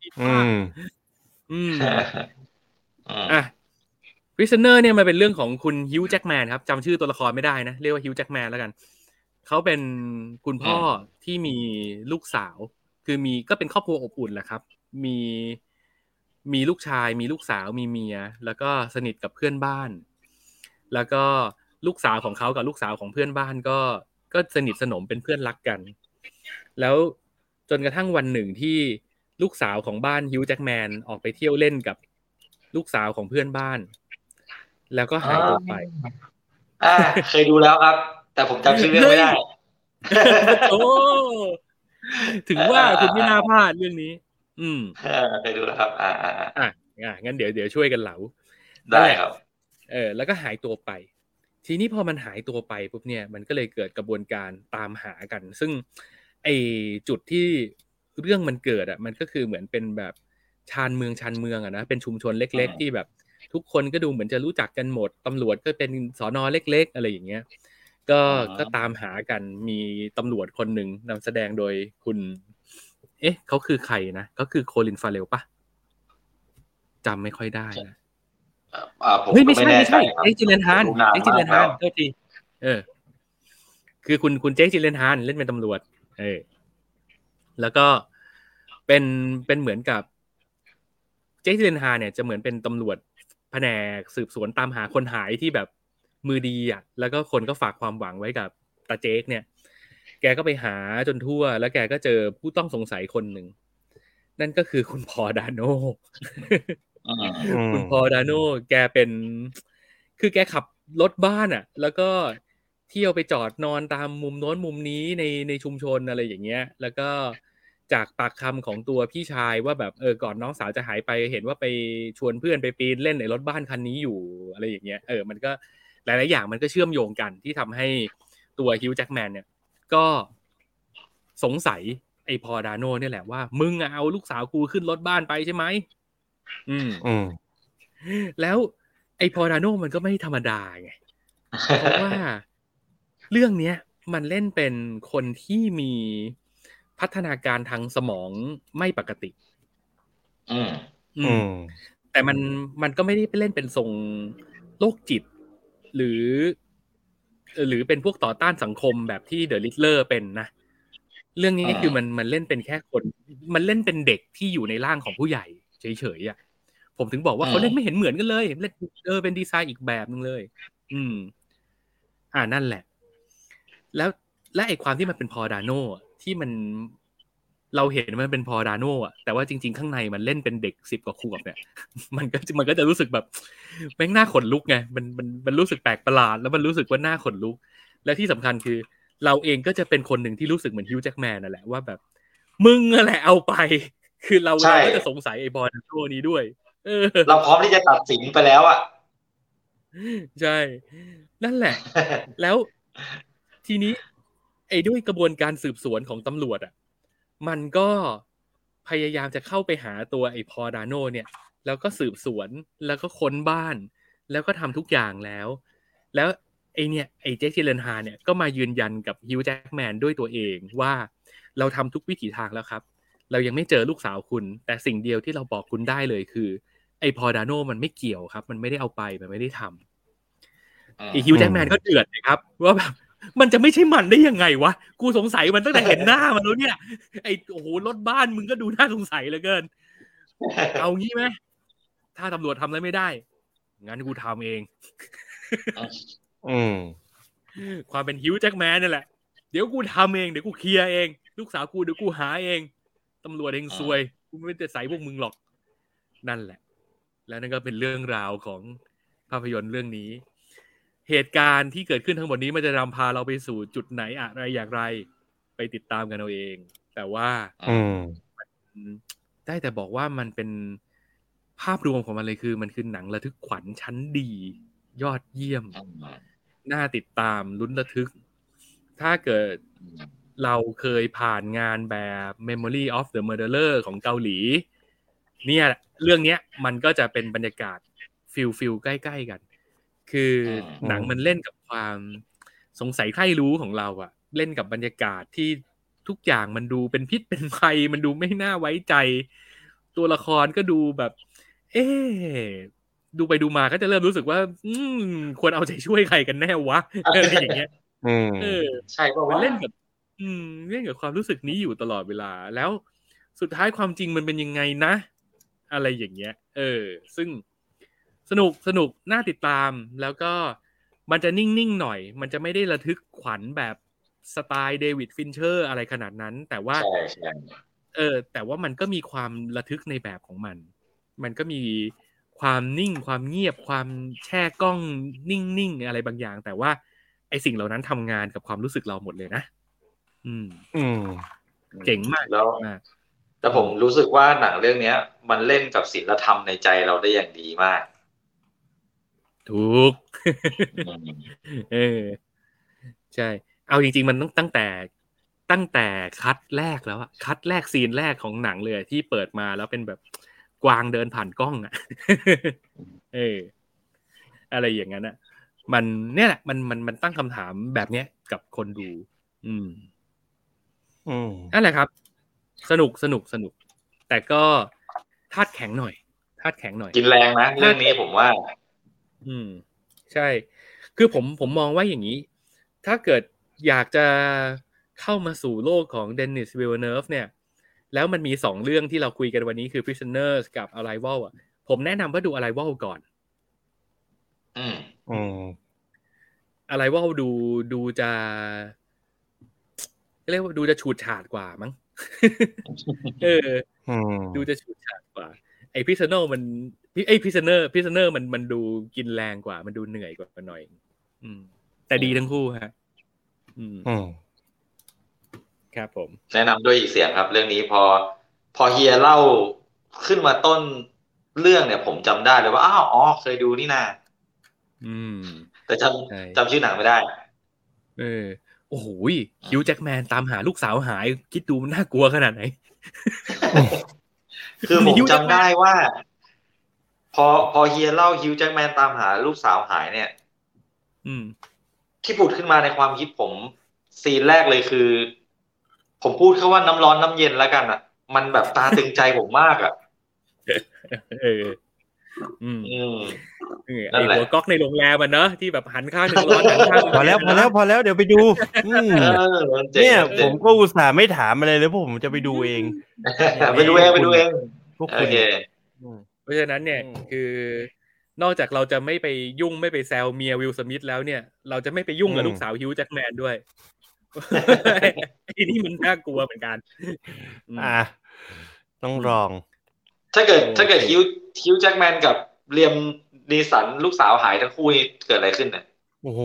Prisoner เนี่ยมันเป็นเรื่องของคุณฮิวจ์แจ็คแมนครับจำชื่อตัวละครไม่ได้นะเรียกว่าฮิวจ์แจ็คแมนแล้วกันเขาเป็นคุณพ่อที่มีลูกสาวคือก็เป็นครอบครัวอบอุ่นแหละครับมีลูกชายมีลูกสาวมีเมียแล้วก็สนิทกับเพื่อนบ้านแล้วก็ลูกสาวของเขากับลูกสาวของเพื่อนบ้านก็สนิทสนมเป็นเพื่อนรักกันแล้วจนกระทั่งวันหนึ่งที่ลูกสาวของบ้านฮิวจ์แจ็คแมนออกไปเที่ยวเล่นกับลูกสาวของเพื่อนบ้านแล้วก็หายตัวไปเคยดูแล้วครับแต่ผมจำชื่อเรื่องไม่ได้โอ้ถึงว่าคุณไม่น่าพลาดเรื่องนี้เคยดูแล้วครับงั้นเดี๋ยวช่วยกันเหลาได้ครับแล้วก็หายตัวไปทีนี้พอมันหายตัวไปปุ๊บเนี่ยมันก็เลยเกิดกระบวนการตามหากันซึ่งไอ้จุดที่เรื่องมันเกิดมันก็คือเหมือนเป็นแบบชานเมืองนะเป็นชุมชนเล็กๆที่แบบทุกคนก็ดูเหมือนจะรู้จักกันหมดตำรวจก็เป็นสน.เล็กๆอะไรอย่างเงี้ยก็ตามหากันมีตำรวจคนหนึ่งนำแสดงโดยคุณเขาคือใครนะก็คือโคลินฟาเรลป่ะจำไม่ค่อยได้นะไม่ใช่เอ็กซ์จิเลนฮานโทษทีคือคุณเจคจิเลนฮานเล่นเป็นตำรวจแล้วก็เป็นเหมือนกับเจคจิเลนฮานเนี่ยจะเหมือนเป็นตำรวจแผนกสืบสวนตามหาคนหายที่แบบมือดีแล้วก็คนก็ฝากความหวังไว้กับตาเจคเนี่ยแกก็ไปหาจนทั่วแล้วแกก็เจอผู้ต้องสงสัยคนหนึ่งนั่นก็คือคุณพอล ดาโน่คุณพอล ดาโน่แกเป็นคือแกขับรถบ้านแล้วก็เที่ยวไปจอดนอนตามมุมโน้นมุมนี้ในชุมชนอะไรอย่างเงี้ยแล้วก็จากปากคำของตัวพี่ชายว่าแบบก่อนน้องสาวจะหายไปเห็นว่าไปชวนเพื่อนไปปีนเล่นในรถบ้านคันนี้อยู่อะไรอย่างเงี้ยมันก็หลายๆอย่างมันก็เชื่อมโยงกันที่ทำให้ตัวฮิวจ์แจ็คแมนเนี่ยก็สงสัยไอ้พอล ดาโน่เนี่ยแหละว่ามึงเอาลูกสาวกูขึ้นรถบ้านไปใช่ไหมแล้วไอ้พอล ดาโน่มันก็ไม่ธรรมดาไงเพราะว่าเรื่องเนี้ยมันเล่นเป็นคนที่มีพัฒนาการทางสมองไม่ปกติแต่มันก็ไม่ได้ไปเล่นเป็นทรงโรคจิตหรือเป็นพวกต่อต้านสังคมแบบที่เดอะริดเลอร์เป็นนะเรื่องนี้คือมันเล่นเป็นแค่คนมันเล่นเป็นเด็กที่อยู่ในร่างของผู้ใหญ่เฉยๆอ่ะผมถึงบอกว่าเขาเล่นไม่เห็นเหมือนกันเลยเล่นเป็นดีไซน์อีกแบบนึงเลยนั่นแหละแล้วไอ้ความที่มันเป็นพอดาโน่ที่มันเราเห็นมันเป็นพอดาโน่อะแต่ว่าจริงๆข้างในมันเล่นเป็นเด็ก10 กว่าขวบเนี่ยมันก็จะรู้สึกแบบแม่งหน้าขนลุกไงมันรู้สึกแปลกประหลาดแล้วมันรู้สึกว่าหน้าขนลุกและที่สำคัญคือเราเองก็จะเป็นคนหนึ่งที่รู้สึกเหมือนฮิวจ์แจ็คแมนนั่นแหละว่าแบบมึงนั่นแหละเอาไปคือเราก็จะสงสัยไอ้พอดาโน่นี้ด้วยเราพร้อมที่จะตัดสินไปแล้วอ่ะใช่นั่นแหละแล้วทีนี้ไอ้ด้วยกระบวนการสืบสวนของตำรวจอ่ะมันก็พยายามจะเข้าไปหาตัวไอ้พอดาโน่เนี่ยแล้วก็สืบสวนแล้วก็ค้นบ้านแล้วก็ทำทุกอย่างแล้วไอ้เนี่ยไอ้เจค จิลเลนฮาลเนี่ยก็มายืนยันกับฮิวจ์แจ็คแมนด้วยตัวเองว่าเราทำทุกวิถีทางแล้วครับเรายังไม่เจอลูกสาวคุณแต่สิ่งเดียวที่เราบอกคุณได้เลยคือไอ้พอดาโน่มันไม่เกี่ยวครับมันไม่ได้เอาไปมันไม่ได้ทำไอ้ฮิวจ์แจ็คแมนก็เดือดเลยครับว่าแบบมันจะไม่ใช่มันได้ยังไงวะกูสงสัยมันตั้งแต่เห็นหน้ามันแล้วเนี่ยไอ้โอ้โหรถบ้านมึงก็ดูน่าสงสัยเหลือเกินเอางี้ไหมถ้าตำรวจทำอะไรไม่ได้งั้นกูทำเองความเป็นฮิวจ์แจ็คแมนนี่แหละเดี๋ยวกูทำเองเดี๋ยวกูเคลียร์เองลูกสาวกูเดี๋ยวกูหาเองตำรวจเองซวยกูไม่ได้ใส่พวกมึงหรอกนั่นแหละและนั่นก็เป็นเรื่องราวของภาพยนตร์เรื่องนี้เหตุการณ์ที่เกิดขึ้นทั้งหมดนี้มันจะนำพาเราไปสู่จุดไหนอะไรอย่างไรไปติดตามกันเอาเองแต่ว่าได้แต่บอกว่ามันเป็นภาพรวมของมันเลยคือมันคือหนังระทึกขวัญชั้นดียอดเยี่ยมน่าติดตามลุ้นระทึกถ้าเกิดเราเคยผ่านงานแบบ Memory of the Murderer ของเกาหลีเนี่ยเรื่องนี้มันก็จะเป็นบรรยากาศฟิลใกล้ๆกันคือหนังมันเล่นกับความสงสัยใคร่รู้ของเราอะเล่นกับบรรยากาศที่ทุกอย่างมันดูเป็นพิษเป็นภัยมันดูไม่น่าไว้ใจตัวละครก็ดูแบบดูไปดูมาก็จะเริ่มรู้สึกว่าควรเอาใจช่วยใครกันแน่วะอะไรอย่างเงี้ยใช่ป่ะวะเล่นกับความรู้สึกนี้อยู่ตลอดเวลาแล้วสุดท้ายความจริงมันเป็นยังไงนะอะไรอย่างเงี้ยซึ่งสนุกน่าติดตามแล้วก็มันจะนิ่งๆหน่อยมันจะไม่ได้ระทึกขวัญแบบสไตล์เดวิดฟินเชอร์อะไรขนาดนั้นแต่ว่าแต่ว่ามันก็มีความระทึกในแบบของมันก็มีความนิ่งความเงียบความแช่กล้องนิ่งๆอะไรบางอย่างแต่ว่าไอสิ่งเหล่านั้นทำงานกับความรู้สึกเราหมดเลยนะเจ๋งมากแล้วแต่ผมรู้สึกว่าหนังเรื่องนี้มันเล่นกับศีลธรรมในใจเราได้อย่างดีมากถูกใช่เอาจริงๆมันตั้งแต่คัทแรกแล้วอะคัทแรกซีนแรกของหนังเลยที่เปิดมาแล้วเป็นแบบกวางเดินผ่านกล้องอะอะไรอย่างนั้นอะมันเนี่ยแหละมันตั้งคำถามแบบเนี้ยกับคนดูนั่นแหละครับสนุกแต่ก็ธาตุแข็งหน่อยกินแรงนะเรื่องนี้ผมว่าใช่คือผมมองว่าอย่างนี้ถ้าเกิดอยากจะเข้ามาสู่โลกของเดนิส วิลเนฟเนี่ยแล้วมันมี2เรื่องที่เราคุยกันวันนี้คือ Prisoners กับ Arrival อ่ะผมแนะนำว่าดู Arrival ก่อนArrival ดูจะเรียกว่าดูจะฉูดฉาดกว่ามั้งดูจะฉูดฉาดกว่าไอ้ Prisoner มันPrisoner มันดูกินแรงกว่ามันดูเหนื่อยกว่าหน่อยแต่ดีทั้งคู่ฮะครับผมแนะนำด้วยอีกเสียงครับเรื่องนี้พอเฮียเล่าขึ้นมาต้นเรื่องเนี่ยผมจำได้เลยว่าเคยดูนี่นาแต่จำชื่อหนังไม่ได้โอ้โหฮิวจ์แจ็คแมนตามหาลูกสาวหายคิดดูมันน่ากลัวขนาดไหนคือผมจำได้ว่าพอเฮียเล่าฮิวจ์แจ็คแมนตามหาลูกสาวหายเนี่ยที่ผุดขึ้นมาในความคิดผมซีนแรกเลยคือผมพูดแค่ว่าน้ำร้อนน้ำเย็นแล้วกันอ่ะมันแบบตาตึงใจผมมากอ่ะไอ้หัวก๊อกในโรงแรมมันเนอะที่แบบหันข้างหนึ่งร้อนหันข้างหนึ่งพอแล้วเดี๋ยวไปดูเนี่ยผมก็อุตส่าห์ไม่ถามอะไรเลยเพราะผมจะไปดูเองไปดูเองพวกคุณเพราะฉะนั้นเนี่ยคือนอกจากเราจะไม่ไปยุ่งไม่ไปแซวเมียวิลสมิธแล้วเนี่ยเราจะไม่ไปยุ่งกับลูกสาวฮิวจ์แจ็คแมนด้วยทีนี้มันน่ากลัวเหมือนกันต้องลองถ้าเกิดฮิวจ์แจ็คแมนกับเลียมนีสันลูกสาวหายทั้งคู่นี่เกิดอะไรขึ้นเนี่ยโอ้โห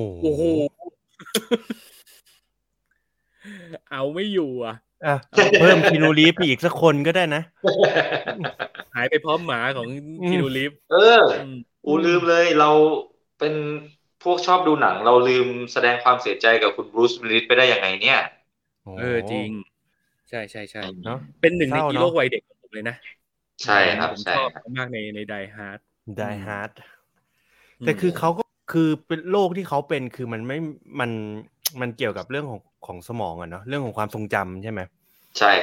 เอาไม่อยู่เพิ่มคีนูรีฟอีกสักคนก็ได้นะหายไปพร้อมหมาของคีนูรีฟลืมเลยเราเป็นพวกชอบดูหนังเราลืมแสดงความเสียใจกับคุณบรูซวิลลิสไปได้ยังไงเนี่ยจริงใช่เนาะเป็นหนึ่งในฮีโร่วัยเด็กของผมเลยนะใช่ครับผมชอบมากในไดฮาร์ดแต่คือเขาก็คือเป็นโรคที่เขาเป็นคือมันไม่มันเกี่ยวกับเรื่องของสมองอ่ะเนาะเรื่องของความทรงจำใช่ไหมใช่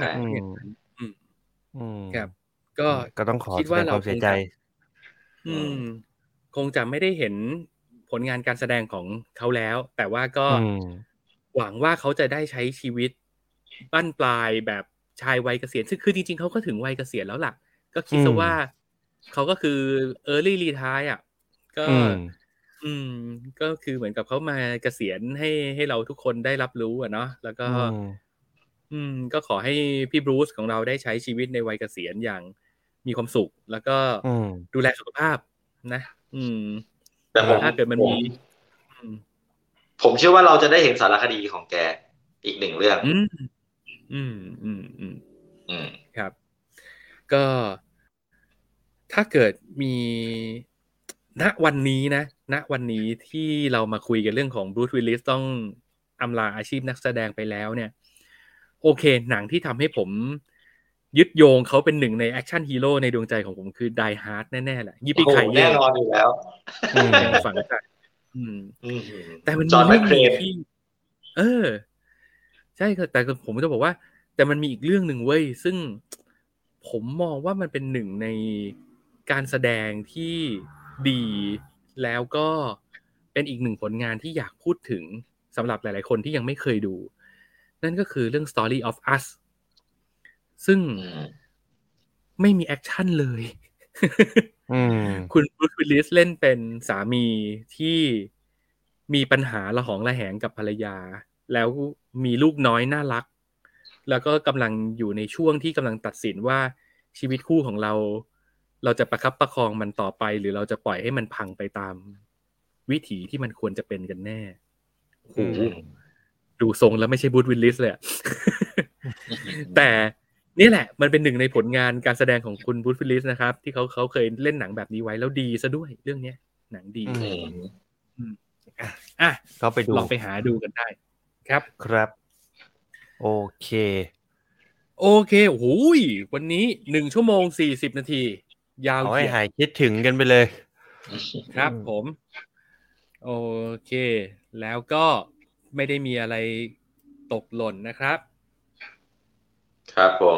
ครับก็ต้องขอแสดงความเสียใจคงจะไม่ได้เห็นผลงานการแสดงของเขาแล้วแต่ว่าก็หวังว่าเขาจะได้ใช้ชีวิตบั้นปลายแบบชายวัยเกษียณซึ่งคือจริงๆเขาก็ถึงวัยเกษียณแล้วล่ะก็คิดซะว่าเขาก็คือ early retire อ่ะก็คือเหมือนกับเขามาเกษียณให้เราทุกคนได้รับรู้อ่ะเนาะแล้วก็ก็ขอให้พี่บรูซของเราได้ใช้ชีวิตในวัยเกษียณอย่างมีความสุขแล้วก็ดูแลสุขภาพนะแต่ถ้าเกิดมันมีผมเชื่อว่าเราจะได้เห็นสารคดีของแกอีกหนึ่งเรื่องครับก็ถ้าเกิดมีณวันนี้ที่เรามาคุยกันเรื่องของบรูซวิลลิสต้องอำลาอาชีพนักแสดงไปแล้วเนี่ยโอเคหนังที่ทำให้ผมยึดโยงเขาเป็นหนึ่งในแอคชั่นฮีโร่ในดวงใจของผมคือ Die Hard แน่ๆแหละยิปปี้ไข่แน่นอนอยู่แล้วยังฝังใจแต่มันมีเรื่องที่ใช่แต่ผมจะบอกว่าแต่มันมีอีกเรื่องหนึ่งเว้ยซึ่งผมมองว่ามันเป็นหนึ่งในการแสดงที่ดีแล้วก็เป็นอีกหนึ่งผลงานที่อยากพูดถึงสำหรับหลายๆคนที่ยังไม่เคยดูนั่นก็คือเรื่อง Story of Us ซึ่งไม่มีแอคชั่นเลยคุณบรูซวิลลิสเล่นเป็นสามีที่มีปัญหาระหองระแหงกับภรรยาแล้วมีลูกน้อยน่ารักแล้วก็กำลังอยู่ในช่วงที่กำลังตัดสินว่าชีวิตคู่ของเราจะประคับประคองมันต่อไปหรือเราจะปล่อยให้มันพังไปตามวิถีที่มันควรจะเป็นกันแน่โอ้โหดูทรงแล้วไม่ใช่บรูซวิลลิสเลยแต่นี่แหละมันเป็นหนึ่งในผลงานการแสดงของคุณบรูซวิลลิสนะครับที่เขาเคยเล่นหนังแบบนี้ไว้แล้วดีซะด้วยเรื่องนี้หนังดีก็ไปดูลองไปหาดูกันได้ครับโอเคโอ้โหวันนี้1 ชั่วโมง40 นาทียาวให้หายคิดถึงกันไปเลยครับผมโอเคแล้วก็ไม่ได้มีอะไรตกหล่นนะครับครับผม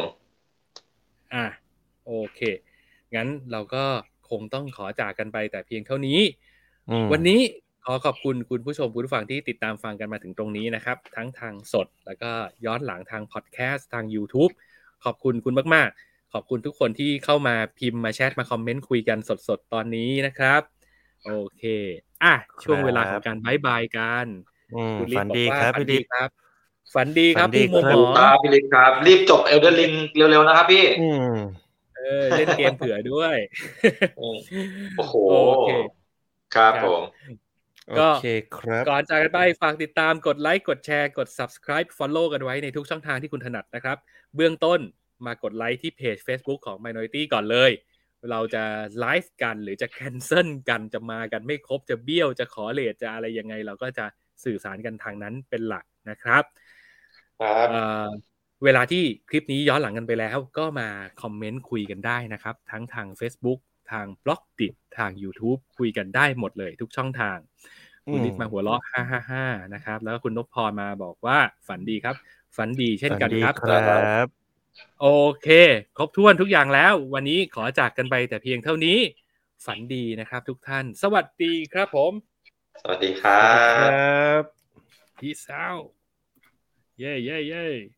โอเคงั้นเราก็คงต้องขอจากกันไปแต่เพียงเท่านี้วันนี้ขอขอบคุณคุณผู้ชมคุณผู้ฟังที่ติดตามฟังกันมาถึงตรงนี้นะครับทั้งทางสดแล้วก็ย้อนหลังทางพอดแคสต์ทาง YouTube ขอบคุณคุณมากๆขอบคุณทุกคนที่เข้ามาพิมพ์มาแชทมาคอมเมนต์คุยกันสดๆตอนนี้นะครับโอเคช่วงเวลาของการบ๊ายบายกันคุณลิศบอกว่าฝันดีครับฝันดีครับพี่โมหมอพี่ลิศครับรีบจบ Elden Ring เร็วๆนะครับพี่เล่นเกมเผื่อด้วยโอ้โหครับผมก็ก่อนจากกันไปฝากติดตามกดไลค์กดแชร์กด Subscribe Follow กันไว้ในทุกช่องทางที่คุณถนัดนะครับเบื้องต้นมากดไลค์ที่เพจ Facebook ของ Minority ก่อนเลยเราจะไลฟ์กันหรือจะแคนเซิลกันจะมากันไม่ครบจะเบี้ยวจะขอเรทจะอะไรยังไงเราก็จะสื่อสารกันทางนั้นเป็นหลักนะครับเวลาที่คลิปนี้ย้อนหลังกันไปแล้วก็มาคอมเมนต์คุยกันได้นะครับทั้งทาง Facebook ทาง Blogdit ทาง YouTube คุยกันได้หมดเลยทุกช่องทางคุณนิดมาหัวเราะ555นะครับแล้วคุณนพพรมาบอกว่าฝันดีครับฝันดีเช่นกันครับโอเคครบถ้วนทุกอย่างแล้ววันนี้ขอจากกันไปแต่เพียงเท่านี้ฝันดีนะครับทุกท่านสวัสดีครับผมสวัสดีครับ Peace out เย้